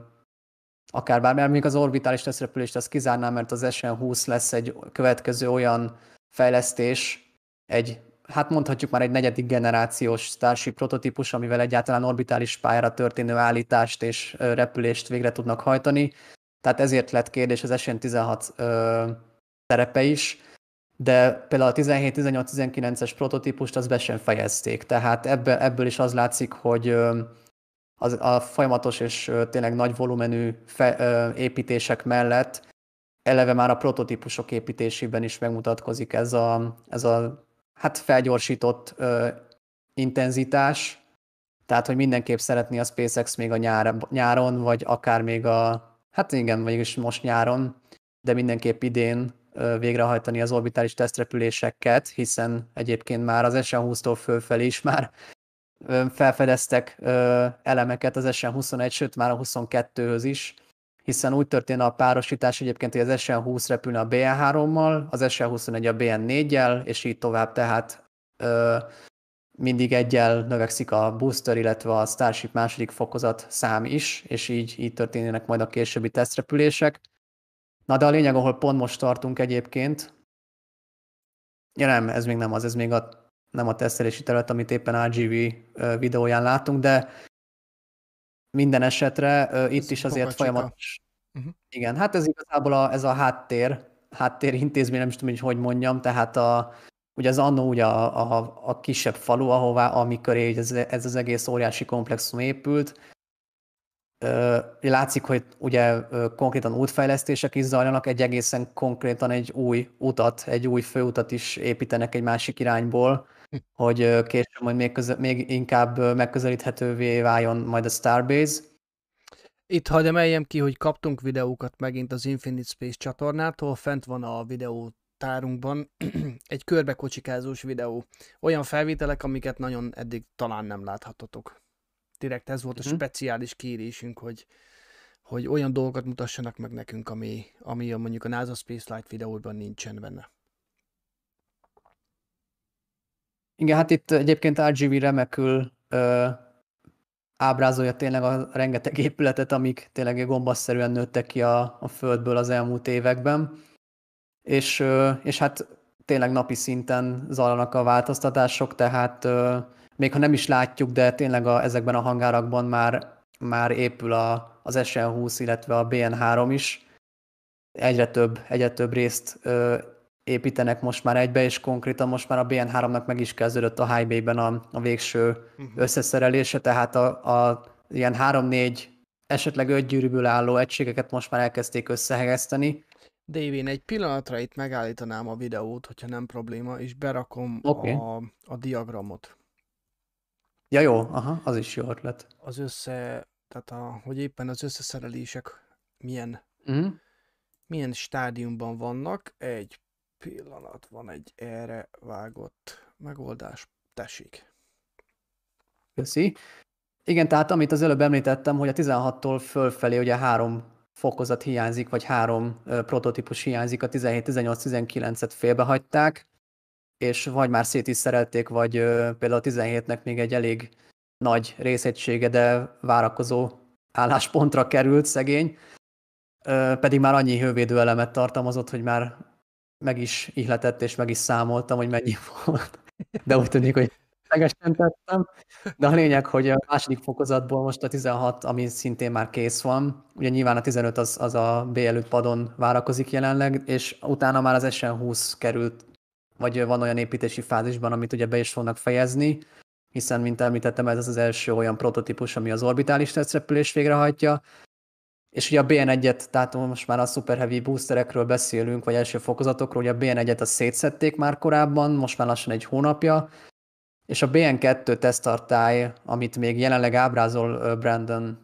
akár bár, mert még az orbitális tesztrepülést azt kizárnám, mert az es en húsz lesz egy következő olyan fejlesztés, egy, hát mondhatjuk már egy negyedik generációs Starship prototípus, amivel egyáltalán orbitális pályára történő állítást és repülést végre tudnak hajtani. Tehát ezért lett kérdés az es en tizenhat ö, szerepe is, de például a tizenhét, tizennyolc, tizenkilences prototípust azt be sem fejezték. Tehát ebből, ebből is az látszik, hogy ö, az, a folyamatos és ö, tényleg nagy volumenű fe, ö, építések mellett eleve már a prototípusok építésében is megmutatkozik ez a, ez a hát felgyorsított ö, intenzitás. Tehát, hogy mindenképp szeretné a SpaceX még a nyár, nyáron, vagy akár még a Hát igen, vagyis most nyáron, de mindenképp idén végrehajtani az orbitális tesztrepüléseket, hiszen egyébként már az es en húsztól fölfelé is már felfedeztek elemeket az es en huszonegy, sőt már a huszonkettőhöz is, hiszen úgy történne a párosítás egyébként, hogy az es en húsz repülne a bé en hárommal, az es en huszonegy a bé en néggyel, és így tovább, tehát mindig egyel növekszik a booster, illetve a Starship második fokozat szám is, és így, így történnek majd a későbbi tesztrepülések. Na de a lényeg, ahol pont most tartunk egyébként, ja nem, ez még nem az, ez még a, nem a tesztelési terület, amit éppen er gé vé videóján látunk, de minden esetre uh, itt is azért folyamatos. Uh-huh. Igen, hát ez igazából a, ez a háttér, háttér intézmény, nem is tudom, hogy hogy mondjam, tehát a ugye az annó ugye a, a, a kisebb falu, ahová, amikor ez, ez az egész óriási komplexum épült. Látszik, hogy ugye konkrétan útfejlesztések is zajlanak, egy egészen konkrétan egy új utat, egy új főutat is építenek egy másik irányból, hogy később majd még, köze, még inkább megközelíthetővé váljon majd a Starbase. Itt hadd emeljem ki, hogy kaptunk videókat megint az Infinite Space csatornától, fent van a videó tárunkban egy körbekocsikázós videó. Olyan felvételek, amiket nagyon eddig talán nem láthatotok. Direkt ez volt a uh-huh. speciális kérésünk, hogy, hogy olyan dolgokat mutassanak meg nekünk, ami, ami a, mondjuk a NASA Spaceflight videóban nincsen benne. Igen, hát itt egyébként er gé vé remekül ö, ábrázolja tényleg a rengeteg épületet, amik tényleg gombaszszerűen nőttek ki a, a Földből az elmúlt években. És, és hát tényleg napi szinten zajlanak a változtatások, tehát még ha nem is látjuk, de tényleg a, ezekben a hangárakban már, már épül a, az es en húsz, illetve a bé en három is. Egyre több, egyre több részt ö, építenek most már egybe, és konkrétan most már a bé en háromnak meg is kezdődött a high bay-ben a, a végső uh-huh. összeszerelése, tehát a, a ilyen három-négy, esetleg öt gyűrűből álló egységeket most már elkezdték összehegeszteni. Dave, én egy pillanatra itt megállítanám a videót, hogyha nem probléma, és berakom okay. a, a diagramot. Ja jó, aha, az is jó ötlet. Az össze, tehát a, hogy éppen az összeszerelések milyen, uh-huh. milyen stádiumban vannak. Egy pillanat, van egy erre vágott megoldás. Tessék. Köszi. Igen, tehát amit az előbb említettem, hogy a tizenhattól fölfelé ugye három fokozat hiányzik, vagy három uh, prototípus hiányzik, a tizenhét, tizennyolc, tizenkilencet félbehagyták, és vagy már szét is szerelték, vagy uh, például a tizenhétnek még egy elég nagy részegysége, de várakozó álláspontra került szegény, uh, pedig már annyi hővédő elemet tartalmazott, hogy már meg is ihletett, és meg is számoltam, hogy mennyi volt. De úgy tűnik, hogy feleslegesen tettem, de a lényeg, hogy a második fokozatból most a tizenhat, ami szintén már kész van, ugye nyilván a tizenöt az, az a bé előtt padon várakozik jelenleg, és utána már az es en húsz került, vagy van olyan építési fázisban, amit ugye be is fognak fejezni, hiszen, mint említettem, ez az első olyan prototípus, ami az orbitális tesztrepülést végrehajtja, és ugye a bé en egyet, tehát most már a Super Heavy boosterekről beszélünk, vagy első fokozatokról, ugye a bé en egyet azt szétszették már korábban, most már lassan egy hónapja, és a bé en kettő teszttartály, amit még jelenleg ábrázol Brandon,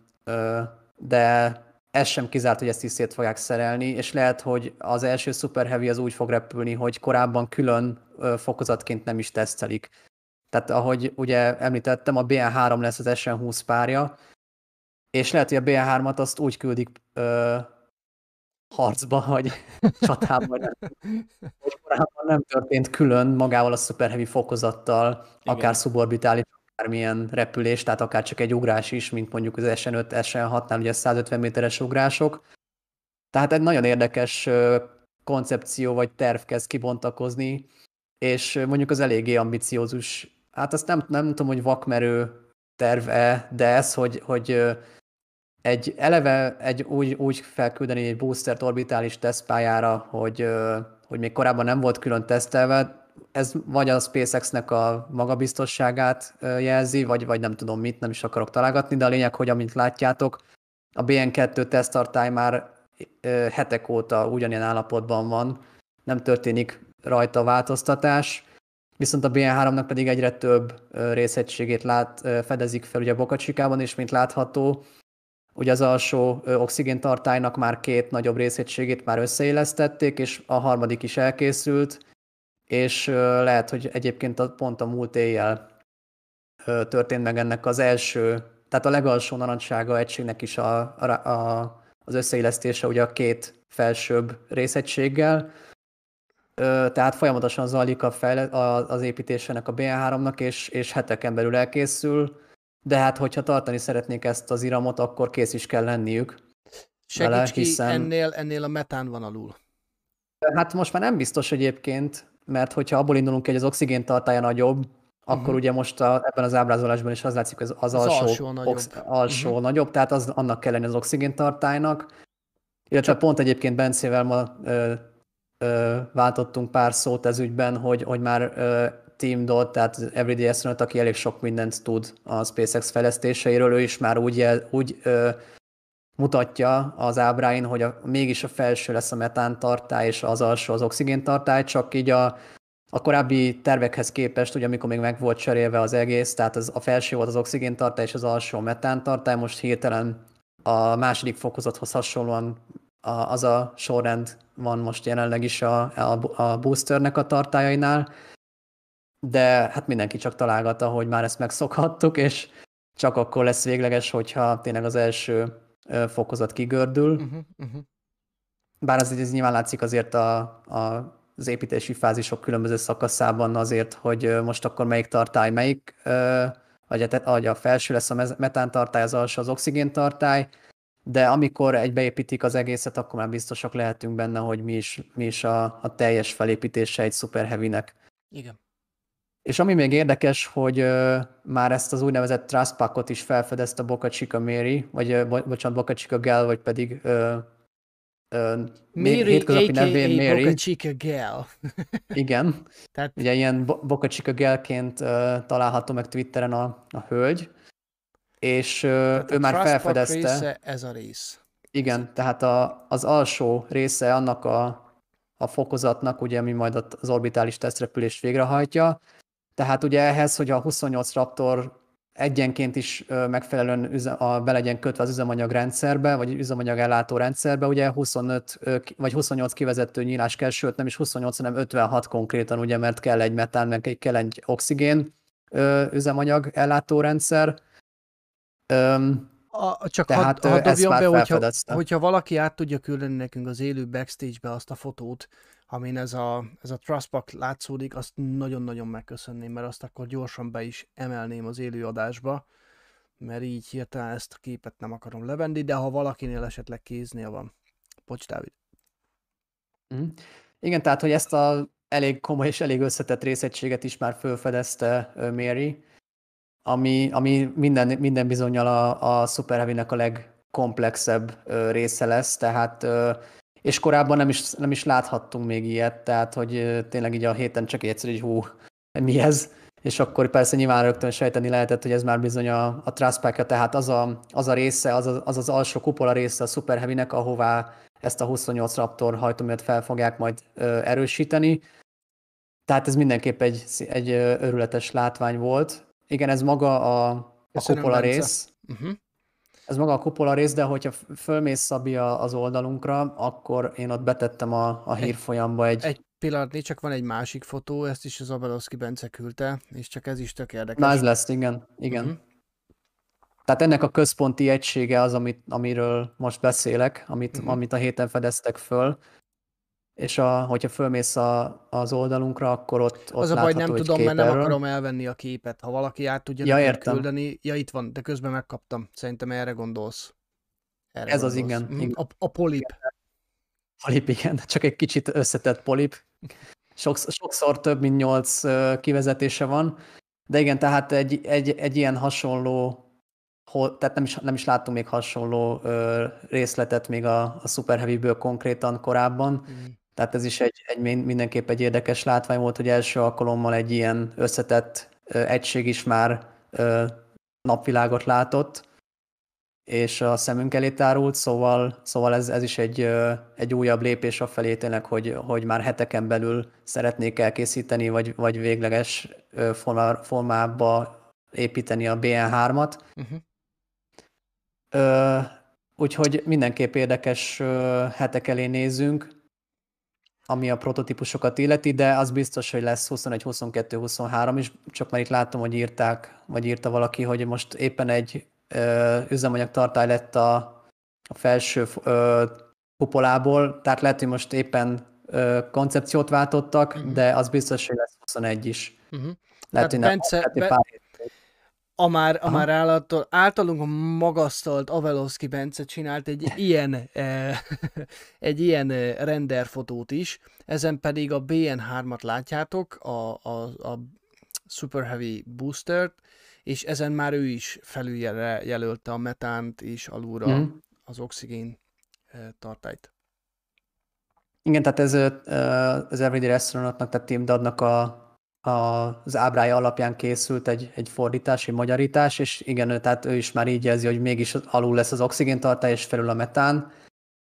de ez sem kizárt, hogy ezt is szét fogják szerelni, és lehet, hogy az első Super Heavy az úgy fog repülni, hogy korábban külön fokozatként nem is tesztelik. Tehát ahogy ugye említettem, a bé en három lesz az es en húsz párja, és lehet, hogy a bé en hármat azt úgy küldik ö, harcba, vagy csatában, nem, hogy korábban nem történt külön magával a Super Heavy fokozattal, igen, akár szuborbitális, akármilyen repülés, tehát akár csak egy ugrás is, mint mondjuk az es en öt, es en hatnál ugye százötven méteres ugrások. Tehát egy nagyon érdekes koncepció vagy terv kezd kibontakozni, és mondjuk az eléggé ambiciózus, hát azt nem, nem tudom, hogy vakmerő terv-e, de ez, hogy, hogy egy eleve egy úgy, úgy felküldeni egy boostert orbitális tesztpályára, hogy, hogy még korábban nem volt külön tesztelve, ez vagy a SpaceX-nek a magabiztosságát jelzi, vagy, vagy nem tudom mit, nem is akarok találgatni, de a lényeg, hogy amint látjátok, a bé en kettő teszttartály már hetek óta ugyanilyen állapotban van, nem történik rajta változtatás, viszont a bé en háromnak pedig egyre több részegységét lát, fedezik fel ugye Boca Chicában, és mint látható, ugye az alsó oxigéntartálynak már két nagyobb részegységét már összeillesztették, és a harmadik is elkészült, és lehet, hogy egyébként pont a múlt éjjel történt meg ennek az első, tehát a legalsó narancsága egységnek is a, a, az összeillesztése ugye a két felsőbb részegységgel, tehát folyamatosan zajlik a fejle, az építésének a bé en háromnak, és, és heteken belül elkészül, de hát hogyha tartani szeretnék ezt az iramot, akkor kész is kell lenniük. Segíts vele, ki, hiszen... ennél, ennél a metán van alul. Hát most már nem biztos egyébként, mert hogyha abból indulunk, hogy az oxigén tartálya nagyobb, akkor uh-huh. ugye most a, ebben az ábrázolásban is az látszik, hogy az, az, az alsó, alsó, nagyobb. Ox, alsó uh-huh. nagyobb, tehát az, annak kell lenni az oxigén tartálynak. Illetve Csak... pont egyébként Bencével ma ö, ö, váltottunk pár szót ez ügyben, hogy, hogy már ö, Team Dot, tehát Everyday Astronaut, aki elég sok mindent tud a SpaceX fejlesztéseiről, ő is már úgy, úgy ö, mutatja az ábráin, hogy a, mégis a felső lesz a metántartály, és az alsó az oxigéntartály, csak így a, a korábbi tervekhez képest, ugye amikor még meg volt cserélve az egész, tehát az, a felső volt az oxigéntartály, és az alsó a metántartály, most hirtelen a második fokozathoz hasonlóan a, az a sorrend van most jelenleg is a, a, a boosternek a tartályainál, de hát mindenki csak találgatta, hogy már ezt megszokhattuk, és csak akkor lesz végleges, hogyha tényleg az első fokozat kigördül. Uh-huh, uh-huh. Bár ez, ez nyilván látszik azért a, a, az építési fázisok különböző szakaszában azért, hogy most akkor melyik tartály melyik, vagy a felső lesz a metántartály, az alsó az oxigéntartály, de amikor egy beépítik az egészet, akkor már biztosak lehetünk benne, hogy mi is, mi is a, a teljes felépítése egy Super Heavy-nek. Igen. És ami még érdekes, hogy uh, már ezt az úgynevezett Trust Packot is felfedezte Boca Chica Mary, vagy uh, bo- bocsánat, Boca Chica Gal, vagy pedig uh, uh, Mary, hétköznapi nevén Mary. Boca Chica Gal. Igen. Tehát... Ugye ilyen Bo- Boca Chica Galként uh, található meg Twitteren a, a hölgy, és uh, ő már felfedezte. Része ez a rész. Igen, tehát a, az alsó része annak a, a fokozatnak, ugye, ami majd az orbitális tesztrepülést végrehajtja. Tehát ugye ehhez, hogy a huszonnyolc Raptor egyenként is megfelelően üzem, a, be legyen kötve az üzemanyagrendszerbe, vagy üzemanyagellátó rendszerbe, ugye huszonöt vagy huszonnyolc kivezető nyílás kell, sőt nem is huszonnyolc, hanem ötvenhat konkrétan, ugye, mert kell egy metán, meg kell egy oxigén üzemanyag ellátórendszer. Öm, A, csak tehát hadd had dobjam be, hogyha, hogyha, hogyha valaki át tudja küldeni nekünk az élő backstage-be azt a fotót, amin ez a, ez a Trust Pack látszódik, azt nagyon-nagyon megköszönném, mert azt akkor gyorsan be is emelném az élő adásba, mert így hirtelen ezt a képet nem akarom levenni, de ha valakinél esetleg kéznél van. Bocs, Dávid. Mm. Igen, tehát, hogy ezt a elég komoly és elég összetett részegységet is már felfedezte Mary, ami, ami minden, minden bizonnyal a, a Super Heavy-nek a legkomplexebb része lesz, tehát és korábban nem is, nem is láthattunk még ilyet, tehát hogy tényleg így a héten csak egyszer így hú, mi ez? És akkor persze nyilván rögtön sejteni lehetett, hogy ez már bizony a, a Trustpack-ja, tehát az a, az a része, az, a, az az alsó kupola része a Super Heavy-nek, ahová ezt a huszonnyolc Raptor hajtóművet fel fogják majd ö, erősíteni. Tehát ez mindenképp egy, egy örületes látvány volt. Igen, ez maga a, a kupola Bence. rész. Uh-huh. Ez maga a kupola rész, de hogyha fölmész, Szabi, az oldalunkra, akkor én ott betettem a, a hírfolyamba egy... Egy pillanatnyi, csak van egy másik fotó, ezt is az Abelowski Bence küldte, és csak ez is tök érdekes. Na ez lesz, igen. igen. Uh-huh. Tehát ennek a központi egysége az, amit, amiről most beszélek, amit, Mhm. uh-huh. amit a héten fedeztek föl, és a, hogyha fölmész a, az oldalunkra, akkor ott, ott Az a baj, látható nem egy tudom, kép mert nem erről. akarom elvenni a képet. Ha valaki át tudja Ja, nekem értem. küldeni, ja itt van, de közben megkaptam. Szerintem erre gondolsz. Erre Ez az, gondolsz. igen, Mhm. igen. A, a polip. Polip, igen, csak egy kicsit összetett polip. Sokszor, sokszor több mint nyolc ö, kivezetése van, de igen, tehát egy, egy, egy ilyen hasonló, hol, tehát nem is, nem is láttunk még hasonló ö, részletet még a, a Super Heavy-ből konkrétan korábban, Mhm. tehát ez is egy, egy mindenképp egy érdekes látvány volt, hogy első alkalommal egy ilyen összetett ö, egység is már ö, napvilágot látott, és a szemünk elé tárult, szóval, szóval ez, ez is egy, ö, egy újabb lépés afelé tényleg, hogy, hogy már heteken belül szeretnék elkészíteni, vagy, vagy végleges ö, formá, formába építeni a bé en hármat. Uh-huh. Ö, úgyhogy mindenképp érdekes ö, hetek elé nézünk, ami a prototípusokat illeti, de az biztos, hogy lesz huszonegy, huszonkettő, huszonhárom is, csak már itt látom, hogy írták, vagy írta valaki, hogy most éppen egy ö, üzemanyagtartály lett a, a felső ö, kupolából, tehát lehet, hogy most éppen ö, koncepciót váltottak, Mhm. uh-huh. de az biztos, hogy lesz huszonegy is. Uh-huh. Lehet, hogy nem, Bence, lehet, hogy Be- pár hét. A már, a Aha. már által, általunk magasztalt Abelowski Bence csinált egy ilyen, eh, egy ilyen eh, renderfotót is, ezen pedig a bé en hármat látjátok, a, a, a Super Heavy Boostert, és ezen már ő is felüljelölte a metánt és alulra Mhm. az oxigén eh, tartályt. Igen, tehát ez ö, az Everyday Astronautnak, tehát Tim Doddnak a, a, az ábrája alapján készült egy, egy fordítás, egy magyarítás, és igen, ő, tehát ő is már így jelzi, hogy mégis alul lesz az oxigéntartály, és felül a metán,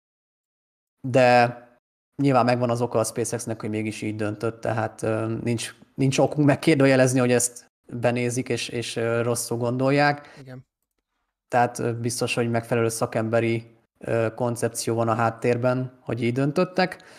de nyilván megvan az oka a SpaceX-nek, hogy mégis így döntött, tehát ö, nincs, nincs okunk megkérdőjelezni, hogy ezt benézik, és, és ö, rosszul gondolják, Igen. tehát ö, biztos, hogy megfelelő szakemberi ö, koncepció van a háttérben, hogy így döntöttek.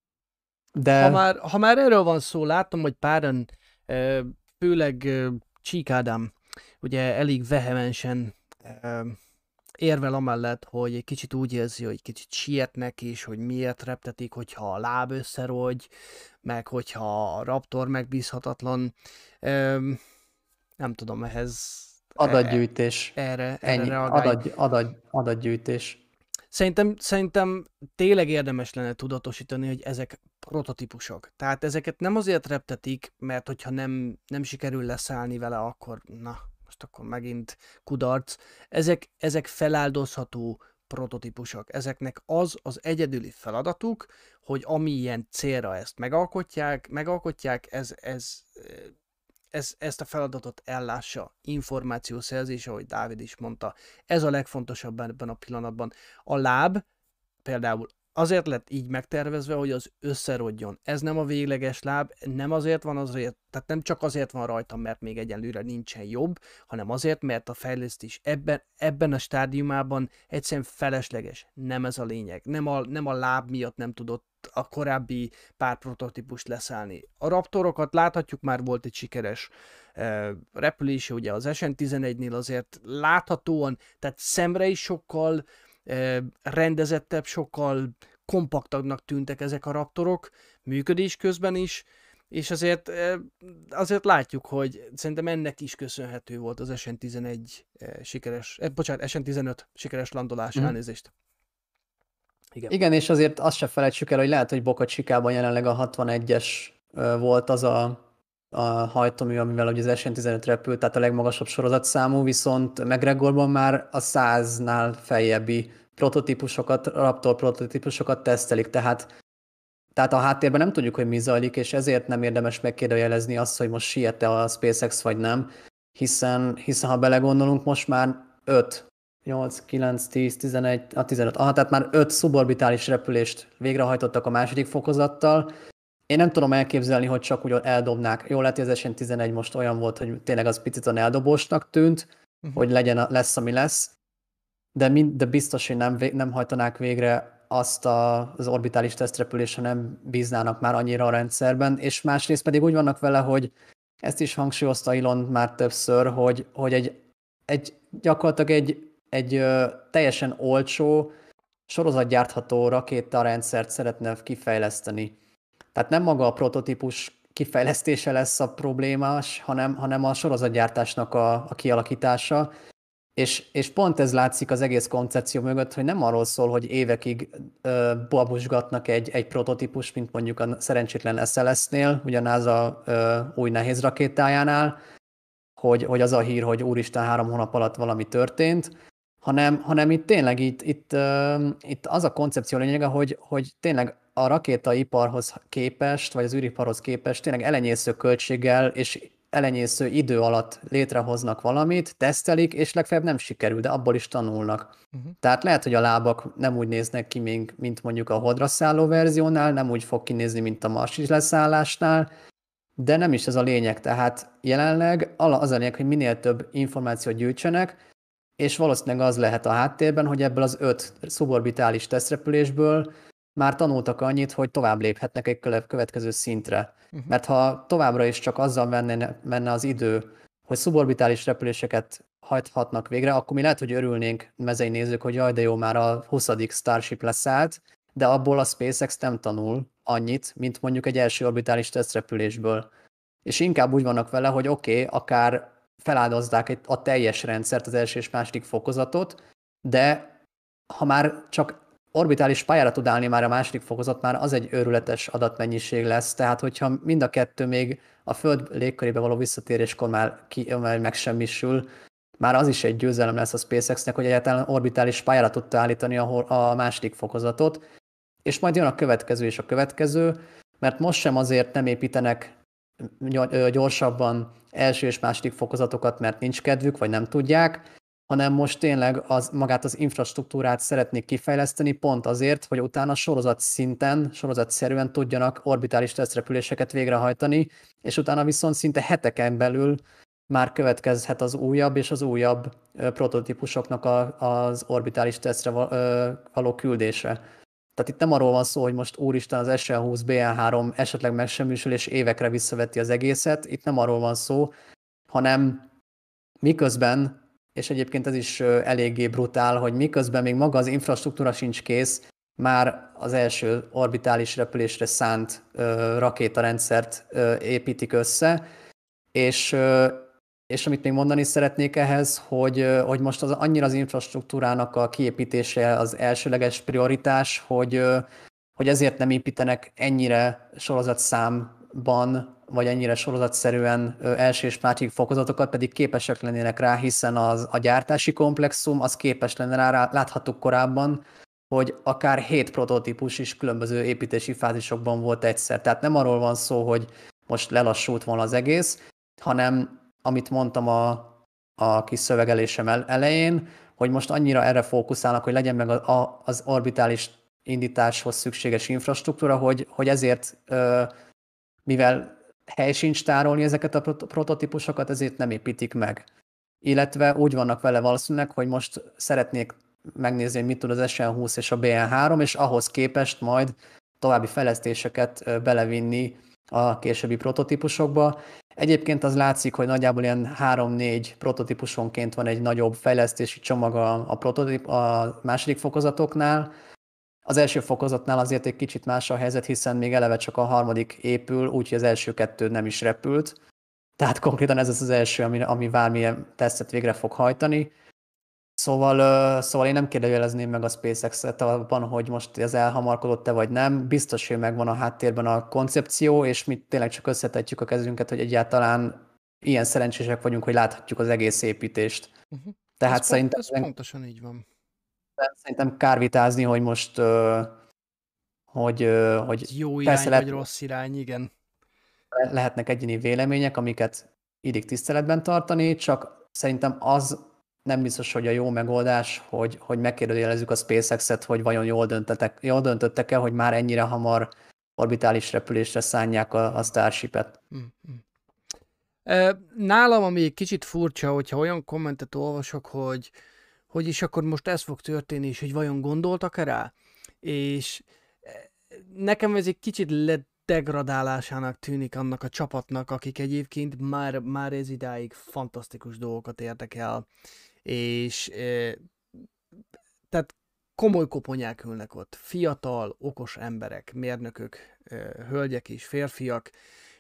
De... Ha már, ha már erről van szó, látom, hogy páran, eh, főleg eh, Csík Ádám, ugye elég vehemensen eh, érvel amellett, hogy egy kicsit úgy érzi, hogy kicsit sietnek is, hogy miért reptetik, hogyha a láb összerogy, meg hogyha a Raptor megbízhatatlan. Öm, nem tudom, ehhez... Adatgyűjtés. Erre, erre Ennyi. reagálj. Adat, adat, adatgyűjtés. Szerintem, szerintem tényleg érdemes lenne tudatosítani, hogy ezek prototípusok. Tehát ezeket nem azért reptetik, mert hogyha nem, nem sikerül leszállni vele, akkor na, most akkor megint kudarc. Ezek, ezek feláldozható prototípusok. Ezeknek az az egyedüli feladatuk, hogy amilyen célra ezt megalkotják, megalkotják ez, ez, ez, ezt a feladatot ellássa. Információszerzés, ahogy Dávid is mondta. Ez a legfontosabb ebben a pillanatban. A láb például azért lett így megtervezve, hogy az összerodjon. Ez nem a végleges láb, nem azért van azért, tehát nem csak azért van rajta, mert még egyenlőre nincsen jobb, hanem azért, mert a fejlesztés ebben, ebben a stádiumában egyszerűen felesleges. Nem ez a lényeg. Nem a, nem a láb miatt nem tudott a korábbi pár prototípust leszállni. A Raptorokat láthatjuk, már volt egy sikeres uh, repülése, ugye az es en tizenegynél azért láthatóan, tehát szemre is sokkal rendezettebb, sokkal kompaktabbnak tűntek ezek a Raptorok, működés közben is, és azért, azért látjuk, hogy szerintem ennek is köszönhető volt az es en tizenegy sikeres, eh, bocsánat, es en tizenöt sikeres landolás, mm. elnézést. Igen. Igen, és azért azt se felejtsük el, hogy lehet, hogy Boca Chicában jelenleg a hatvanegyes volt az a, a hajtómű, amivel ugye az es en tizenöt repült, tehát a legmagasabb sorozatszámú, viszont McGregorban már a száznál feljebbi prototípusokat, Raptor prototípusokat tesztelik, tehát, tehát a háttérben nem tudjuk, hogy mi zajlik, és ezért nem érdemes megkérdőjelezni azt, hogy most siet-e a SpaceX vagy nem, hiszen, hiszen ha belegondolunk, most már öt, nyolc, kilenc, tíz, tizenegy, a tizenöt, aha, tehát már öt szuborbitális repülést végrehajtottak a második fokozattal. Én nem tudom elképzelni, hogy csak úgy eldobnák. Jól lehet, hogy az es en tizenegy most olyan volt, hogy tényleg az picit olyan eldobósnak tűnt, uh-huh. hogy legyen, a, lesz, ami lesz, de, mind, de biztos, hogy nem, nem hajtanák végre azt a, az orbitális tesztrepülést, ha nem bíznának már annyira a rendszerben, és másrészt pedig úgy vannak vele, hogy ezt is hangsúlyozta Elon már többször, hogy, hogy egy, egy gyakorlatilag egy, egy ö, teljesen olcsó, sorozatgyártható rakétarendszert szeretne kifejleszteni. Tehát nem maga a prototípus kifejlesztése lesz a problémás, hanem, hanem a sorozatgyártásnak a, a kialakítása. És, és pont ez látszik az egész koncepció mögött, hogy nem arról szól, hogy évekig ö, babusgatnak egy, egy prototípus, mint mondjuk a szerencsétlen es el es-nél, ugyanaz a ö, új nehéz rakétájánál, hogy, hogy az a hír, hogy úristen, három hónap alatt valami történt, hanem, hanem itt tényleg itt, itt, ö, itt az a koncepció lényege, hogy, hogy tényleg a rakétaiparhoz képest, vagy az űriparhoz képest tényleg elenyésző költséggel és elenyésző idő alatt létrehoznak valamit, tesztelik, és legfeljebb nem sikerül, de abból is tanulnak. Uh-huh. Tehát lehet, hogy a lábak nem úgy néznek ki, mint mondjuk a holdra szálló verziónál, nem úgy fog kinézni, mint a marsi leszállásnál, de nem is ez a lényeg. Tehát jelenleg az a lényeg, hogy minél több információt gyűjtsenek, és valószínűleg az lehet a háttérben, hogy ebből az öt szuborbitális tesztrepülésből már tanultak annyit, hogy tovább léphetnek egy következő szintre. Uh-huh. Mert ha továbbra is csak azzal menne, menne az idő, hogy szuborbitális repüléseket hajthatnak végre, akkor mi lehet, hogy örülnénk mezei nézők, hogy jaj, de jó, már a huszadik Starship leszállt, de abból a SpaceX nem tanul annyit, mint mondjuk egy első orbitális tesztrepülésből. És inkább úgy vannak vele, hogy oké, okay, akár feláldozzák a teljes rendszert, az első és második fokozatot, de ha már csak orbitális pályára tud állni már a második fokozat, már az egy őrületes adatmennyiség lesz, tehát hogyha mind a kettő még a Föld légkörébe való visszatéréskor már, ki, már megsemmisül, már az is egy győzelem lesz a SpaceX-nek, hogy egyáltalán orbitális pályára tudta állítani a, a második fokozatot, és majd jön a következő és a következő, mert most sem azért nem építenek gyorsabban első és második fokozatokat, mert nincs kedvük, vagy nem tudják, hanem most tényleg az, magát az infrastruktúrát szeretnék kifejleszteni pont azért, hogy utána sorozat szinten, sorozatszerűen tudjanak orbitális tesztrepüléseket végrehajtani, és utána viszont szinte heteken belül már következhet az újabb és az újabb ö, prototípusoknak a, az orbitális tesztre ö, való küldése. Tehát itt nem arról van szó, hogy most úristen az es en húsz bé en három esetleg megsemmisül és évekre visszaveti az egészet, itt nem arról van szó, hanem miközben, és egyébként ez is eléggé brutál, hogy miközben még maga az infrastruktúra sincs kész, már az első orbitális repülésre szánt ö, rakétarendszert ö, építik össze, és, ö, és amit még mondani szeretnék ehhez, hogy, ö, hogy most az, annyira az infrastruktúrának a kiépítése az elsőleges prioritás, hogy, ö, hogy ezért nem építenek ennyire sorozatszámban, vagy ennyire sorozatszerűen ö, első és második fokozatokat, pedig képesek lennének rá, hiszen az, a gyártási komplexum az képes lenne rá, láthattuk korábban, hogy akár hét prototípus is különböző építési fázisokban volt egyszer. Tehát nem arról van szó, hogy most lelassult volna az egész, hanem amit mondtam a, a kis szövegelésem elején, hogy most annyira erre fókuszálnak, hogy legyen meg a, a, az orbitális indításhoz szükséges infrastruktúra, hogy, hogy ezért, ö, mivel hely sincs tárolni ezeket a prototípusokat, ezért nem építik meg. Illetve úgy vannak vele valószínűleg, hogy most szeretnék megnézni, hogy mit tud az es en húsz és a bé en három, és ahhoz képest majd további fejlesztéseket belevinni a későbbi prototípusokba. Egyébként az látszik, hogy nagyjából ilyen három-négy prototípusonként van egy nagyobb fejlesztési csomag a, a, prototip, a második fokozatoknál. Az első fokozatnál azért egy kicsit más a helyzet, hiszen még eleve csak a harmadik épül, úgyhogy az első kettő nem is repült. Tehát konkrétan ez az az első, ami, ami bármilyen tesztet végre fog hajtani. Szóval, ö, szóval én nem kérdőjelezném meg a SpaceX-et abban, hogy most ez elhamarkodott-e vagy nem. Biztos, hogy megvan a háttérben a koncepció, és mi tényleg csak összetetjük a kezünket, hogy egyáltalán ilyen szerencsések vagyunk, hogy láthatjuk az egész építést. Uh-huh. Tehát ez szerintem, pont, ez pontosan így van. szerintem kár vitázni, hogy most, ö, hogy, ö, hogy Jó irány persze vagy lehet, rossz irány, igen. lehetnek egyéni vélemények, amiket illik tiszteletben tartani, csak szerintem az nem biztos, hogy a jó megoldás, hogy, hogy megkérdőjelezzük a SpaceX-et, hogy vajon jól döntöttek, jól döntöttek-e, hogy már ennyire hamar orbitális repülésre szánják a, a Starship-et. Mm-hmm. Nálam, ami egy kicsit furcsa, hogyha olyan kommentet olvasok, hogy hogy is akkor most ez fog történni, és hogy vajon gondoltak-e rá? És nekem ez egy kicsit ledegradálásának tűnik annak a csapatnak, akik egyébként már, már ez idáig fantasztikus dolgokat értek el, és e, tehát komoly koponyák ülnek ott, fiatal, okos emberek, mérnökök, e, hölgyek és férfiak,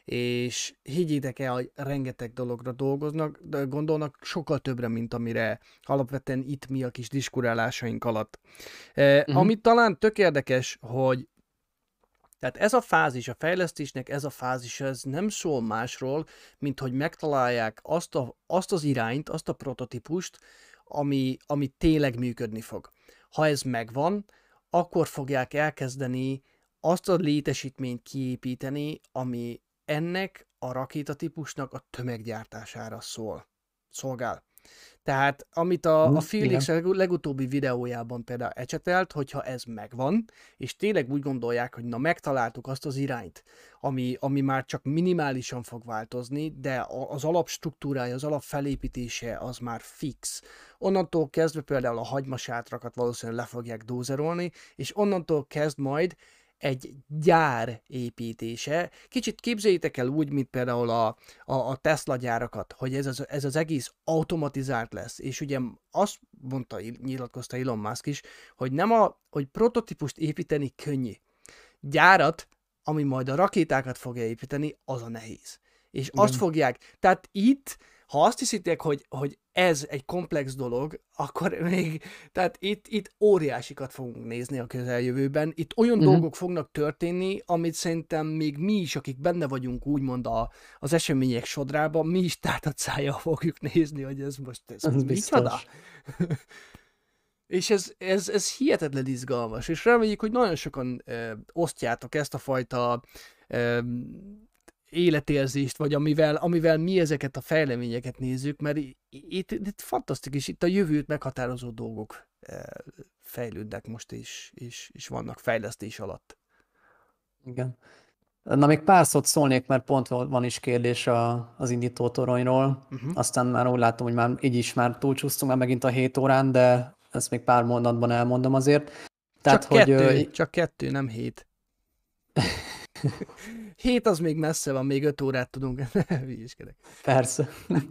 és higgyétek el, hogy rengeteg dologra dolgoznak, de gondolnak sokkal többre, mint amire alapvetően itt mi a kis diskurálásaink alatt. E, uh-huh. Ami talán tök érdekes, hogy tehát ez a fázis, a fejlesztésnek ez a fázis, ez nem szól másról, mint hogy megtalálják azt, a, azt az irányt, azt a prototípust, ami, ami tényleg működni fog. Ha ez megvan, akkor fogják elkezdeni azt a létesítményt kiépíteni, ami ennek a rakétatípusnak a tömeggyártására szól, szolgál. Tehát amit a, a Felix legutóbbi videójában például ecsetelt, hogyha ez megvan, és tényleg úgy gondolják, hogy na megtaláltuk azt az irányt, ami, ami már csak minimálisan fog változni, de az alapstruktúrája, az alapfelépítése az már fix. Onnantól kezdve például a hagymasátrakat valószínűleg le fogják dózerolni, és onnantól kezd majd egy gyár építése. Kicsit képzeljétek el úgy, mint például a, a, a Tesla gyárakat, hogy ez az, ez az egész automatizált lesz. És ugye azt mondta, nyilatkozta Elon Musk is, hogy nem a, hogy prototípust építeni könnyű. Gyárat, ami majd a rakétákat fogja építeni, az a nehéz. És azt Igen. fogják, tehát itt, ha azt hiszitek, hogy, hogy ez egy komplex dolog, akkor még, tehát itt, itt óriásikat fogunk nézni a közeljövőben. Itt olyan uh-huh. dolgok fognak történni, amit szerintem még mi is, akik benne vagyunk úgymond a, az események sodrában, mi is tátott szájjal fogjuk nézni, hogy ez most ez, ez micsoda. És ez, ez, ez hihetetlen izgalmas, és reméljük, hogy nagyon sokan ö, osztjátok ezt a fajta ö, életérzést, vagy amivel, amivel mi ezeket a fejleményeket nézzük, mert itt, itt fantasztikus, itt a jövőt meghatározó dolgok fejlődnek most, és, és, és vannak fejlesztés alatt. Igen. Na, még pár szót szólnék, mert pont van is kérdés a, az indítótoronyról. Uh-huh. Aztán már úgy látom, hogy már így is már túlcsúsztunk már megint a hét órán, de ezt még pár mondatban elmondom azért. Tehát, csak, kettő, hogy, csak kettő, nem hét. Hét az még messze van, még öt órát tudunk. Hülyéskedek. Persze.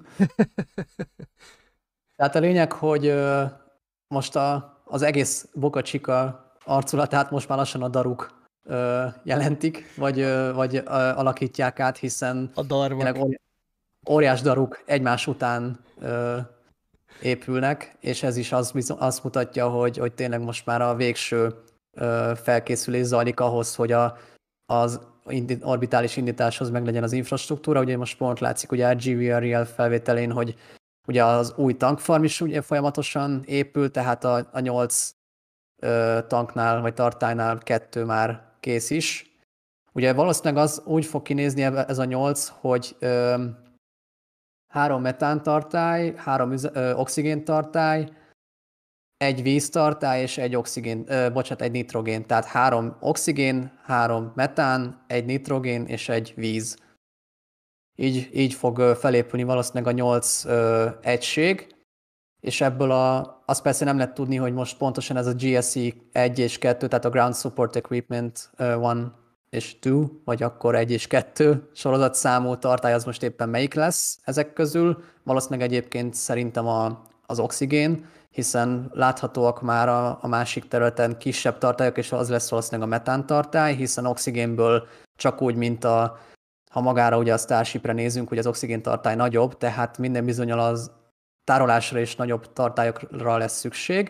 Tehát a lényeg, hogy most a, az egész Boca Chica arculatát most már lassan a daruk jelentik, vagy, vagy alakítják át, hiszen a darvak. Óri, óriás daruk egymás után épülnek, és ez is az, azt mutatja, hogy, hogy tényleg most már a végső felkészülés zajlik ahhoz, hogy a az orbitális indításhoz meg legyen az infrastruktúra. Ugye most pont látszik ugye a G V R E L felvételén, hogy ugye az új tankfarm is ugye folyamatosan épül, tehát a, a nyolc ö, tanknál vagy tartálynál kettő már kész is. Ugye valószínűleg az úgy fog kinézni ez a nyolc, hogy ö, három metántartály, három ö, oxigéntartály, egy víztartály és egy oxigén, ö, bocsánat, egy nitrogén. Tehát három oxigén, három metán, egy nitrogén és egy víz. Így, így fog felépülni valószínűleg a nyolc ö, egység, és ebből a, azt persze nem lehet tudni, hogy most pontosan ez a G S E egy és kettő, tehát a Ground Support Equipment egy és kettő, vagy akkor egy és kettő sorozatszámú tartály az most éppen melyik lesz ezek közül. Valószínűleg egyébként szerintem a, az oxigén, hiszen láthatóak már a, a másik területen kisebb tartályok, és az lesz valószínűleg a metán tartály, hiszen oxigénből csak úgy, mint a, ha magára ugye a Starshipre nézünk, hogy az oxigén tartály nagyobb, tehát minden bizonnyal az tárolásra és nagyobb tartályokra lesz szükség.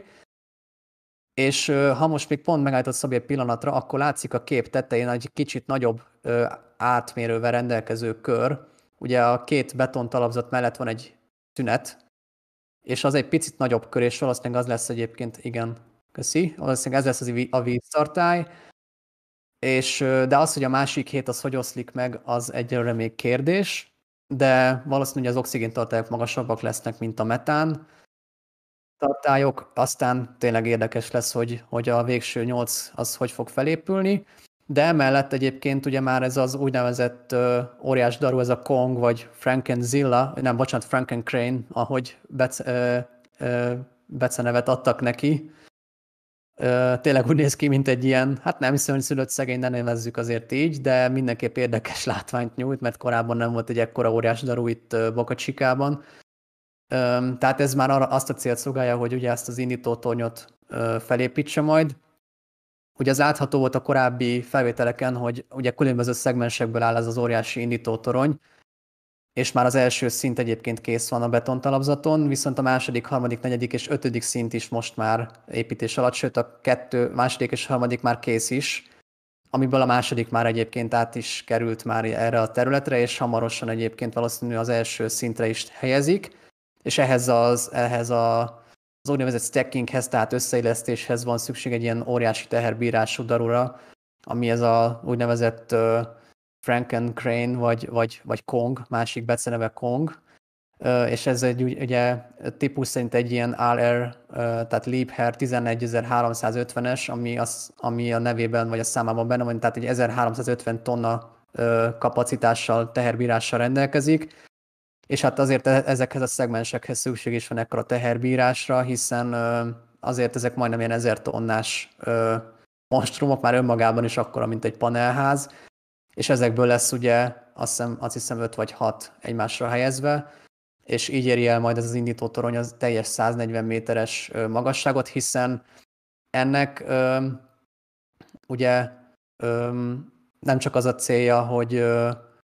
És ha most még pont megállított Szabi egy pillanatra, akkor látszik a kép tetején egy kicsit nagyobb átmérővel rendelkező kör. Ugye a két betontalapzat mellett van egy szünet, és az egy picit nagyobb kör, és valószínűleg az lesz egyébként, igen, köszi, valószínűleg ez lesz az a víztartály, és, de az, hogy a másik hét az hogy oszlik meg, az egyelőre még kérdés, de valószínűleg az oxigéntartályok magasabbak lesznek, mint a metán tartályok, aztán tényleg érdekes lesz, hogy, hogy a végső nyolc az hogy fog felépülni, de emellett egyébként ugye már ez az úgynevezett uh, óriás daru, ez a Kong, vagy Frankenzilla, nem, bocsánat, Frankencrane, ahogy Bece, uh, uh, becenevet adtak neki. Uh, tényleg úgy néz ki, mint egy ilyen, hát nem szülött szegény, ne nevezzük azért így, de mindenképp érdekes látványt nyújt, mert korábban nem volt egy ekkora óriás daru itt uh, Boca Chicában. Um, tehát ez már arra, azt a célt szolgálja, hogy ugye ezt az indítótornyot uh, felépítse majd. Ugye az látható volt a korábbi felvételeken, hogy ugye különböző szegmensekből áll ez az óriási indítótorony, és már az első szint egyébként kész van a betontalapzaton, viszont a második, harmadik, negyedik és ötödik szint is most már építés alatt, sőt a kettő, második és harmadik már kész is, amiből a második már egyébként át is került már erre a területre, és hamarosan egyébként valószínűleg az első szintre is helyezik, és ehhez az, ehhez a, az úgynevezett stackinghez, tehát összeillesztéshez van szükség egy ilyen óriási teherbírású darura, ami ez a úgynevezett uh, Frankencrane, vagy, vagy, vagy Kong, másik beceneve Kong, uh, és ez egy ugye típus szerint egy ilyen á er, uh, tehát Liebherr tizenegyezer-háromszázötvenes, ami, az, ami a nevében vagy a számában benne van, tehát egy ezerháromszázötven tonna uh, kapacitással, teherbírással rendelkezik, és hát azért ezekhez a szegmensekhez szükség is van ekkora teherbírásra, hiszen uh, azért ezek majdnem ilyen ezer tonnás uh, monstrumok, már önmagában is akkora, mint egy panelház, és ezekből lesz ugye azt hiszem, azt hiszem öt vagy hat egymásra helyezve, és így éri el majd ez az indítótorony az teljes száznegyven méteres magasságot, hiszen ennek öm, ugye öm, nem csak az a célja, hogy, ö,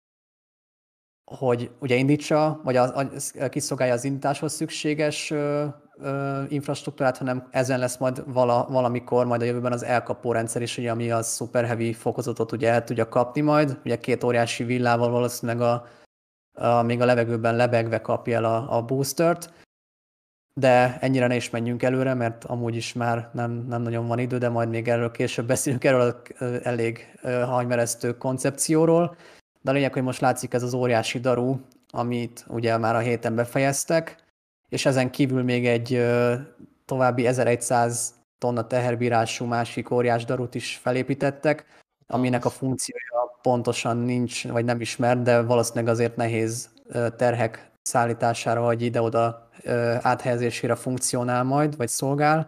hogy ugye indítsa, vagy az, az, kiszolgálja az indításhoz szükséges ö, ö, infrastruktúrát, hanem ezen lesz majd vala, valamikor, majd a jövőben az elkapó rendszer is, ugye, ami a Super Heavy fokozatot ugye el tudja kapni majd, ugye két óriási villával valószínűleg a, a, még a levegőben lebegve kapja el a, a boostert, de ennyire ne is menjünk előre, mert amúgy is már nem, nem nagyon van idő, de majd még erről később beszélünk, erről a elég hajmeresztő koncepcióról. De a lényeg, hogy most látszik ez az óriási daru, amit ugye már a héten befejeztek, és ezen kívül még egy további ezerszáz tonna teherbírású másik óriás darut is felépítettek, aminek a funkciója pontosan nincs, vagy nem ismert, de valószínűleg azért nehéz terhek szállítására, vagy ide-oda áthelyezésére funkcionál majd, vagy szolgál.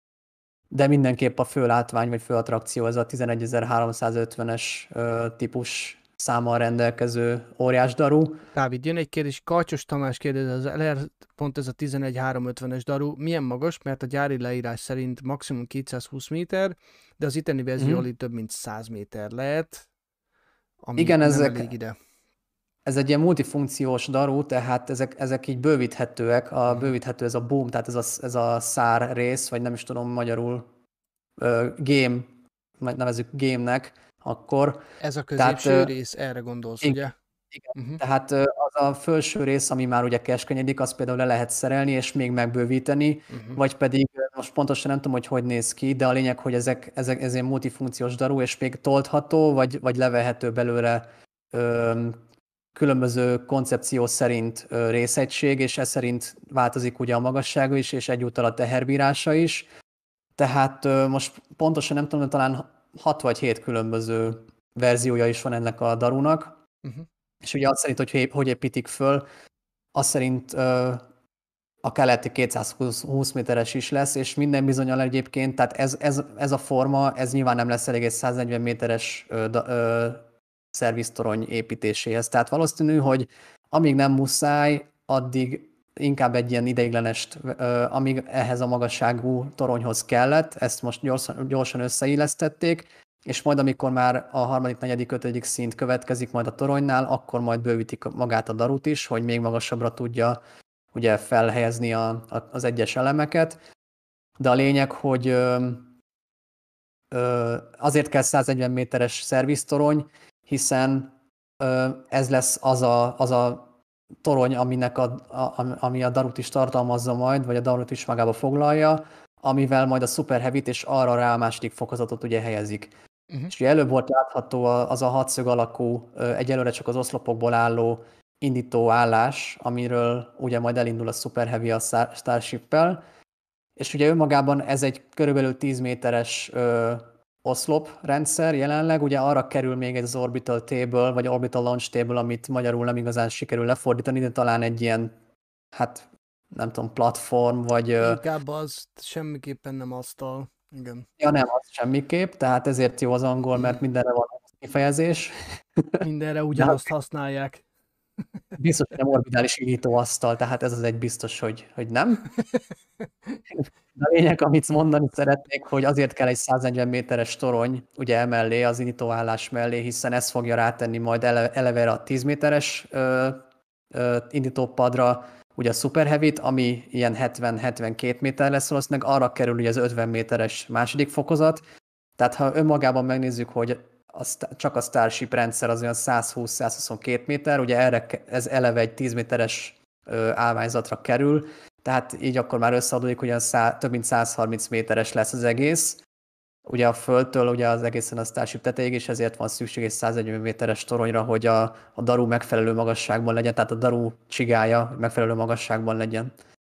De mindenképp a fő látvány, vagy fő attrakció ez a tizenegyezer-háromszázötvenes típus számmal rendelkező óriás daru. Dávid, jön egy kérdés, Karcsos Tamás kérdezi, az el er pont ez a tizenegyszáz-háromszázötvenes daru milyen magas, mert a gyári leírás szerint maximum kétszázhúsz méter, de az itteni verzió hmm. több mint száz méter lehet, ami igen, nem ezek, elég ide. Ez egy ilyen multifunkciós daru, tehát ezek, ezek így bővíthetőek, a hmm. bővíthető ez a boom, tehát ez a, ez a szár rész, vagy nem is tudom magyarul, uh, game, nevezzük game-nek, akkor... Ez a középső tehát, rész, erre gondolsz, igen, ugye? Igen, uh-huh. Tehát az a felső rész, ami már ugye keskenyedik, azt például le lehet szerelni, és még megbővíteni, uh-huh. vagy pedig most pontosan nem tudom, hogy hogy néz ki, de a lényeg, hogy ezek, ezek ez egy multifunkciós daru, és még toltható, vagy, vagy levehető belőle ö, különböző koncepció szerint ö, részegység, és ez szerint változik ugye a magassága is, és egyúttal a teherbírása is. Tehát ö, most pontosan nem tudom, talán hat vagy hét különböző verziója is van ennek a darunak, uh-huh. és ugye azt szerint, hogy hogy építik föl, azt szerint ö, a keleti kétszázhúsz méteres is lesz, és minden bizonnyal egyébként, tehát ez, ez, ez a forma, ez nyilván nem lesz elég egy száznegyven méteres ö, ö, szerviztorony építéséhez. Tehát valószínű, hogy amíg nem muszáj, addig inkább egy ilyen ideiglenest, ö, amíg ehhez a magasságú toronyhoz kellett, ezt most gyorsan, gyorsan összeillesztették, és majd amikor már a harmadik, negyedik, ötödik szint következik majd a toronynál, akkor majd bővítik magát a darut is, hogy még magasabbra tudja ugye felhelyezni a, a, az egyes elemeket, de a lényeg, hogy ö, ö, azért kell száznegyven méteres szerviztorony, hiszen ö, ez lesz az a, az a torony, aminek a, a, ami a darut is tartalmazza majd, vagy a darut is magába foglalja, amivel majd a Super Heavy-t és arra rá a második fokozatot ugye helyezik. Uh-huh. És ugye előbb volt látható az a hatszög alakú, egyelőre csak az oszlopokból álló indító állás, amiről ugye majd elindul a Super Heavy a Starship-pel, és ugye önmagában ez egy körülbelül tíz méteres ö, oszloprendszer jelenleg, ugye arra kerül még egy az Orbital Table, vagy Orbital Launch Table, amit magyarul nem igazán sikerül lefordítani, de talán egy ilyen, hát nem tudom, platform, vagy... Inkább az, semmiképpen nem asztal. Igen. Ja nem, az semmiképp, tehát ezért jó az angol, mert mindenre van kifejezés. Mindenre ugyanazt használják. Biztos, hogy nem orbitális indítóasztal, tehát ez az egy biztos, hogy, hogy nem. De a lényeg, amit mondani szeretnék, hogy azért kell egy száznegyven méteres torony, ugye emellé, az indítóállás mellé, hiszen ez fogja rátenni majd ele, eleve a tíz méteres ö, ö, indítópadra, ugye a Super Heavy-t, ami ilyen hetven-hetvenkét méter lesz valószínűleg, arra kerül ugye az ötven méteres második fokozat, tehát ha önmagában megnézzük, hogy az, csak a Starship rendszer az olyan százhúsz-százhuszonkettő méter, ugye erre ez eleve egy tíz méteres ö, állványzatra kerül, tehát így akkor már összeadódik, hogy szá, több mint százharminc méteres lesz az egész. Ugye a Földtől ugye az egészen a Starship tetejéig, és ezért van szükség egy száznegyven méteres toronyra, hogy a, a daru megfelelő magasságban legyen, tehát a daru csigája megfelelő magasságban legyen.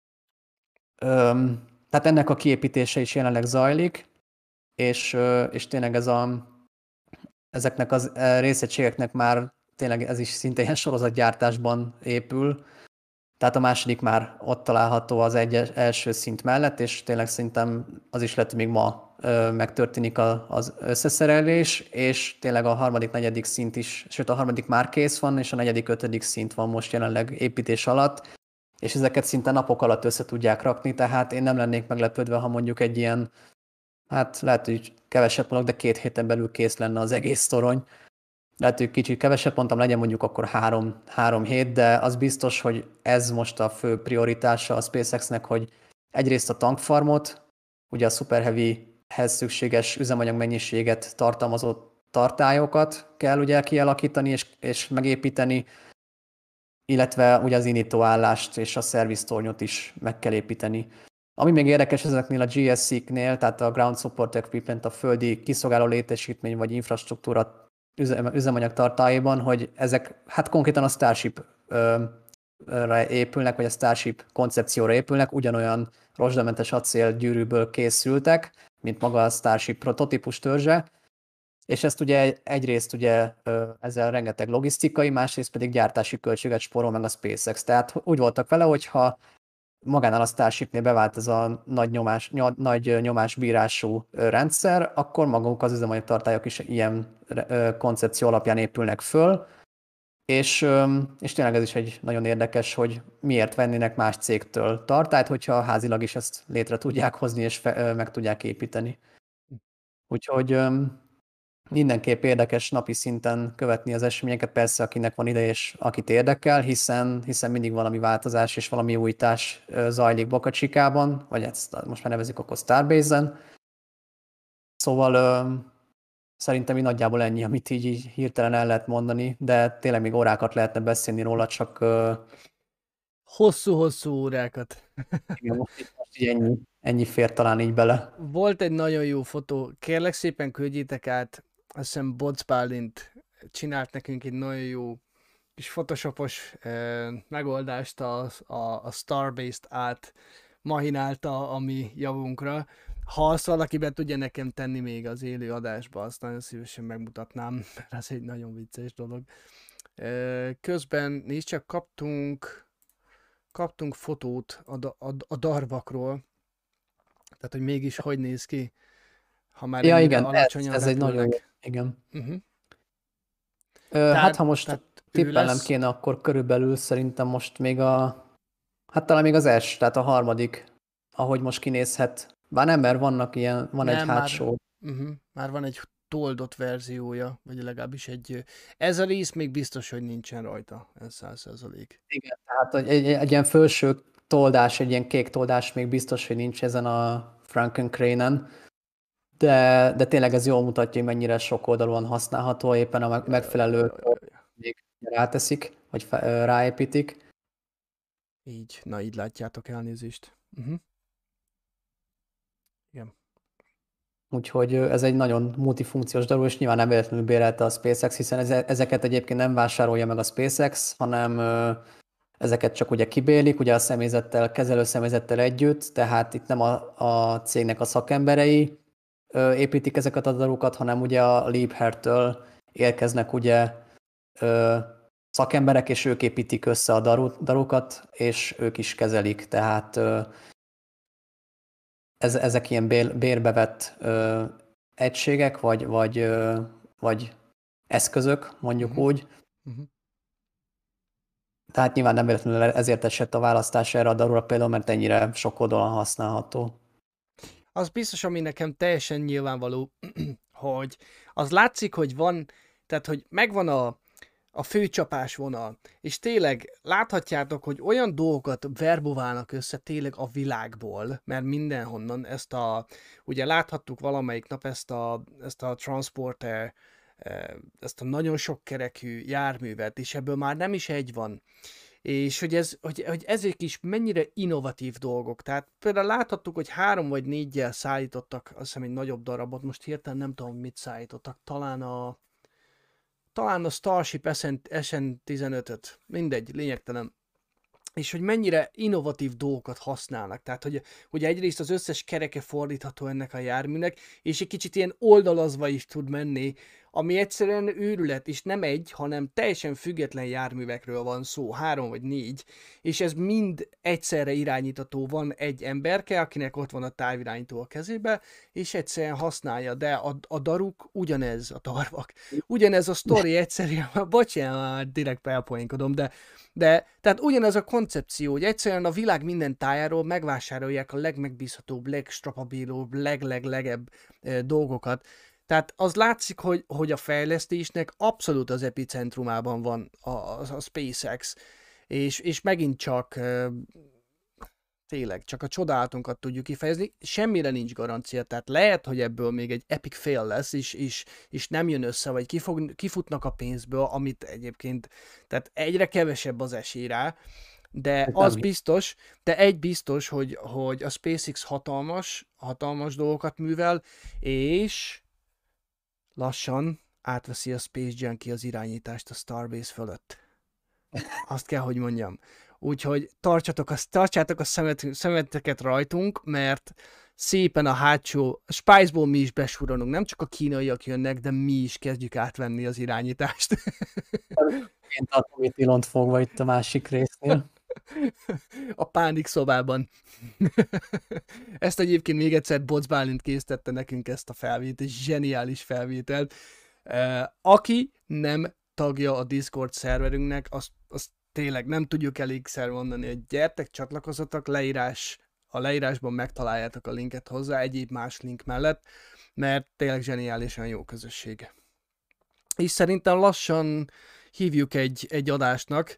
Öm, tehát ennek a kiépítése is jelenleg zajlik, és, és tényleg ez a, ezeknek az részegységeknek már tényleg ez is szinte ilyen sorozatgyártásban épül, tehát a második már ott található az egy első szint mellett, és tényleg szerintem az is lehet, hogy még ma ö, megtörténik a, az összeszerelés, és tényleg a harmadik, negyedik szint is, sőt a harmadik már kész van, és a negyedik, ötödik szint van most jelenleg építés alatt, és ezeket szinte napok alatt össze tudják rakni, tehát én nem lennék meglepődve, ha mondjuk egy ilyen, hát lehet, hogy keveset mondok, de két héten belül kész lenne az egész torony. Lehet, hogy kicsit keveset mondtam, legyen mondjuk akkor három, három hét, de az biztos, hogy ez most a fő prioritása a SpaceX-nek, hogy egyrészt a tankfarmot, ugye a Super Heavy-hez szükséges üzemanyag mennyiséget tartalmazó tartályokat kell ugye kialakítani és, és megépíteni, illetve ugye az indítóállást és a szerviztornyot is meg kell építeni. Ami még érdekes ezeknél a gé es cé-knél, tehát a Ground Support Equipment, a földi kiszolgáló létesítmény vagy infrastruktúra üzemanyag tartályban, hogy ezek hát konkrétan a Starship-ra épülnek, vagy a Starship koncepcióra épülnek, ugyanolyan rozsdamentes acélgyűrűből készültek, mint maga a Starship prototípus törzse, és ezt ugye egyrészt ugye ezzel rengeteg logisztikai, másrészt pedig gyártási költséget spórol meg a SpaceX. Tehát úgy voltak vele, hogyha magánál a Starshipnél bevált ez a nagy, nyomás, ny- nagy nyomásbírású rendszer, akkor maguk az üzemanyagtartályok is ilyen koncepció alapján épülnek föl, és, és tényleg ez is egy nagyon érdekes, hogy miért vennének más cégtől tartályt, hogyha házilag is ezt létre tudják hozni és fe, meg tudják építeni. Úgyhogy mindenképp érdekes napi szinten követni az eseményeket, persze akinek van ide és akit érdekel, hiszen, hiszen mindig valami változás és valami újítás zajlik Boca Chicában, vagy ezt most már nevezik akkor Starbase-en. Szóval ö, szerintem így nagyjából ennyi, amit így, így hirtelen el lehet mondani, de tényleg még órákat lehetne beszélni róla, csak... Ö, Hosszú-hosszú órákat. igen, most, most így ennyi, ennyi fér talán így bele. Volt egy nagyon jó fotó, kérlek szépen küldjétek át, azt hiszem Boc Bálint csinált nekünk egy nagyon jó kis photoshopos eh, megoldást a, a, a Starbase-t át mahinálta a mi javunkra. Ha azt valaki be tudja nekem tenni még az élő adásba, azt nagyon szívesen megmutatnám, mert ez egy nagyon vicces dolog. Eh, közben nézd csak, kaptunk kaptunk fotót a, a, a darvakról, tehát hogy mégis hogy néz ki, ha már Ja igen, ez, ez egy nagyon jó, igen. Uh-huh. Ö, tehát, hát ha most tippelnem lesz... kéne, akkor körülbelül szerintem most még a, hát talán még az S, tehát a harmadik, ahogy most kinézhet. Bár nem, mert vannak ilyen, van nem, egy hátsó. Már, uh-huh, már van egy toldott verziója, vagy legalábbis egy... Ez a rész még biztos, hogy nincsen rajta, ez száz százalék. Igen, tehát egy, egy, egy ilyen felső toldás, egy ilyen kék toldás még biztos, hogy nincs ezen a Franken-Crane-en, de, de tényleg ez jól mutatja, hogy mennyire sokoldalúan használható, éppen a megfelelő még ráteszik, vagy ráépítik. Így, na így látjátok, elnézést. Uh-huh. Igen. Úgyhogy ez egy nagyon multifunkciós darú, és nyilván nem véletlenül bérelte a SpaceX, hiszen ezeket egyébként nem vásárolja meg a SpaceX, hanem ezeket csak ugye kibélik, ugye a személyzettel, kezelő személyzettel együtt, tehát itt nem a, a cégnek a szakemberei ö, építik ezeket a darukat, hanem ugye a Liebherr-től érkeznek ugye ö, szakemberek, és ők építik össze a daru, darukat, és ők is kezelik, tehát ö, ez, ezek ilyen bér, bérbe ö, egységek, vagy, vagy, ö, vagy eszközök, mondjuk uh-huh. úgy. Uh-huh. Tehát nyilván nem véletlenül ezért esett a választás erre a darura például, mert ennyire sok oldalon használható. Az biztos, ami nekem teljesen nyilvánvaló, hogy az látszik, hogy van, tehát hogy megvan a, a főcsapás vonal, és tényleg láthatjátok, hogy olyan dolgokat verboválnak össze tényleg a világból, mert mindenhonnan ezt a, ugye láthattuk valamelyik nap ezt a, ezt a Transporter, ezt a nagyon sok kerekű járművet, és ebből már nem is egy van. És hogy, ez, hogy, hogy ezek is mennyire innovatív dolgok. Tehát például láthattuk, hogy három vagy négyel szállítottak, azt hiszem egy nagyobb darabot, most hirtelen nem tudom, mit szállítottak, talán a talán a Starship es en tizenötöt, mindegy, lényegtelen. És hogy mennyire innovatív dolgokat használnak. Tehát, hogy, hogy egyrészt az összes kereke fordítható ennek a járműnek, és egy kicsit ilyen oldalazva is tud menni, ami egyszerűen őrület, és nem egy, hanem teljesen független járművekről van szó, három vagy négy, és ez mind egyszerre irányítható, van egy emberke, akinek ott van a távirányító a kezébe, és egyszerűen használja, de a, a daruk ugyanez, a darvak, ugyanez a sztori egyszerűen, bocsánat, direkt elpoénkodom, de, de tehát ugyanez a koncepció, hogy egyszerűen a világ minden tájáról megvásárolják a legmegbízhatóbb, legstrapabilóbb, legleglegebb eh, dolgokat. Tehát az látszik, hogy, hogy a fejlesztésnek abszolút az epicentrumában van a, a, a SpaceX, és, és megint csak e, tényleg csak a csodálatunkat tudjuk kifejezni, semmire nincs garancia, tehát lehet, hogy ebből még egy epic fail lesz, és, és, és nem jön össze, vagy kifog, kifutnak a pénzből, amit egyébként, tehát egyre kevesebb az esély rá, de az biztos, de egy biztos, hogy, hogy a SpaceX hatalmas, hatalmas dolgokat művel, és lassan átveszi a Space Junkie az irányítást a Starbase fölött. Azt kell, hogy mondjam. Úgyhogy tartsatok a, tartsátok a szemet, szemeteket rajtunk, mert szépen a hátsó, a Spiceból mi is besúranunk, nem csak a kínaiak jönnek, de mi is kezdjük átvenni az irányítást. Én tartom itt Ilont fogva itt a másik résznél. A pánik szobában. Ezt egyébként még egyszer Boc Bálint készítette nekünk ezt a felvételt, zseniális felvételt. Aki nem tagja a Discord szerverünknek, azt, azt tényleg nem tudjuk elégszer mondani, hogy gyertek, csatlakozzatok, leírás, a leírásban megtaláljátok a linket hozzá, egyéb más link mellett, mert tényleg zseniálisan jó közösség. És szerintem lassan hívjuk egy, egy adásnak.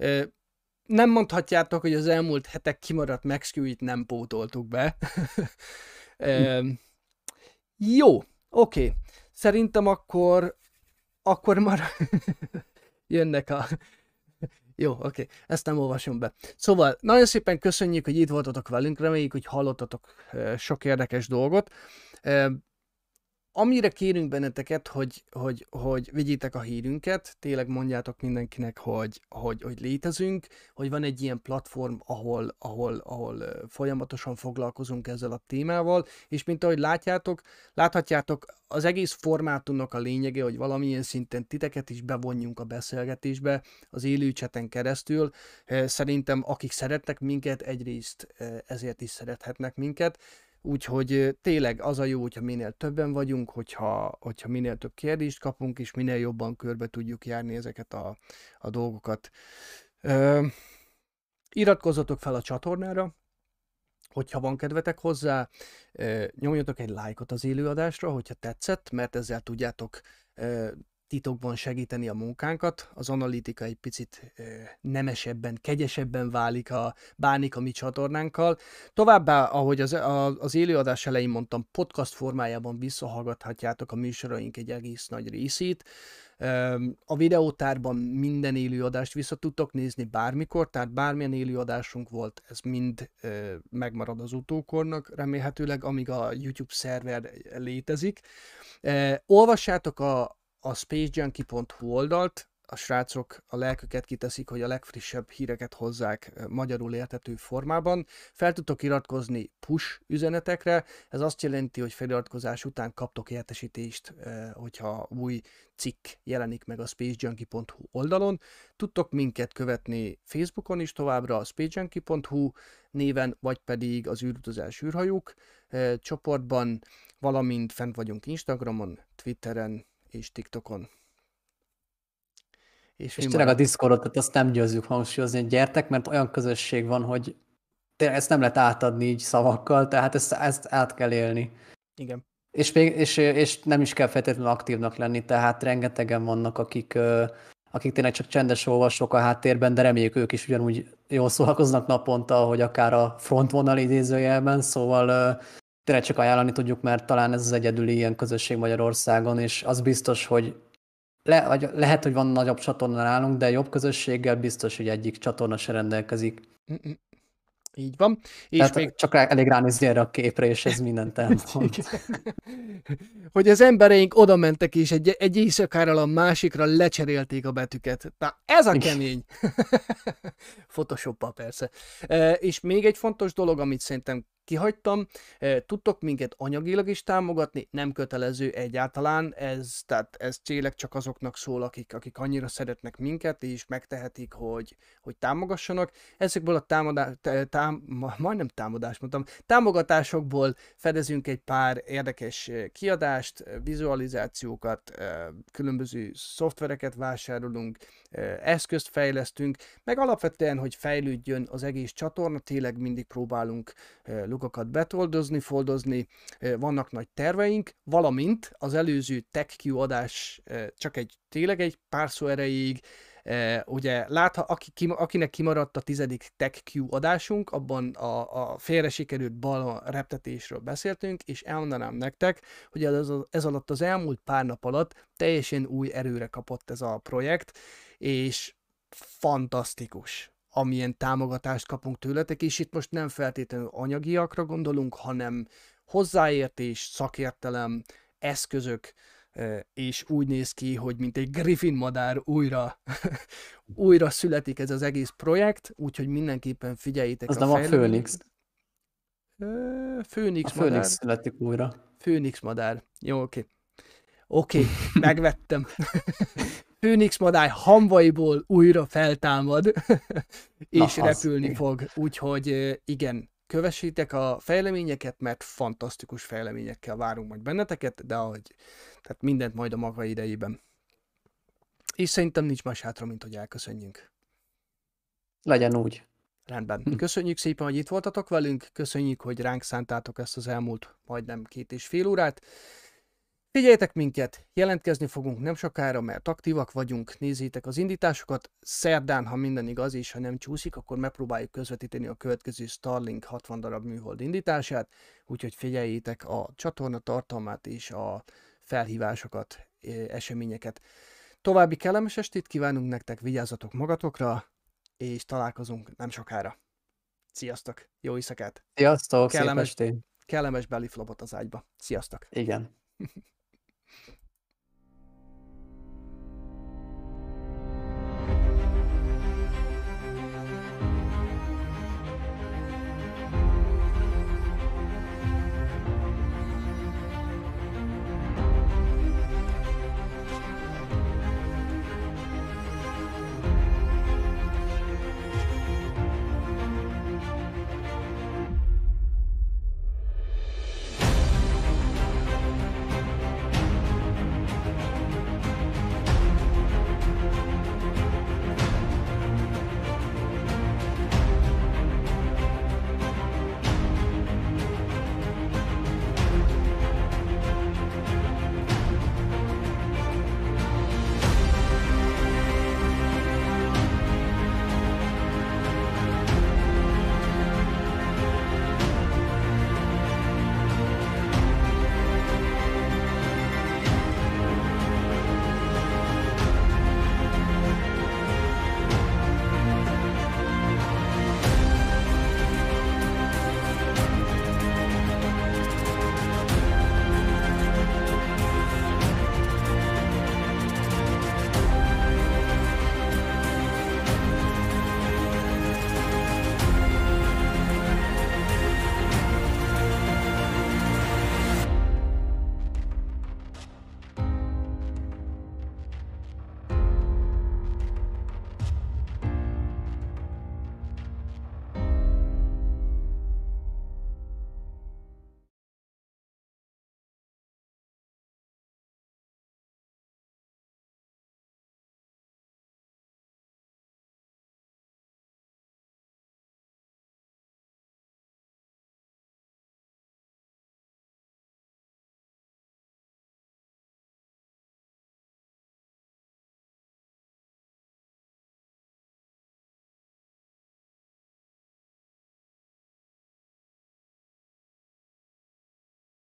Nem mondhatjátok, hogy az elmúlt hetek kimaradt Max Q-it nem pótoltuk be. e, jó, oké. Okay. Szerintem akkor, akkor már jönnek a... Jó, oké, okay. Ezt nem olvasom be. Szóval nagyon szépen köszönjük, hogy itt voltatok velünk, reméljük, hogy hallottatok sok érdekes dolgot. E, Amire kérünk benneteket, hogy, hogy, hogy vigyétek a hírünket, tényleg mondjátok mindenkinek, hogy, hogy, hogy létezünk, hogy van egy ilyen platform, ahol, ahol, ahol folyamatosan foglalkozunk ezzel a témával, és mint ahogy látjátok, láthatjátok, az egész formátumnak a lényege, hogy valamilyen szinten titeket is bevonjunk a beszélgetésbe az élő chaten keresztül. Szerintem akik szeretnek minket, egyrészt ezért is szerethetnek minket, úgyhogy tényleg az a jó, hogyha minél többen vagyunk, hogyha, hogyha minél több kérdést kapunk, és minél jobban körbe tudjuk járni ezeket a, a dolgokat. Ö, iratkozzatok fel a csatornára, hogyha van kedvetek hozzá, ö, nyomjatok egy lájkot az élőadásra, hogyha tetszett, mert ezzel tudjátok ö, titokban segíteni a munkánkat. Az analitika egy picit ö, nemesebben, kegyesebben válik, a, bánik a mi csatornánkkal. Továbbá, ahogy az, a, az élőadás elején mondtam, podcast formájában visszahallgathatjátok a műsoraink egy egész nagy részét. A videótárban minden élőadást vissza tudtok nézni bármikor, tehát bármilyen élőadásunk volt, ez mind ö, megmarad az utókornak, remélhetőleg, amíg a YouTube szerver létezik. E, olvassátok a, a spacejunkie pont hu oldalt, a srácok a lelküket kiteszik, hogy a legfrissebb híreket hozzák magyarul érthető formában. Fel tudtok iratkozni push üzenetekre, ez azt jelenti, hogy feliratkozás után kaptok értesítést, hogyha új cikk jelenik meg a spacejunkie pont hu oldalon. Tudtok minket követni Facebookon is továbbra a spacejunkie pont hu néven, vagy pedig az űrutazás űrhajók csoportban, valamint fent vagyunk Instagramon, Twitteren és TikTokon. És, és tényleg a Discordot, azt nem győzzük hangsúlyozni, hogy gyertek, mert olyan közösség van, hogy tényleg ezt nem lehet átadni így szavakkal, tehát ezt, ezt át kell élni. Igen. És, még, és, és nem is kell feltétlenül aktívnak lenni, tehát rengetegen vannak, akik, akik tényleg csak csendes olvasók a háttérben, de reméljük ők is ugyanúgy jól szórakoznak naponta, hogy akár a frontvonal idézőjelben, szóval tényleg csak ajánlani tudjuk, mert talán ez az egyedüli ilyen közösség Magyarországon, és az biztos, hogy Le, vagy lehet, hogy van nagyobb csatorna nálunk, de jobb közösséggel biztos, hogy egyik csatorna se rendelkezik. Mm-mm. Így van. És Tehát még... csak elég ránézni erre a képre, és ez mindent elmond. Hogy az embereink oda mentek, és egy, egy éjszakára a másikra lecserélték a betűket. Na, ez a kemény! Photoshoppal persze. E, és még egy fontos dolog, amit szerintem kihagytam, tudtok minket anyagilag is támogatni, nem kötelező egyáltalán, ez, tehát ez tényleg csak azoknak szól, akik, akik annyira szeretnek minket, és megtehetik, hogy, hogy támogassanak. Ezekből a támadás, tám, majdnem támadás mondtam, támogatásokból fedezünk egy pár érdekes kiadást, vizualizációkat, különböző szoftvereket vásárolunk, eszközt fejlesztünk, meg alapvetően, hogy fejlődjön az egész csatorna, tényleg mindig próbálunk lugokat betoldozni, foldozni, vannak nagy terveink, valamint az előző TechQ adás csak egy, tényleg egy pár szó erejéig, ugye látha, aki, kim, akinek kimaradt a tizedik TechQ adásunk, abban a, a félre sikerült bal reptetésről beszéltünk, és elmondanám nektek, hogy ez, ez alatt az elmúlt pár nap alatt teljesen új erőre kapott ez a projekt, és fantasztikus, amilyen támogatást kapunk tőletek, és itt most nem feltétlenül anyagiakra gondolunk, hanem hozzáértés, szakértelem, eszközök, és úgy néz ki, hogy mint egy griffin madár újra, újra születik ez az egész projekt, úgyhogy mindenképpen figyeljétek az a nem a Főnix. Főnix a madár. Főnix születik újra. Főnix madár. Jó, oké. Oké, okay, megvettem. Főnix madár hamvaiból újra feltámad, és Na, repülni az, fog. Úgyhogy igen, kövessétek a fejleményeket, mert fantasztikus fejleményekkel várunk majd benneteket, de ahogy, tehát mindent majd a maga idejében. És szerintem nincs más hátra, mint hogy elköszönjünk. Legyen úgy. Rendben. Köszönjük szépen, hogy itt voltatok velünk, köszönjük, hogy ránk szántátok ezt az elmúlt majdnem két és fél órát. Figyeljetek minket, jelentkezni fogunk nem sokára, mert aktívak vagyunk, nézzétek az indításokat. Szerdán, ha minden igaz és ha nem csúszik, akkor megpróbáljuk közvetíteni a következő Starlink hatvan darab műhold indítását, úgyhogy figyeljétek a csatorna tartalmát és a felhívásokat, eseményeket. További kellemes estét kívánunk nektek, vigyázzatok magatokra, és találkozunk nem sokára. Sziasztok, jó éjszakát! Sziasztok, kellemes, szép estét! Kellemes belly flopot az ágyba. Sziasztok! Igen.